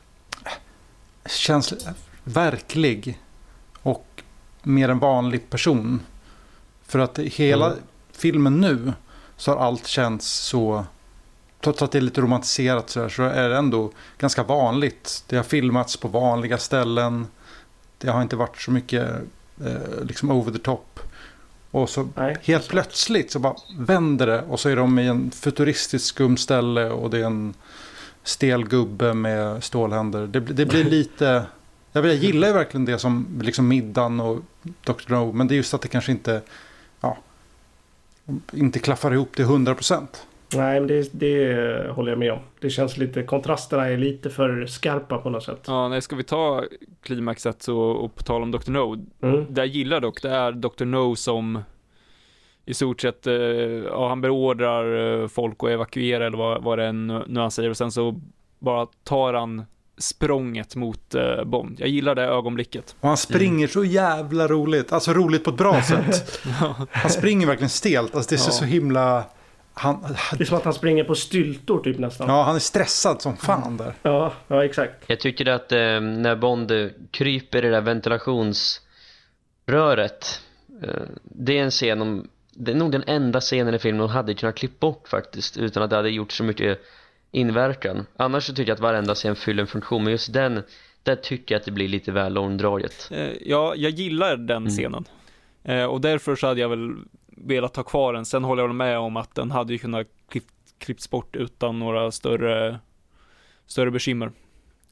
känns verklig och mer en vanlig person. För att hela mm. filmen nu så har allt känts så, trots att det är lite romantiserat så, här, så är det ändå ganska vanligt. Det har filmats på vanliga ställen. Det har inte varit så mycket eh, liksom over the top. Och så Nej, helt plötsligt så bara vänder det. Och så är de i en futuristisk skumställe. Och det är en stel gubbe med stålhänder. Det, det blir lite... Jag, jag gillar ju verkligen det som liksom middagen och doktor No. Men det är just att det kanske inte... Ja, inte klaffar ihop till hundra procent. Nej, men det, det håller jag med om. Det känns lite, kontrasterna är lite för skarpa på något sätt. Ja, nej, ska vi ta klimaxet och, och på tal om doktor No. Mm. Det jag gillar dock, det är doktor No som i stort sett, eh, ja, han beordrar folk att evakuera eller vad, vad det är nu han säger. Och sen så bara tar han språnget mot eh, Bond. Jag gillar det ögonblicket. Och han springer så jävla roligt. Alltså roligt på ett bra sätt. Han springer verkligen stelt. Alltså det ser ja. så himla... Han, det är som att han springer på styltor typ nästan. Ja, han är stressad som fan där. Ja, ja exakt. Jag tycker att eh, när Bond kryper i det där ventilationsröret, eh, det är en scen om, det är nog den enda scenen i filmen hon hade kunnat klippa bort faktiskt, utan att det hade gjort så mycket inverkan. Annars så tycker jag att varenda scen fyller en funktion, men just den, där tycker jag att det blir lite väl långdraget. Eh, ja, jag gillar den mm. scenen. Eh, och därför så hade jag väl velat ta kvar den. Sen håller jag med om att den hade ju kunnat klipp, klippts bort utan några större större bekymmer.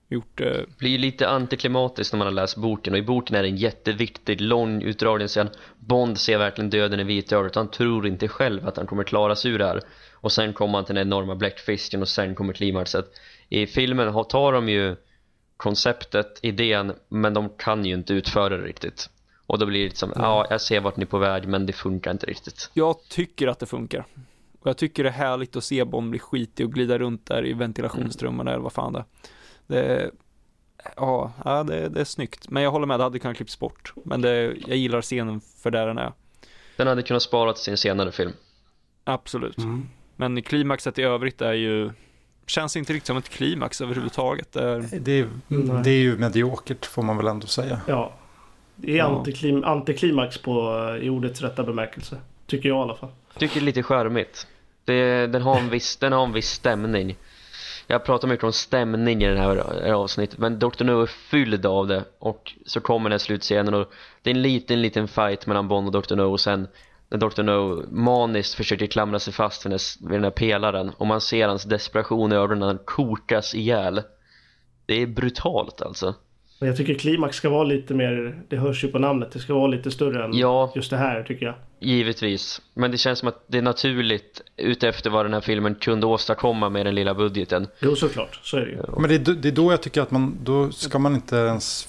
gjort... Eh... blir lite antiklimatiskt när man har läst boken. Och i boken är det en jätteviktig, lång utdragning sen. Bond ser verkligen döden i vitögat. Han tror inte själv att han kommer klara sig ur det här. Och sen kommer han till den enorma bläckfisken och sen kommer klimaxet. I filmen tar de ju konceptet, idén, men de kan ju inte utföra det riktigt. Och då blir det som, mm. ja, jag ser vart ni är på väg, men det funkar inte riktigt. Jag tycker att det funkar. Och jag tycker det är härligt att se Bond bli skitig och glida runt där i ventilationsströmmarna mm. eller vad fan det är. Det, ja, ja det, det är snyggt. Men jag håller med, det hade kunnat klippas bort. Men det, jag gillar scenen för där den är. Den hade kunnat spara till sin senare film. Absolut. Mm. Men klimaxet i övrigt är ju... känns inte riktigt som ett klimax överhuvudtaget. Det är, det är, det är ju mediokert får man väl ändå säga. Ja, det är ja. antiklim, antiklimax på, i ordets rätta bemärkelse. Tycker jag i alla fall. Tycker det är lite skärmigt. Det, den, har en viss, den har en viss stämning. Jag pratar mycket om stämning i den här avsnittet. Men doktor No är fylld av det. Och så kommer den här slutscenen. Och det är en liten, liten fight mellan Bond och doktor No. Och sen när doktor No maniskt försöker klamra sig fast vid den, här, vid den här pelaren. Och man ser hans desperation i ögonen när han kokas ihjäl. Det är brutalt alltså. Jag tycker klimax ska vara lite mer, det hörs ju på namnet, det ska vara lite större än ja, just det här tycker jag. Givetvis, men det känns som att det är naturligt utefter vad den här filmen kunde åstadkomma med den lilla budgeten. Jo, såklart, så är det ju. Men det är, det är då jag tycker att man, då ska man inte ens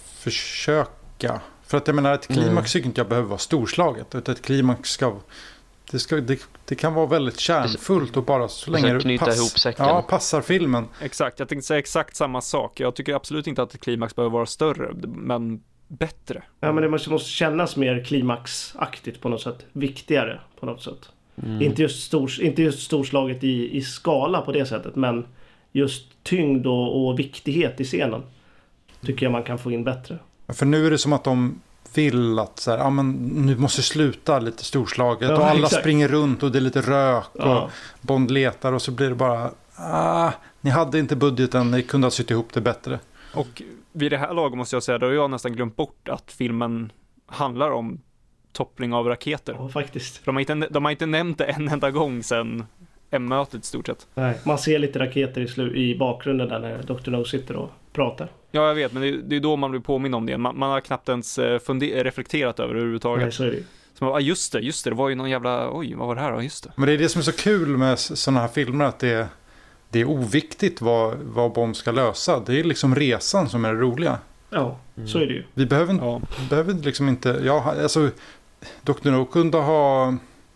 försöka. För att jag menar, ett klimax mm. tycker inte jag behöver vara storslaget, utan ett klimax ska... Det, ska, det, det kan vara väldigt kärnfullt och bara så länge det pass, ja, passar filmen. Exakt, jag tänkte säga exakt samma sak. Jag tycker absolut inte att ett klimax behöver vara större, men bättre. Ja, men det måste, måste kännas mer klimaxaktigt på något sätt. Viktigare på något sätt. Mm. Inte, just stor, inte just storslaget i, i skala på det sättet, men just tyngd och, och viktighet i scenen tycker jag man kan få in bättre. För nu är det som att de vill att så här, ja, men nu måste sluta lite storslaget ja, och alla exakt. Springer runt och det är lite rök ja. Och Bond letar och så blir det bara ah, ni hade inte budgeten, ni kunde ha sytt ihop det bättre. Och vid det här laget måste jag säga, då har jag nästan glömt bort att filmen handlar om toppling av raketer. Ja, faktiskt. De har inte, de har inte nämnt det en enda gång sedan M-mötet i stort sett. Nej, man ser lite raketer i, slu- i bakgrunden där när doktor No sitter och pratar. Ja, jag vet, men det är, det är då man blir påminn om det. Man, man har knappt ens funder- reflekterat över det överhuvudtaget. Nej, så är det. Så man, ah, just det, just det, det var ju någon jävla, oj, vad var det här då, just det. Men det är det som är så kul med sådana här filmer, att det, det är oviktigt vad, vad Bond ska lösa. Det är liksom resan som är det roliga. Ja, mm. så är det ju. Vi behöver, ja. behöver liksom inte, ja, alltså, doktor No kunde ha,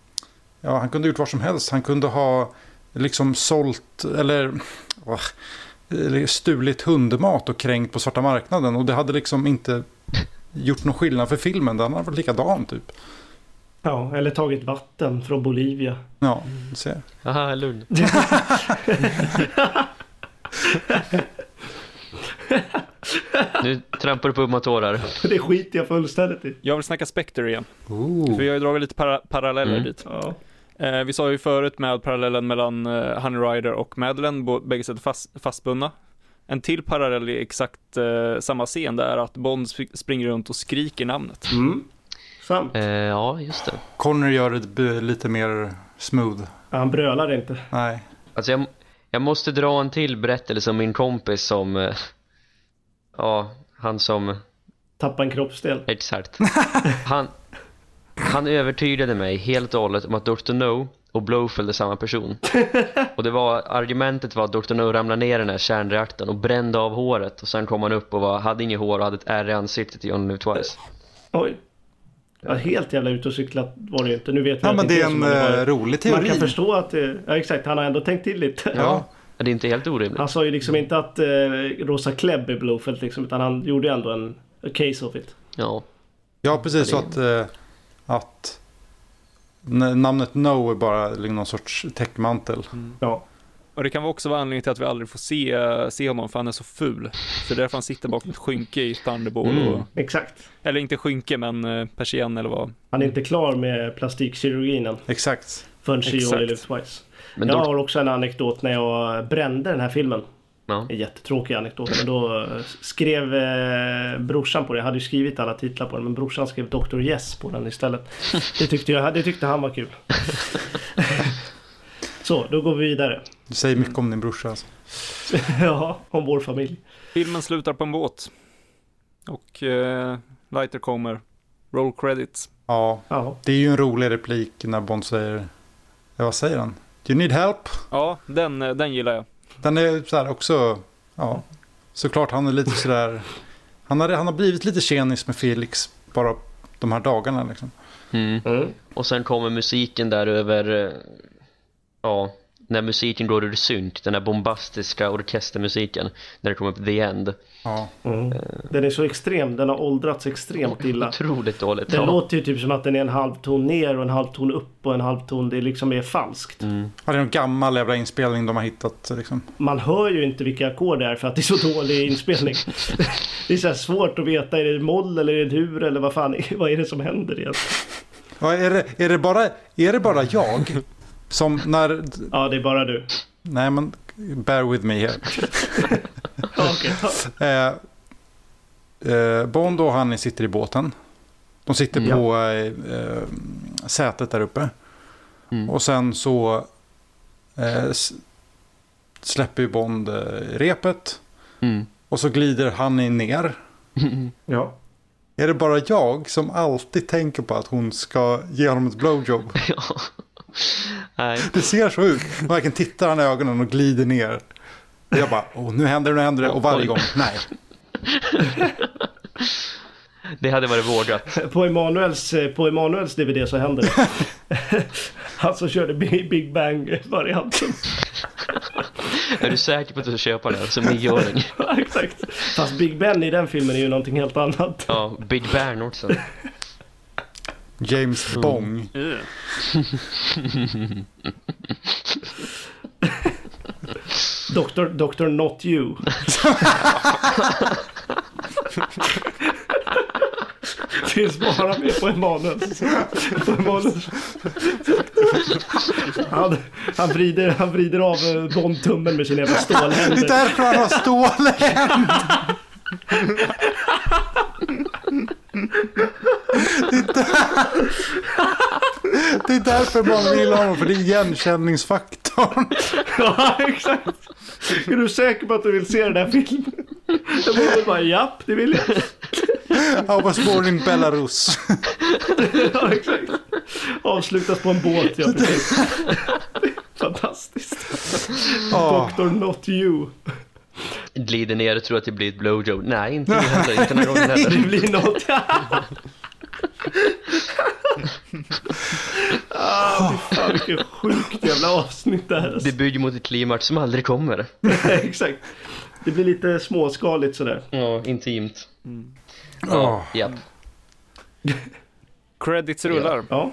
ja, han kunde gjort vad som helst. Han kunde ha liksom sålt, eller... Oh, stulit hundmat och kränkt på svarta marknaden, och det hade liksom inte gjort någon skillnad för filmen. Den hade varit likadan typ. Ja, eller tagit vatten från Bolivia. Ja, du ser. Aha, lugn. Nu trampar du på upp tårar. Det skiter jag fullständigt i. Jag vill snacka Spectre igen. Ooh. För jag har ju dragit lite para- paralleller mm. dit. Ja. Eh, vi sa ju förut med parallellen mellan eh, Honey Rider och Madeleine, bägge sätt fast, fastbundna. En till parallell i exakt eh, samma scen, där är att Bond sp- springer runt och skriker namnet. Mm. Sant. Eh, ja, just det. Connor gör det b- lite mer smooth. Ja, han brölar inte. Nej. Alltså jag, jag måste dra en till berättelse om min kompis som... Eh, ja, han som... Tappa en kroppsdel. Exakt. Han... Han övertygade mig helt och hållet om att doktor No och Blofeld är samma person. Och det var, argumentet var att doktor No ramlade ner i den här kärnreaktorn och brände av håret. Och sen kom han upp och var, hade inget hår och hade ett ärr i ansiktet i Only Live Twice. Oj. Ja, helt jävla ute och cyklat var det ju inte. Nu vet vi ja, att men det är en var, rolig teori. Man kan förstå att det, ja exakt, han har ändå tänkt till lite. Ja, det är inte helt orimligt. Han sa ju liksom inte att eh, Rosa Klebb är Blofeld liksom, utan han gjorde ändå en a case of it. Ja. Ja, precis, så att... Eh, att namnet No är bara någon sorts täckmantel. Mm. Ja. Och det kan också vara anledningen till att vi aldrig får se, se honom, för han är så ful. Så det är därför han sitter bakom ett skynke i Thunderball. Mm. Och, exakt. Eller inte skynke, men uh, persienn eller vad. Han är inte klar med plastikkirurgin än. Exakt. Förrän She Only Live Twice. Men jag då... har också en anekdot när jag brände den här filmen. Ja. En jättetråkig anekdot. Men då skrev eh, brorsan på det. Jag hade ju skrivit alla titlar på den, men brorsan skrev doktor Yes på den istället. Det tyckte, jag, det tyckte han var kul. Så, då går vi vidare. Du säger mycket om din brorsa alltså. Ja, om vår familj. Filmen slutar på en båt. Och eh, Lighter kommer. Roll credits. Ja, Ja. det är ju en rolig replik när Bond säger, ja, vad säger han? Do you need help? Ja, den, eh, den gillar jag. Den är så här också, ja, såklart han är lite sådär, han har, han har blivit lite tjenis med Felix bara de här dagarna liksom. Mm. Mm. Och sen kommer musiken där över, eh, ja, när musiken går ur synk, den här bombastiska orkestermusiken, när det kommer upp The End. Ja. Mm. Den är så extrem, den har åldrats extremt illa. Otroligt dåligt. Det ja. låter ju typ som att den är en halvton ner och en halvton upp och en halvton, det liksom är falskt. Mm. Ja, det är en gammal jävla inspelning de har hittat liksom. Man hör ju inte vilka ackord det är för att det är så dålig inspelning. Det är så här svårt att veta, är det moll eller är det dur eller vad fan, vad är det som händer egentligen? Ja, är det, är det bara, är det bara jag som när, Ja, det är bara du. nej men, bear with me here. Ja, okej. Eh, eh, Bond och han sitter i båten. De sitter Ja. på eh, eh, sätet där uppe. Mm. Och sen så eh, s- släpper ju Bond eh, repet. Mm. Och så glider han in ner. Ja. Är det bara jag som alltid tänker på att hon ska ge honom ett blowjob? Ja. Nej. Det ser så ut. Man verkligen tittar han i ögonen och glider ner. Och jag bara, åh, nu händer det, nu händer det. Och varje gång, nej. Det hade varit vågat. På Emanuels, på Emanuels D V D så händer det. Han som körde Big Big Bang-varianten. Är du säker på att du ska köpa den som nioåring? Ja, exakt. Fast Big Ben i den filmen är ju någonting helt annat. Ja, Big Ben också. James Bong. Uh. Doktor Doktor Not You. Finns bara med på Emanuels. På Emanuels. Han, han, vrider, han vrider av eh, Bond-tummen med sina jävla Det är stålhänder. därför han har stålhänd. Det är, där... det är därför man vill ha honom, för det är igenkänningsfaktorn. Ja, exakt. Är du säker på att du vill se den här filmen? Jag borde bara, japp, det vill jag. I was born in Belarus. Ja, exakt. Avslutas på en båt, ja, precis. Fantastiskt. Oh. Doktor Not You. Glider ner och tror att det blir ett blowjob. Nej, inte heller. Inte den här gången Det heller. blir något. Ah, fy fan, vilket sjukt jävla avsnitt det här. Alltså. Det bygger mot ett klimax som aldrig kommer. Exakt. Det blir lite småskaligt sådär. Ja, intimt. Oh. Ja, japp. Credits rullar. Ja.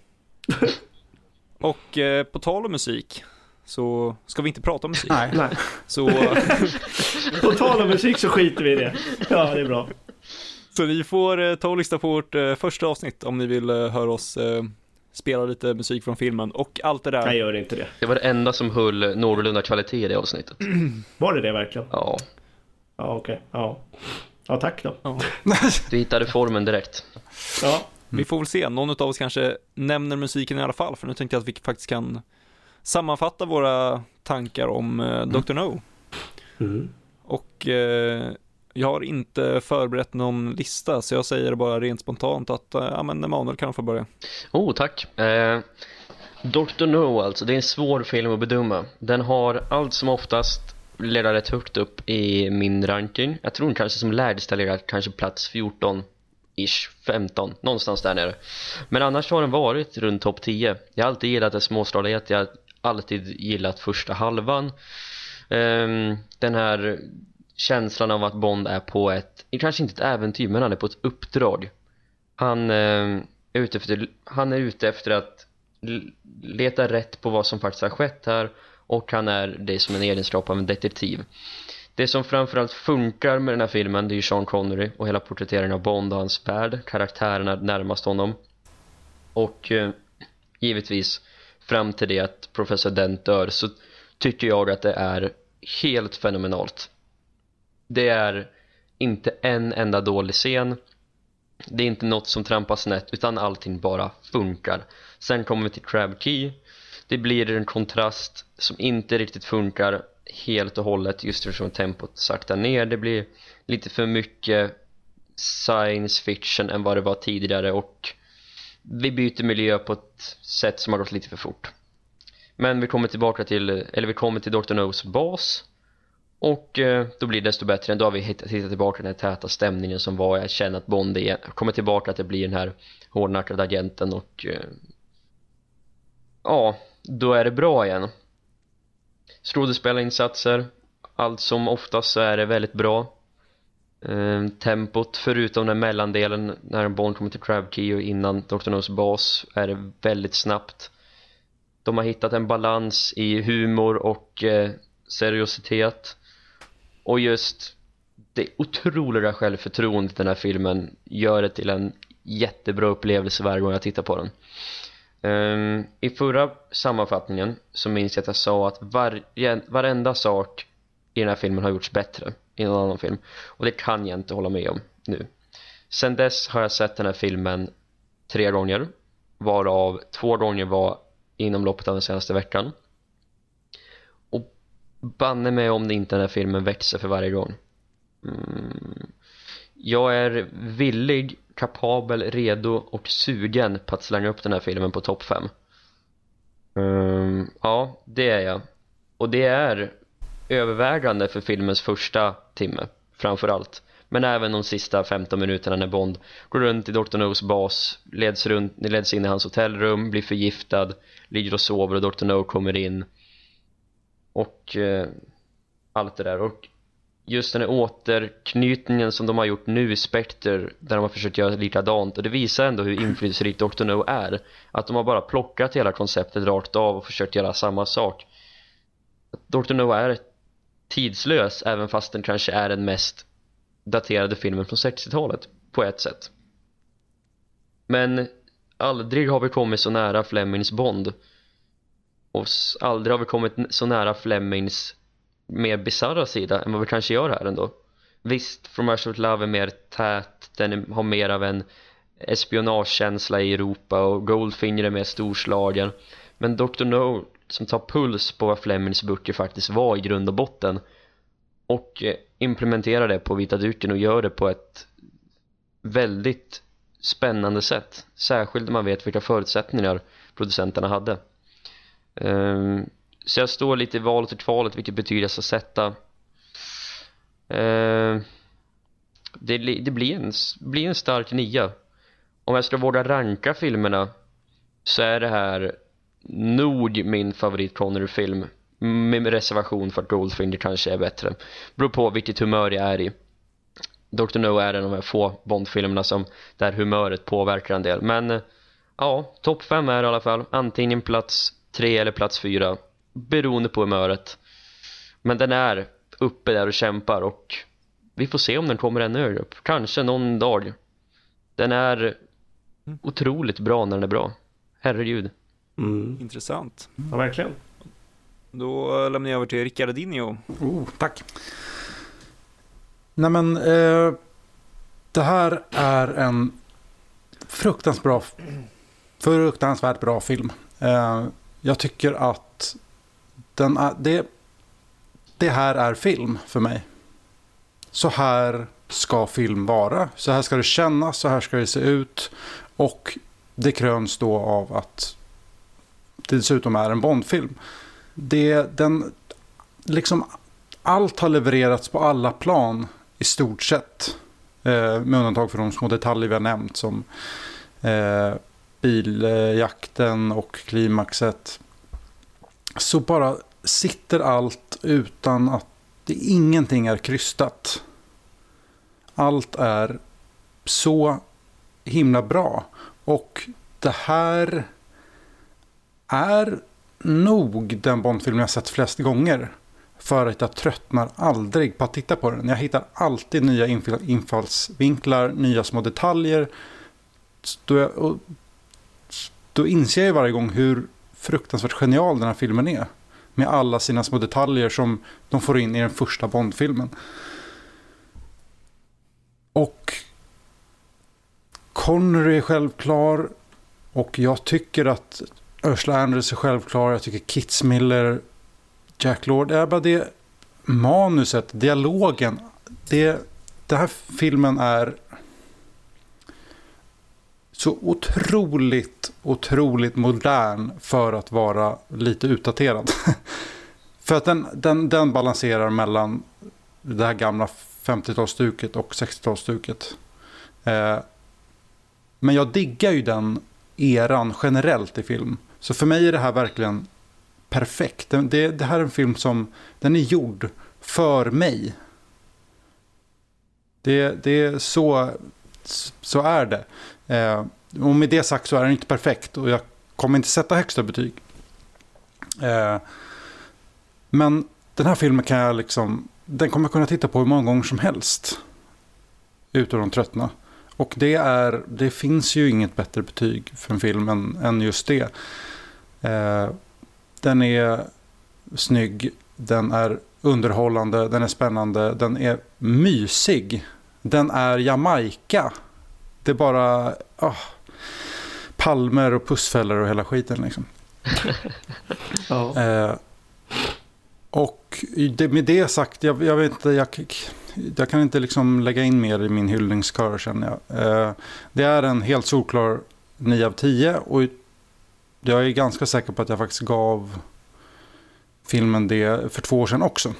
Och eh, på tal om musik så ska vi inte prata om musik. Nej. Nej. Så, På tal om musik så skiter vi i det. Ja, det är bra. så ni får eh, ta och lyssna på vårt eh, första avsnitt om ni vill eh, höra oss eh, spela lite musik från filmen och allt det där. Jag gör inte det. Det var det enda som höll någorlunda kvalitet i det avsnittet. Var det det verkligen? Ja, Ja, okej. Ja. Ja, tack då. Ja. du hittade formen direkt. Ja. Vi får väl se, någon av oss kanske nämner musiken i alla fall, för nu tänkte jag att vi faktiskt kan sammanfatta våra tankar om eh, doktor No. Mm. Och eh, jag har inte förberett någon lista, så jag säger bara rent spontant att eh, ja, men Emanuel kan få börja. Oh, tack. Eh, doktor No alltså, det är en svår film att bedöma. Den har allt som oftast legat rätt högt upp i min ranking. Jag tror kanske som lägst har legat kanske plats fjorton-ish, femton, någonstans där nere. Men annars har den varit runt topp tio. Jag har alltid gillat det småskalighet, jag har alltid gillat första halvan. Eh, den här känslan av att Bond är på ett, kanske inte ett äventyr, men han är på ett uppdrag. Han, eh, är, ute efter, han är ute efter att l- leta rätt på vad som faktiskt har skett här, och han är det som en egenskap av en detektiv. Det som framförallt funkar med den här filmen, det är ju Sean Connery och hela porträtteringen av Bond och hans värld, karaktärerna närmast honom. Och eh, givetvis fram till det att professor Dent dör, så tycker jag att det är helt fenomenalt. Det är inte en enda dålig scen. Det är inte något som trampas snett, utan allting bara funkar. Sen kommer vi till Crab Key. Det blir en kontrast som inte riktigt funkar, helt och hållet just eftersom tempot saktar ner. Det blir lite för mycket science fiction än vad det var tidigare, och vi byter miljö på ett sätt som har gått lite för fort. Men vi kommer tillbaka till, eller vi kommer till doktor No's bas, och eh, då blir det desto bättre. Då har vi hittat, hittat tillbaka den här täta stämningen som var. Jag känner att Bond igen, kommer tillbaka, att det blir den här hårdnackade agenten, och eh, ja, då är det bra igen. Skådespelarinsatser, allt som oftast så är det väldigt bra. eh, Tempot, förutom den mellandelen när Bond kommer till Crab Key och innan doktor No's bas, är det väldigt snabbt. De har hittat en balans i humor och eh, seriositet. Och just det otroliga självförtroendet i den här filmen gör det till en jättebra upplevelse varje gång jag tittar på den. Um, I förra sammanfattningen så minns jag att jag sa att varje, varenda sak i den här filmen har gjorts bättre i en annan film. Och det kan jag inte hålla med om nu. Sen dess har jag sett den här filmen tre gånger, varav två gånger var inom loppet av den senaste veckan. Och banne mig om det inte den här filmen växer för varje gång. Mm. Jag är villig, kapabel, redo och sugen på att slänga upp den här filmen på topp fem. Mm, ja, det är jag. Och det är övervägande för filmens första timme, framförallt. Men även de sista femton minuterna när Bond går runt i doktor No's bas, leds, runt, leds in i hans hotellrum, blir förgiftad, ligger och sover och doktor No kommer in. Och eh, allt det där. Och just den här återknytningen som de har gjort nu i Spectre, där de har försökt göra likadant, och det visar ändå hur inflytelserik doktor No är. Att de har bara plockat hela konceptet rakt av och försökt göra samma sak. doktor No är tidslös, även fast den kanske är den mest daterade filmen från sextiotalet på ett sätt. Men aldrig har vi kommit så nära Flemings Bond, och aldrig har vi kommit så nära Flemings mer bizarra sida än vad vi kanske gör här ändå. Visst, From Russia With Love är mer tät, den har mer av en espionagekänsla i Europa, och Goldfinger är mer storslagen. Men doktor No som tar puls på vad Flemings böcker faktiskt var i grund och botten, och implementerar det på vita duken och gör det på ett väldigt spännande sätt. Särskilt när man vet vilka förutsättningar producenterna hade. Um, så jag står lite i valet och kvalet, vilket betyder att jag ska sätta uh, det, det blir, en, blir en stark nia. Om jag ska våga ranka filmerna så är det här nog min favorit Connery-film, med reservation för att Goldfinger kanske är bättre. Beror på vilket humör jag är i. doktor No är en av de få Bond-filmerna som där humöret påverkar en del. Men ja, topp fem är i alla fall antingen plats tre eller plats fyra, beroende på humöret. Men den är uppe där och kämpar, och vi får se om den kommer ännu högre upp. Kanske någon dag. Den är otroligt bra när den är bra. Herregud. Mm. Intressant. Ja, verkligen. Då lämnar jag över till Ricardinho. Oh, tack. Nej men, eh, det här är en fruktansvärt bra, fruktansvärt bra film. Eh, jag tycker att den är, det, det här är film för mig. Så här ska film vara. Så här ska det kännas, så här ska det se ut. Och det kröns då av att det dessutom är en Bondfilm. Det, den, liksom, allt har levererats på alla plan i stort sett. Eh, med undantag för de små detaljer vi har nämnt, som eh, biljakten och klimaxet. Så bara sitter allt utan att det, ingenting är krystat. Allt är så himla bra. Och det här är nog den Bondfilm jag sett flest gånger, för att jag tröttnar aldrig på att titta på den. Jag hittar alltid nya infallsvinklar, nya små detaljer. Då, jag, och, då inser jag varje gång hur fruktansvärt genial den här filmen är, med alla sina små detaljer som de får in i den första Bondfilmen. Och Connery är självklar, och jag tycker att Ursula Andress är självklar. Jag tycker Kitzmiller, Jack Lord är bara det manuset, dialogen. Det, det här filmen är så otroligt, otroligt modern för att vara lite utdaterad. För att den, den, den balanserar mellan det här gamla femtiotalsstuket och sextiotalsstuket. Eh, men jag diggar ju den eran generellt i film. Så för mig är det här verkligen perfekt. Det, det, det här är en film som den är gjord för mig. Det, det är så, så är det. Eh, och med det sagt så är den inte perfekt. Och jag kommer inte sätta högsta betyg. Eh, men den här filmen kan jag liksom... Den kommer jag kunna titta på hur många gånger som helst. Utan att tröttna. Och det är... Det finns ju inget bättre betyg för en film än, än just det. Eh, den är snygg. Den är underhållande. Den är spännande. Den är mysig. Den är Jamaica. Det är bara... Oh, palmer och pussfällor och hela skiten liksom. Ja. Eh, och det, med det sagt, jag, jag vet inte, jag, jag kan inte liksom lägga in mer i min hyllningskör, känner jag. Eh, det är en helt solklar nio av tio och jag är ganska säker på att jag faktiskt gav filmen det för två år sedan också.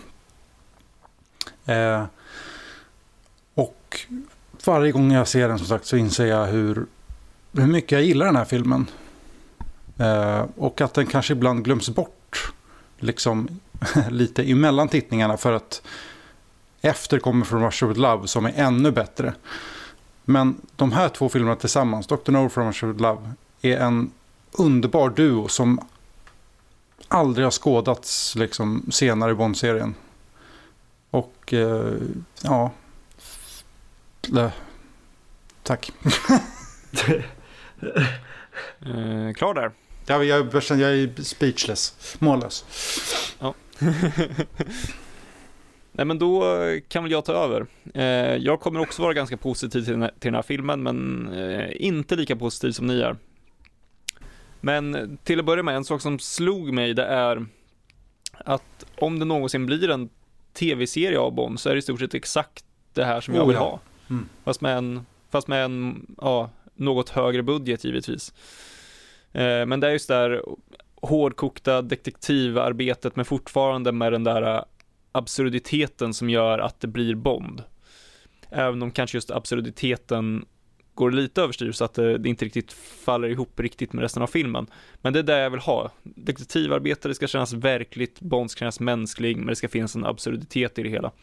Eh, och varje gång jag ser den, som sagt, så inser jag hur, hur mycket jag gillar den här filmen. Eh, och att den kanske ibland glöms bort liksom lite emellan tittningarna, för att efter kommer From Russia With Love som är ännu bättre. Men de här två filmerna tillsammans, doktor No och From Russia With Love, är en underbar duo som aldrig har skådats liksom senare i Bond-serien. Och eh, ja L- tack. Eh, klar där. Jag, jag, jag, jag är speechless, mållös. Ja. Nej, men då kan väl jag ta över. Eh, jag kommer också vara ganska positiv till den här, till den här filmen, men eh, inte lika positiv som ni är. Men till att börja med, en sak som slog mig, det är att om det någonsin blir en tv-serie av Bond, så är det i stort sett exakt det här som jag Oh, vill ja. ha. Mm. Fast med en, fast med en ja, något högre budget givetvis. Eh, men det är just där hårdkokta detektivarbetet, men fortfarande med den där absurditeten som gör att det blir Bond. Även om kanske just absurditeten går lite överstyr, så att det, det inte riktigt faller ihop riktigt med resten av filmen. Men det är det jag vill ha. Detektivarbete, det ska kännas verkligt, Bond ska kännas mänsklig, men det ska finnas en absurditet i det hela.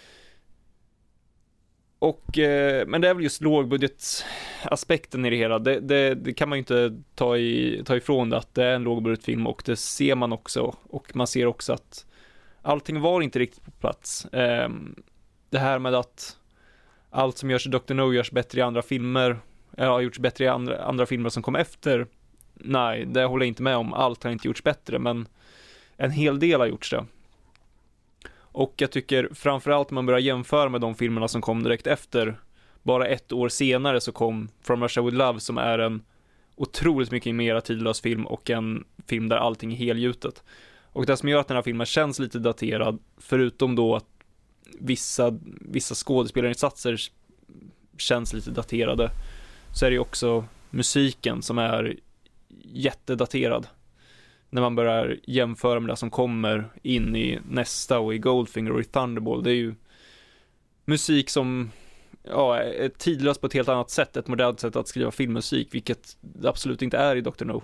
Och, eh, men det är väl just lågbudgetaspekten i det hela. Det, det, det kan man ju inte ta, i, ta ifrån det, att det är en lågbudgetfilm, och det ser man också. Och man ser också att allting var inte riktigt på plats. Eh, det här med att allt som görs i doktor No görs bättre i andra filmer, eller har gjorts bättre i andra, andra filmer som kom efter. Nej, det håller jag inte med om. Allt har inte gjorts bättre, men en hel del har gjorts det. Och jag tycker framförallt, om man börjar jämföra med de filmerna som kom direkt efter, bara ett år senare så kom From Russia With Love, som är en otroligt mycket mer tidlös film och en film där allting är helgjutet. Och det som gör att den här filmen känns lite daterad, förutom då att vissa, vissa skådespelarinsatser känns lite daterade, så är det ju också musiken som är jättedaterad. När man börjar jämföra med det som kommer in i nästa och i Goldfinger och i Thunderball, det är ju musik som ja, är tidlös på ett helt annat sätt, ett modernt sätt att skriva filmmusik, vilket det absolut inte är i doktor No.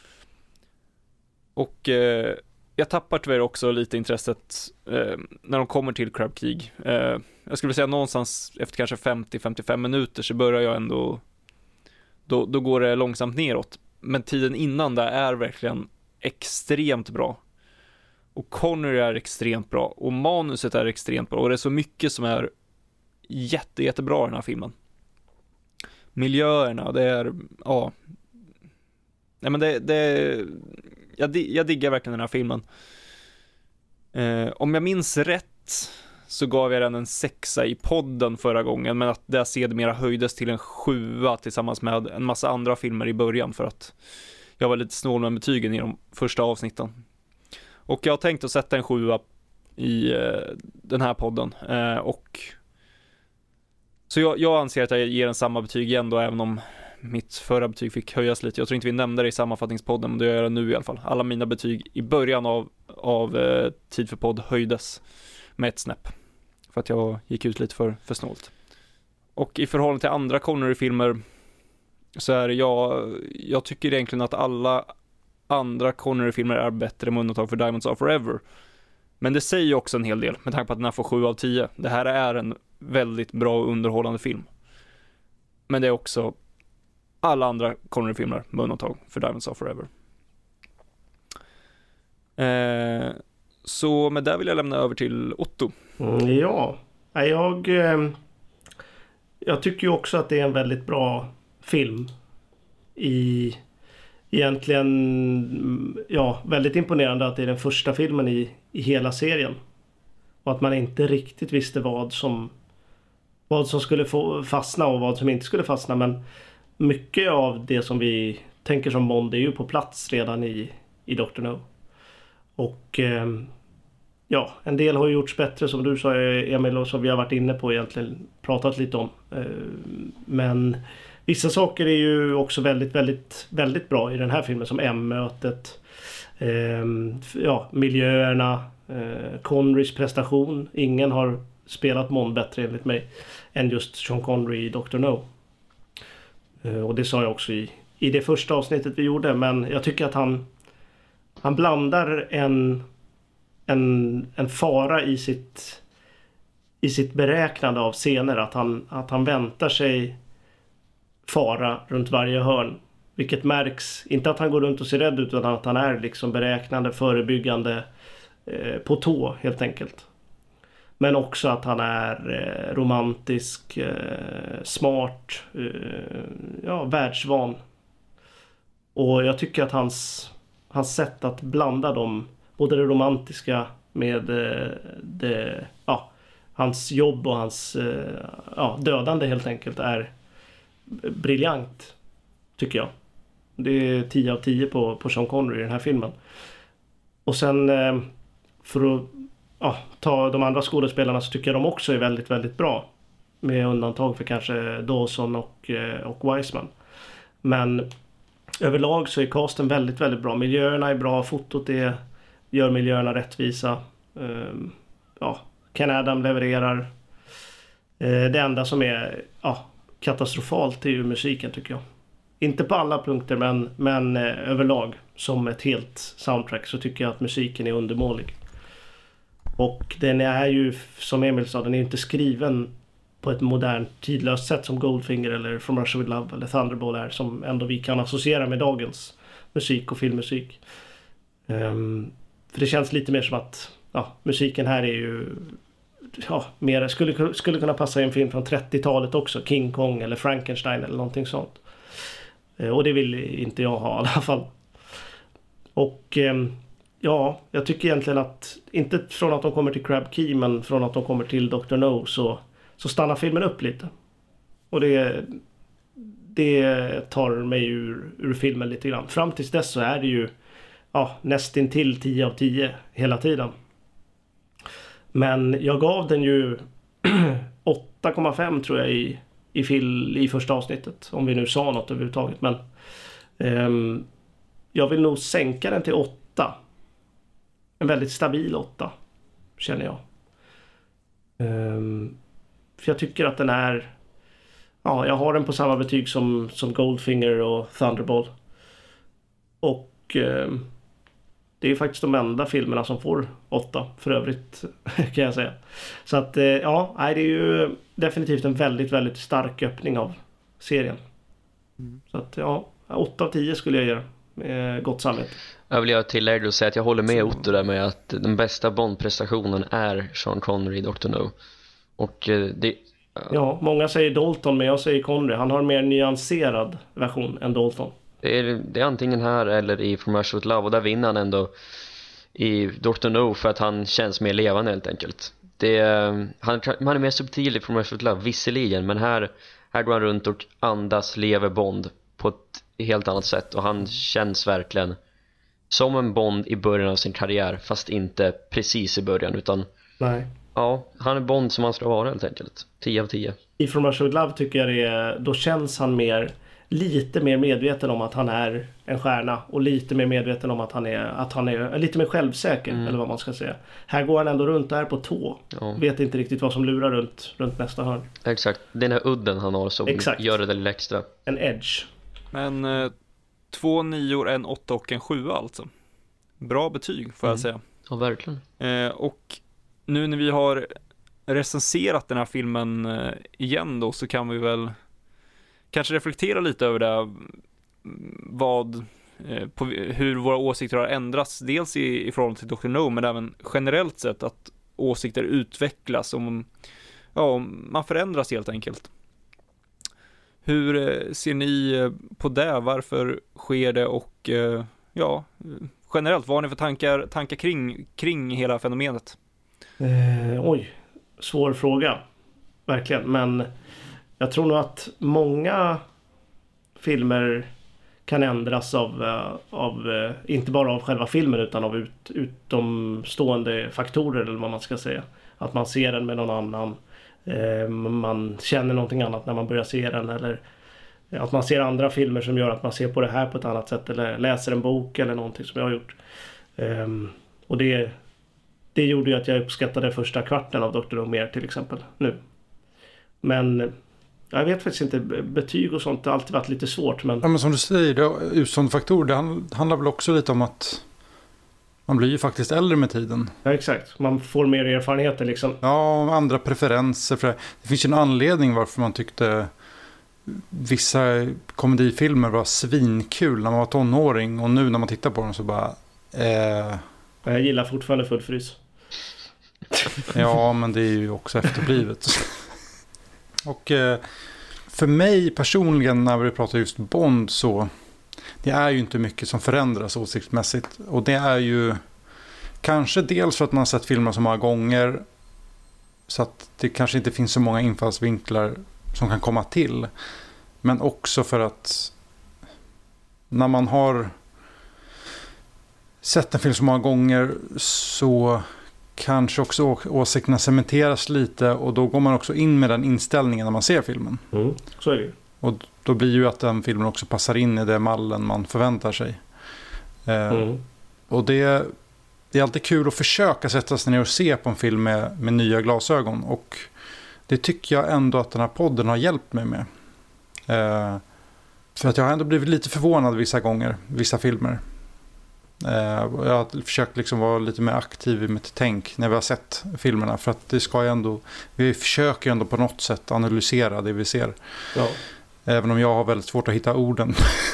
Och eh, jag tappar tyvärr också lite intresset eh, när de kommer till Crab Key. Eh, jag skulle säga någonstans efter kanske femtio till femtiofem minuter så börjar jag ändå, då, då går det långsamt neråt. Men tiden innan där är verkligen extremt bra. Och Connery är extremt bra. Och manuset är extremt bra. Och det är så mycket som är jätte, jättebra i den här filmen. Miljöerna, det är ja. Nej, men det, det jag, jag diggar verkligen den här filmen. Eh, om jag minns rätt så gav jag den en sexa i podden förra gången, men att det sedermera höjdes till en sjua tillsammans med en massa andra filmer i början, för att jag var lite snål med betygen i de första avsnitten. Och jag har tänkt att sätta en sjua i eh, den här podden. Eh, och så jag, jag anser att jag ger den samma betyg igen då, även om mitt förra betyg fick höjas lite. Jag tror inte vi nämnde det i sammanfattningspodden, men det gör jag nu i alla fall. Alla mina betyg i början av, av eh, Tid för podd höjdes med ett snäpp. För att jag gick ut lite för, för snålt. Och i förhållande till andra Connery-filmer så är det jag, jag tycker egentligen att alla andra Connery-filmer är bättre med undantag för Diamonds Are Forever. Men det säger ju också en hel del med tanke på att den här får sju av tio. Det här är en väldigt bra och underhållande film. Men det är också alla andra Connery-filmer med undantag för Diamonds Are Forever. Eh, så med det vill jag lämna över till Otto. Mm, ja, jag, eh, jag tycker ju också att det är en väldigt bra film. I egentligen, ja, väldigt imponerande att det är den första filmen i, i hela serien. Och att man inte riktigt visste vad som, vad som skulle få fastna och vad som inte skulle fastna. Men mycket av det som vi tänker som Bond är ju på plats redan i, i doktor No. Och eh, ja, en del har ju gjorts bättre som du sa, Emil, och som vi har varit inne på egentligen pratat lite om. Eh, men vissa saker är ju också väldigt, väldigt, väldigt bra i den här filmen, som M-mötet, eh, ja, miljöerna, eh, Connerys prestation. Ingen har spelat Bond bättre enligt mig än just Sean Connery i doktor No. Eh, och det sa jag också i, i det första avsnittet vi gjorde, men jag tycker att han, han blandar en, en, en fara i sitt, i sitt beräknande av scener, att han, att han väntar sig fara runt varje hörn, vilket märks, inte att han går runt och ser rädd ut, utan att han är liksom beräknande, förebyggande, eh, på tå helt enkelt. Men också att han är eh, romantisk, eh, smart, eh, ja, världsvan. Och jag tycker att hans, hans sätt att blanda dem, både det romantiska med eh, det, ja, hans jobb och hans eh, ja, dödande helt enkelt, är briljant, tycker jag. Det är tio av tio på, på Sean Connery i den här filmen. Och sen eh, för att ja, ta de andra skådespelarna, så tycker jag de också är väldigt, väldigt bra. Med undantag för kanske Dawson och, eh, och Wiseman. Men överlag så är casten väldigt, väldigt bra. Miljöerna är bra, fotot är, gör miljöerna rättvisa. Eh, ja, Ken Adam levererar. Eh, det enda som är ja, katastrofalt är ju musiken, tycker jag. Inte på alla punkter, men, men eh, överlag som ett helt soundtrack så tycker jag att musiken är undermålig. Och den är ju, som Emil sa, den är inte skriven på ett modernt, tidlöst sätt som Goldfinger eller From Russia With Love eller Thunderball är, som ändå vi kan associera med dagens musik och filmmusik. Um, för det känns lite mer som att ja, musiken här är ju ja, mer, skulle, skulle kunna passa i en film från trettiotalet också, King Kong eller Frankenstein eller någonting sånt. Uh, och det vill inte jag ha i alla fall. Och um, ja, jag tycker egentligen att, inte från att de kommer till Crab Key, men från att de kommer till doktor No, så, så stannar filmen upp lite. Och det, det tar mig ur, ur filmen lite grann. Fram tills dess så är det ju ja, nästintill tio av tio hela tiden. Men jag gav den ju åtta komma fem tror jag i, i, fil, i första avsnittet. Om vi nu sa något överhuvudtaget. Men um, jag vill nog sänka den till åtta. En väldigt stabil åtta, känner jag. Um, för jag tycker att den är... Ja, jag har den på samma betyg som, som Goldfinger och Thunderball. Och um, det är faktiskt de enda filmerna som får åtta för övrigt, kan jag säga. Så att, ja, det är ju definitivt en väldigt, väldigt stark öppning av serien. Mm. Så att, ja, åtta av tio skulle jag ge med gott samvete. Jag vill göra tillägg och säga att jag håller med Otto där med att den bästa Bond-prestationen är Sean Connery i doktor No. Och det... Ja, många säger Dalton, men jag säger Connery. Han har en mer nyanserad version än Dalton. Det är, det är antingen här eller i From Russia With Love, och där vinner han ändå i doktor No för att han känns mer levande helt enkelt. Det är, han, han är mer subtil i From Russia With Love, visserligen, men här, här går han runt och andas, lever Bond på ett helt annat sätt, och han känns verkligen som en Bond i början av sin karriär, fast inte precis i början, utan Nej. ja, han är Bond som han ska vara helt enkelt. tio av tio. I From Russia With Love tycker jag det är, då känns han mer, lite mer medveten om att han är en stjärna och lite mer medveten om att han är, att han är lite mer självsäker, mm. eller vad man ska säga. Här går han ändå runt där på tå. Ja. Vet inte riktigt vad som lurar runt, runt nästa hörn. Exakt, den här udden han har som Exakt. Gör det lite extra. En edge. Men eh, två nior, en åtta och en sju alltså. Bra betyg får mm. jag säga. Ja, verkligen. Eh, och nu när vi har recenserat den här filmen eh, igen då, så kan vi väl kanske reflektera lite över det, vad, eh, på hur våra åsikter har ändrats, dels i, i förhållande till doktor No, men även generellt sett att åsikter utvecklas, om, ja, om man förändras helt enkelt. Hur eh, ser ni eh, på det? Varför sker det? Och eh, ja, generellt, vad har ni för tankar, tankar kring, kring hela fenomenet? Eh, oj, svår fråga. Verkligen, men jag tror nog att många filmer kan ändras av, av inte bara av själva filmen utan av ut, utomstående faktorer, eller vad man ska säga. Att man ser den med någon annan, eh, man känner någonting annat när man börjar se den, eller att man ser andra filmer som gör att man ser på det här på ett annat sätt, eller läser en bok eller någonting som jag har gjort. Eh, och det, det gjorde ju att jag uppskattade första kvarten av doktor No mer till exempel nu. Men jag vet faktiskt inte, betyg och sånt har alltid varit lite svårt. Men, ja, men som du säger, det är utstående faktor. Det handlar väl också lite om att man blir ju faktiskt äldre med tiden. Ja, exakt. Man får mer erfarenheter liksom. Ja, andra preferenser. För det finns ju en anledning varför man tyckte vissa komedifilmer var svinkul när man var tonåring. Och nu när man tittar på dem så bara... Eh... Jag gillar fortfarande Full frys. Ja, men det är ju också efterblivet. Och eh, för mig personligen, när vi pratar just Bond, så det är ju inte mycket som förändras åsiktsmässigt. Och det är ju kanske dels för att man har sett filmer så många gånger, så att det kanske inte finns så många infallsvinklar som kan komma till. Men också för att när man har sett en film så många gånger så kanske också åsikterna cementeras lite, och då går man också in med den inställningen när man ser filmen. Mm, så är det. Och då blir ju att den filmen också passar in i det mallen man förväntar sig. Eh, mm. Och det, det är alltid kul att försöka sätta sig ner och se på en film med, med nya glasögon, och det tycker jag ändå att den här podden har hjälpt mig med. Eh, för att jag har ändå blivit lite förvånad vissa gånger, vissa filmer. Jag har försökt liksom vara lite mer aktiv i mitt tänk när vi har sett filmerna, för att det ska ju ändå, vi försöker ändå på något sätt analysera det vi ser. Ja. Även om jag har väldigt svårt att hitta orden.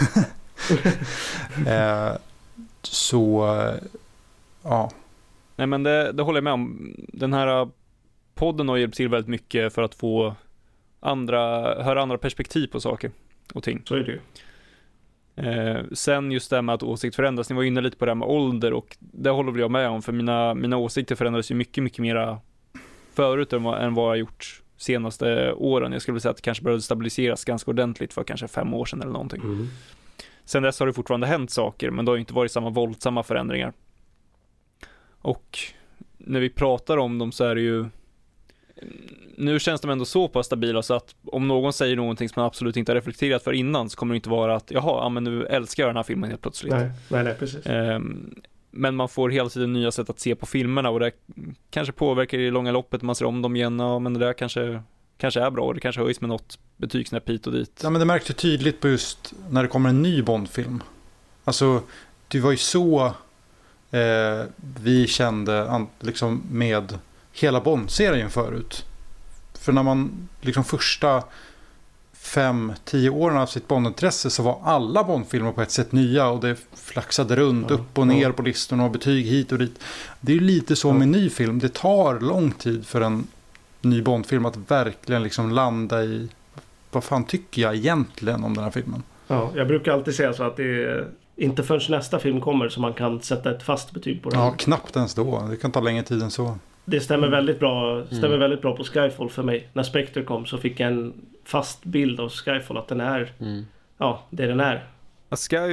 Så ja. Nej, men det, det håller jag med om. Den här podden har hjälpt till väldigt mycket för att få andra, höra andra perspektiv på saker och ting. Så är det ju. Eh, sen just det med att åsikt förändras, ni var inne lite på det här med ålder, och det håller väl jag med om, för mina, mina åsikter förändras ju mycket, mycket mera förut än vad, än vad jag gjort senaste åren. Jag skulle säga att det kanske började stabiliseras ganska ordentligt för kanske fem år sedan eller någonting. Mm. Sen dess har det fortfarande hänt saker, men det har ju inte varit samma våldsamma förändringar. Och när vi pratar om dem så är det ju, nu känns de ändå så pass stabila så att om någon säger någonting som man absolut inte har reflekterat för innan, så kommer det inte vara att jaha, ja, men nu älskar jag den här filmen helt plötsligt. Nej, nej, nej precis. Um, men man får hela tiden nya sätt att se på filmerna, och det kanske påverkar i långa loppet. Man ser om dem igen, ja, men det där kanske, kanske är bra, och det kanske höjs med något betygsnäpp hit och dit. Ja, men det märks ju tydligt på just när det kommer en ny Bond-film. Alltså, det var ju så eh, vi kände liksom med hela Bond-serien förut. För när man liksom första fem, tio åren av sitt Bond-intresse så var alla Bond-filmer på ett sätt nya, och det flaxade runt ja, upp och ner ja. på listorna och betyg hit och dit. Det är ju lite så ja. med ny film. Det tar lång tid för en ny Bond-film att verkligen liksom landa i vad fan tycker jag egentligen om den här filmen. Ja, jag brukar alltid säga så att det är inte förrän nästa film kommer så man kan sätta ett fast betyg på den. Ja, knappt ens då. Det kan ta längre tid än så. Det stämmer väldigt bra, stämmer mm. väldigt bra på Skyfall för mig. När Spectre kom så fick jag en fast bild av Skyfall, att den är mm. ja, det den är. Sky,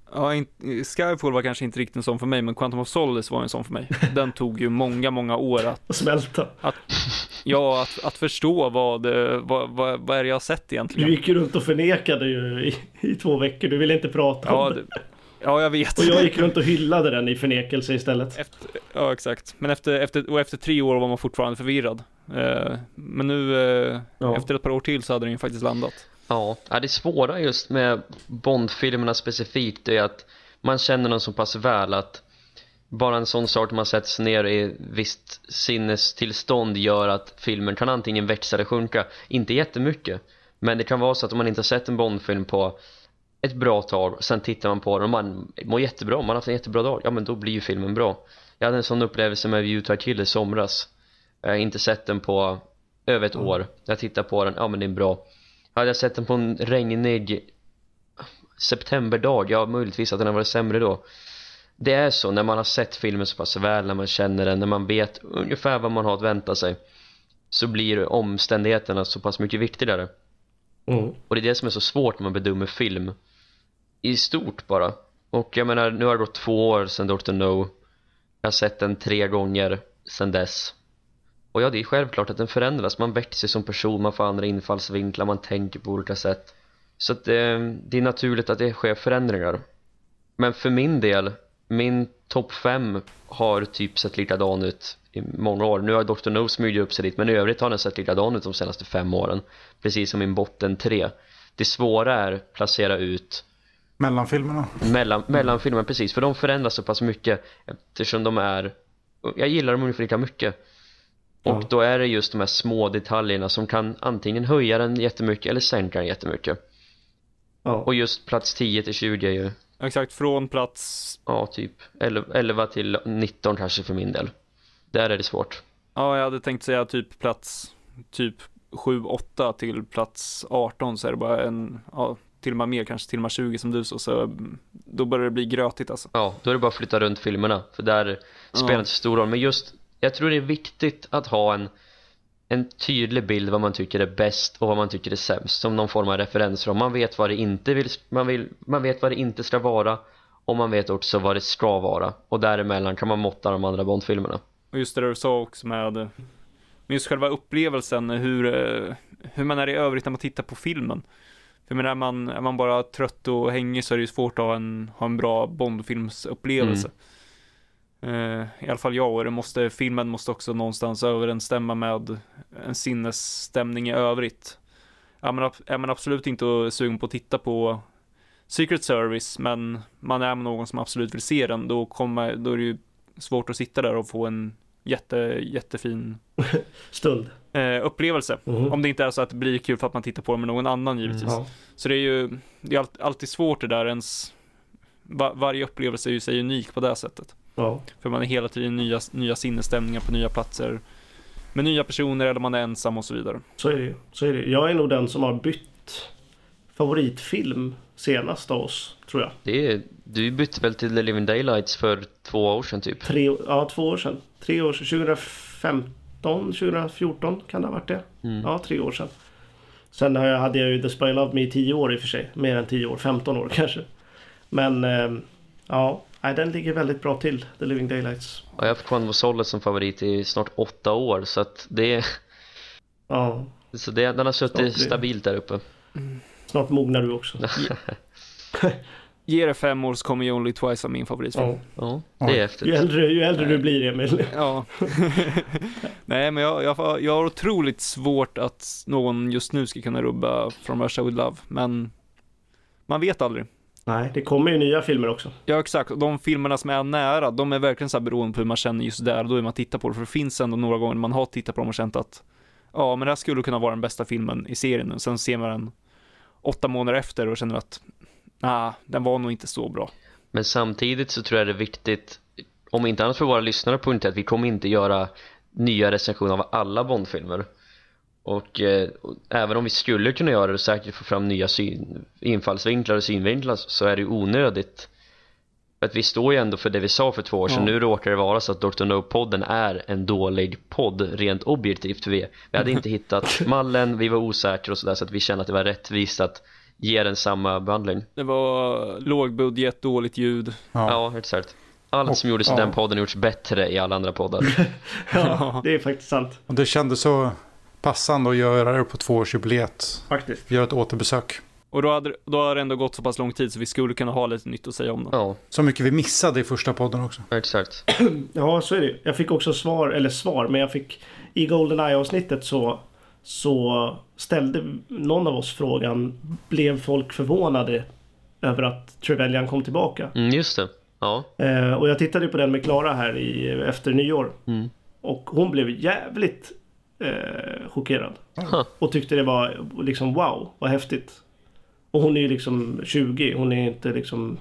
Ja, in, Skyfall var kanske inte riktigt en sån för mig, men Quantum of Solace var en sån för mig. Den tog ju många, många år att... Och smälta. Att, ja, att, att förstå vad, vad, vad, vad är det jag har sett egentligen. Du gick ju runt och förnekade ju i, i två veckor. Du ville inte prata ja, om det. det. Ja, jag vet. Och jag gick runt och hyllade den i förnekelse istället. Efter, ja, exakt. Men efter, efter, och efter tre år var man fortfarande förvirrad. Eh, men nu, eh, ja. efter ett par år till så hade den ju faktiskt landat. Ja, det svåra just med Bond-filmerna specifikt är att man känner någon så pass väl att bara en sån sak man sätts ner i visst sinnestillstånd gör att filmen kan antingen växa eller sjunka. Inte jättemycket, men det kan vara så att om man inte har sett en Bond-film på ett bra tag, sen tittar man på den och man mår jättebra, man har haft en jättebra dag, ja men då blir ju filmen bra. Jag hade en sån upplevelse med View to a Kill i somras. Jag har inte sett den på över ett mm. år. Jag tittar på den, ja men det är bra. Hade jag sett den på en regnig septemberdag, ja möjligtvis att den har varit sämre då. Det är så när man har sett filmen så pass väl, när man känner den, när man vet ungefär vad man har att vänta sig, så blir omständigheterna så pass mycket viktigare. Mm. Och det är det som är så svårt när man bedömer film i stort bara. Och jag menar, nu har det gått två år sedan doktor No. Jag har sett den tre gånger sedan dess. Och ja, det är självklart att den förändras. Man växer som person, man får andra infallsvinklar, man tänker på olika sätt. Så att det, det är naturligt att det sker förändringar. Men för min del, min topp fem har typ sett likadan ut i många år. Nu har doktor No smugit upp sig dit, men i övrigt har den sett likadan ut de senaste fem åren. Precis som min botten tre. Det svåra är att placera ut mellanfilmerna. Mellan, mellanfilmerna, precis. För de förändras så pass mycket eftersom de är... Jag gillar dem ungefär lika mycket. Och ja. Då är det just de här små detaljerna som kan antingen höja den jättemycket eller sänka den jättemycket. Ja. Och just plats tio till tjugo är ju... Exakt, från plats... Ja, typ elva till nitton kanske för min del. Där är det svårt. Ja, jag hade tänkt säga typ plats typ sju åtta till plats arton, så är det bara en... Ja, till och med mer, kanske till och med tjugo som du så, så då börjar det bli grötigt alltså. Ja, då är det bara att flytta runt filmerna, för där spelar det inte så stor roll. Men just, jag tror det är viktigt att ha en, en tydlig bild vad man tycker är bäst och vad man tycker är sämst, som någon form av referenser. Om man vet vad det inte vill, man vill, man vet vad det inte ska vara, och man vet också vad det ska vara, och däremellan kan man måtta de andra Bond-filmerna. Och just det du sa också med just själva upplevelsen, hur, hur man är i övrigt när man tittar på filmen. För men är man, är man bara trött och hängig så är det ju svårt att ha en, ha en bra Bond-filmsupplevelse. Mm. Uh, I alla fall jag, och det måste, filmen måste också någonstans överensstämma med en sinnesstämning i övrigt. Ja, men, är man absolut inte sugen på att titta på Secret Service, men man är med någon som absolut vill se den, då, kommer, då är det ju svårt att sitta där och få en jätte, jättefin stund. Eh, upplevelse. Mm. Om det inte är så att det blir kul för att man tittar på det med någon annan givetvis. Mm. Så det är ju det är alltid svårt det där ens, var, varje upplevelse är ju sig unik på det sättet. Mm. För man är hela tiden nya, nya sinnesstämningar på nya platser med nya personer, eller man är ensam och så vidare. Så är det, så är det. Jag är nog den som har bytt favoritfilm senast av oss, tror jag. Det är, du bytte väl till The Living Daylights för två år sedan typ? Tre, ja, två år sedan. Tre år sedan. tjugofemton, tjugofjorton kan det ha varit det. Mm. Ja, tre år sedan. Sen hade jag ju The Spy Love Me i tio år i och för sig. Mer än tio år, femton år kanske. Men eh, ja, den ligger väldigt bra till, The Living Daylights. Ja, jag har haft Quantum of Solace som favorit i snart åtta år, så att det är... Ja. Så det, den har suttit snart stabilt där uppe. Mm. Snart mognar du också. Ge det fem år så kommer ju Only Twice av min favoritfilm. Ja, ja, det är efter. Ju äldre, ju äldre du blir, Emil. Ja. Nej, men jag, jag, jag har otroligt svårt att någon just nu ska kunna rubba From Russia With Love. Men man vet aldrig. Nej, det kommer ju nya filmer också. Ja, exakt. Och de filmerna som är nära, de är verkligen så här beroende på hur man känner just där. Då är man tittar på det. För det finns ändå några gånger man har tittat på dem och känt att ja, men det här skulle kunna vara den bästa filmen i serien. Och sen ser man den åtta månader efter och känner att nej, den var nog inte så bra. Men samtidigt så tror jag det är viktigt, om inte annat för våra lyssnare, på att vi kommer inte göra nya recensioner av alla Bondfilmer. Och, eh, och även om vi skulle kunna göra det och säkert få fram nya syn, infallsvinklar och synvinklar, så är det onödigt. För att vi står ju ändå för det vi sa för två år sedan. Ja. Nu råkar det vara så att doktor No-podden är en dålig podd rent objektivt. Vi, vi hade inte hittat mallen, vi var osäkra och sådär, så att vi kände att det var rättvist att ge den samma behandling. Det var lågbudget, dåligt ljud. Ja. Ja, exakt. Allt Och- som gjordes i ja. den podden gjorts bättre i alla andra poddar. Ja, det är faktiskt sant. Och det kändes så passande att göra det på tvåårsjubileet. Faktiskt. Göra ett återbesök. Och då, hade, då har det ändå gått så pass lång tid så vi skulle kunna ha lite nytt att säga om det. Ja, Så mycket vi missade i första podden också. exakt. Ja, så är det. Jag fick också svar, eller svar, men jag fick i GoldenEye-avsnittet så, så ställde någon av oss frågan, blev folk förvånade över att Trevelyan kom tillbaka? Mm, just det. Ja. Eh, och jag tittade på den med Klara här i, efter nyår. Mm. Och hon blev jävligt eh, chockerad. Huh. Och tyckte det var liksom wow, vad häftigt. Och hon är ju liksom tjugo, hon är inte liksom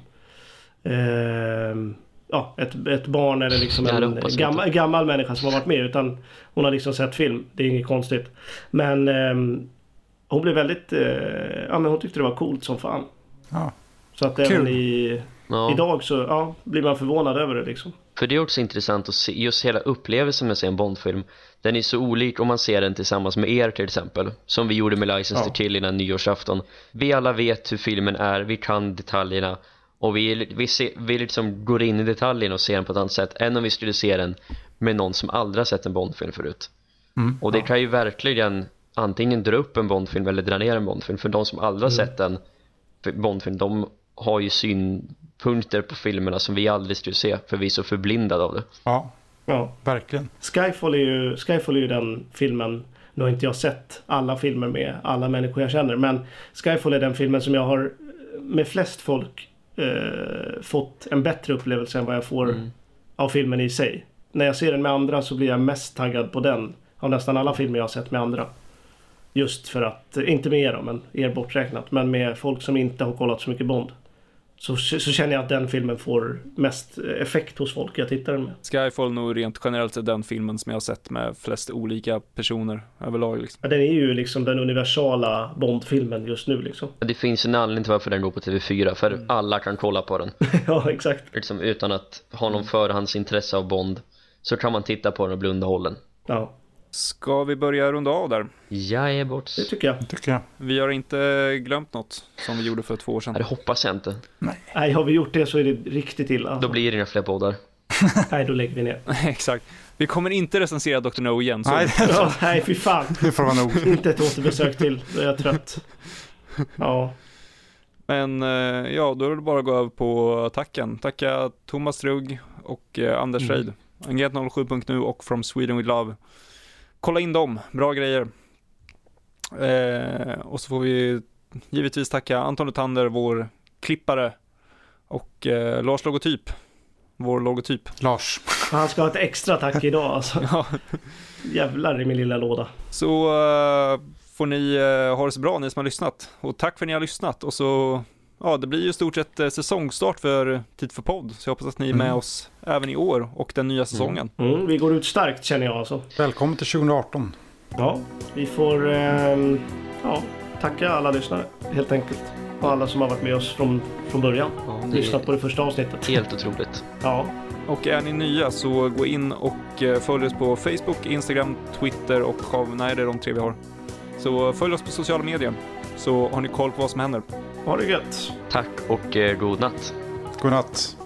eh, ja, ett, ett barn eller liksom Ja, det en hoppas jag gammal, gammal människa som har varit med, utan hon har liksom sett film, det är inget konstigt. Men eh, hon blev väldigt, eh, ja men hon tyckte det var coolt som fan. Ja. Så att Kul. även i, Ja. idag så ja, blir man förvånad över det liksom. För det är också intressant att se just hela upplevelsen med att se en Bondfilm. Den är så olik om man ser den tillsammans med er till exempel. Som vi gjorde med License Ja. to Kill innan nyårsafton. Vi alla vet hur filmen är, vi kan detaljerna. Och vi, vi, ser, vi liksom går in i detaljerna och ser den på ett annat sätt än om vi skulle se den med någon som aldrig har sett en Bondfilm förut. Mm. Och det kan ju verkligen antingen dra upp en Bondfilm eller dra ner en Bondfilm. För de som aldrig har sett en Bondfilm, de har ju synpunkter på filmerna som vi aldrig skulle se, för vi är så förblindade av det. Ja, Ja. verkligen. Skyfall är ju, Skyfall är ju den filmen, nu har inte jag sett alla filmer med alla människor jag känner, men Skyfall är den filmen som jag har med flest folk eh, fått en bättre upplevelse än vad jag får Mm. av filmen i sig. När jag ser den med andra så blir jag mest taggad på den av nästan alla filmer jag har sett med andra. Just för att, inte med er då, men er borträknat, men med folk som inte har kollat så mycket Bond. Så, så känner jag att den filmen får mest effekt hos folk jag tittar den med. Skyfall nog rent generellt sett den filmen som jag har sett med flest olika personer överlag liksom. Ja, den är ju liksom den universala Bond-filmen just nu liksom. Det finns en anledning till varför den går på T V fyra, för Mm. alla kan kolla på den. Ja, exakt. Liksom, utan att ha någon förhandsintresse av Bond så kan man titta på den och blunda hållen. Ja, Ska vi börja runda av där? Jag är bort. det tycker jag. Tycker jag. Vi har inte glömt något som vi gjorde för två år sedan. Nej, det hoppas jag inte. Nej, har vi gjort det så är det riktigt illa. Då blir det inga fler poddar. Nej, då lägger vi ner. Exakt. Vi kommer inte recensera doktor No igen. Så. Nej, Ja, nej, fy fan. det får vara nog. Inte ett återbesök till. Då är jag trött. Ja, Men eh, ja, då är det bara att gå över på tacken. Tacka Thomas Rugg och eh, Anders Mm. Reid. Agent noll sju punkt nu och From Sweden with Love. Kolla in dem, bra grejer. Eh, och så får vi givetvis tacka Anton Lutander, vår klippare. Och eh, Lars Logotyp, vår logotyp. Lars. han ska ha ett extra tack idag alltså. Ja, Jävlar i min lilla låda. så eh, får ni eh, ha det så bra, ni som har lyssnat. Och tack för att ni har lyssnat. Och så, ja, det blir ju stort sett eh, säsongstart för Tid för podd. Så jag hoppas att ni är med Mm. oss även i år och den nya säsongen. Mm, vi går ut starkt känner jag alltså. Välkommen till tjugo arton. Ja, vi får ehm, ja, tacka alla lyssnare helt enkelt. Och alla som har varit med oss från, från början. Ja, det Lyssnat på är det första avsnittet. helt otroligt. Ja, Och är ni nya så gå in och eh, följ oss på Facebook, Instagram, Twitter och Hav. Nej, det är de tre vi har. Så följ oss på sociala medier så har ni koll på vad som händer. ha det gött. Tack och eh, god natt. God natt.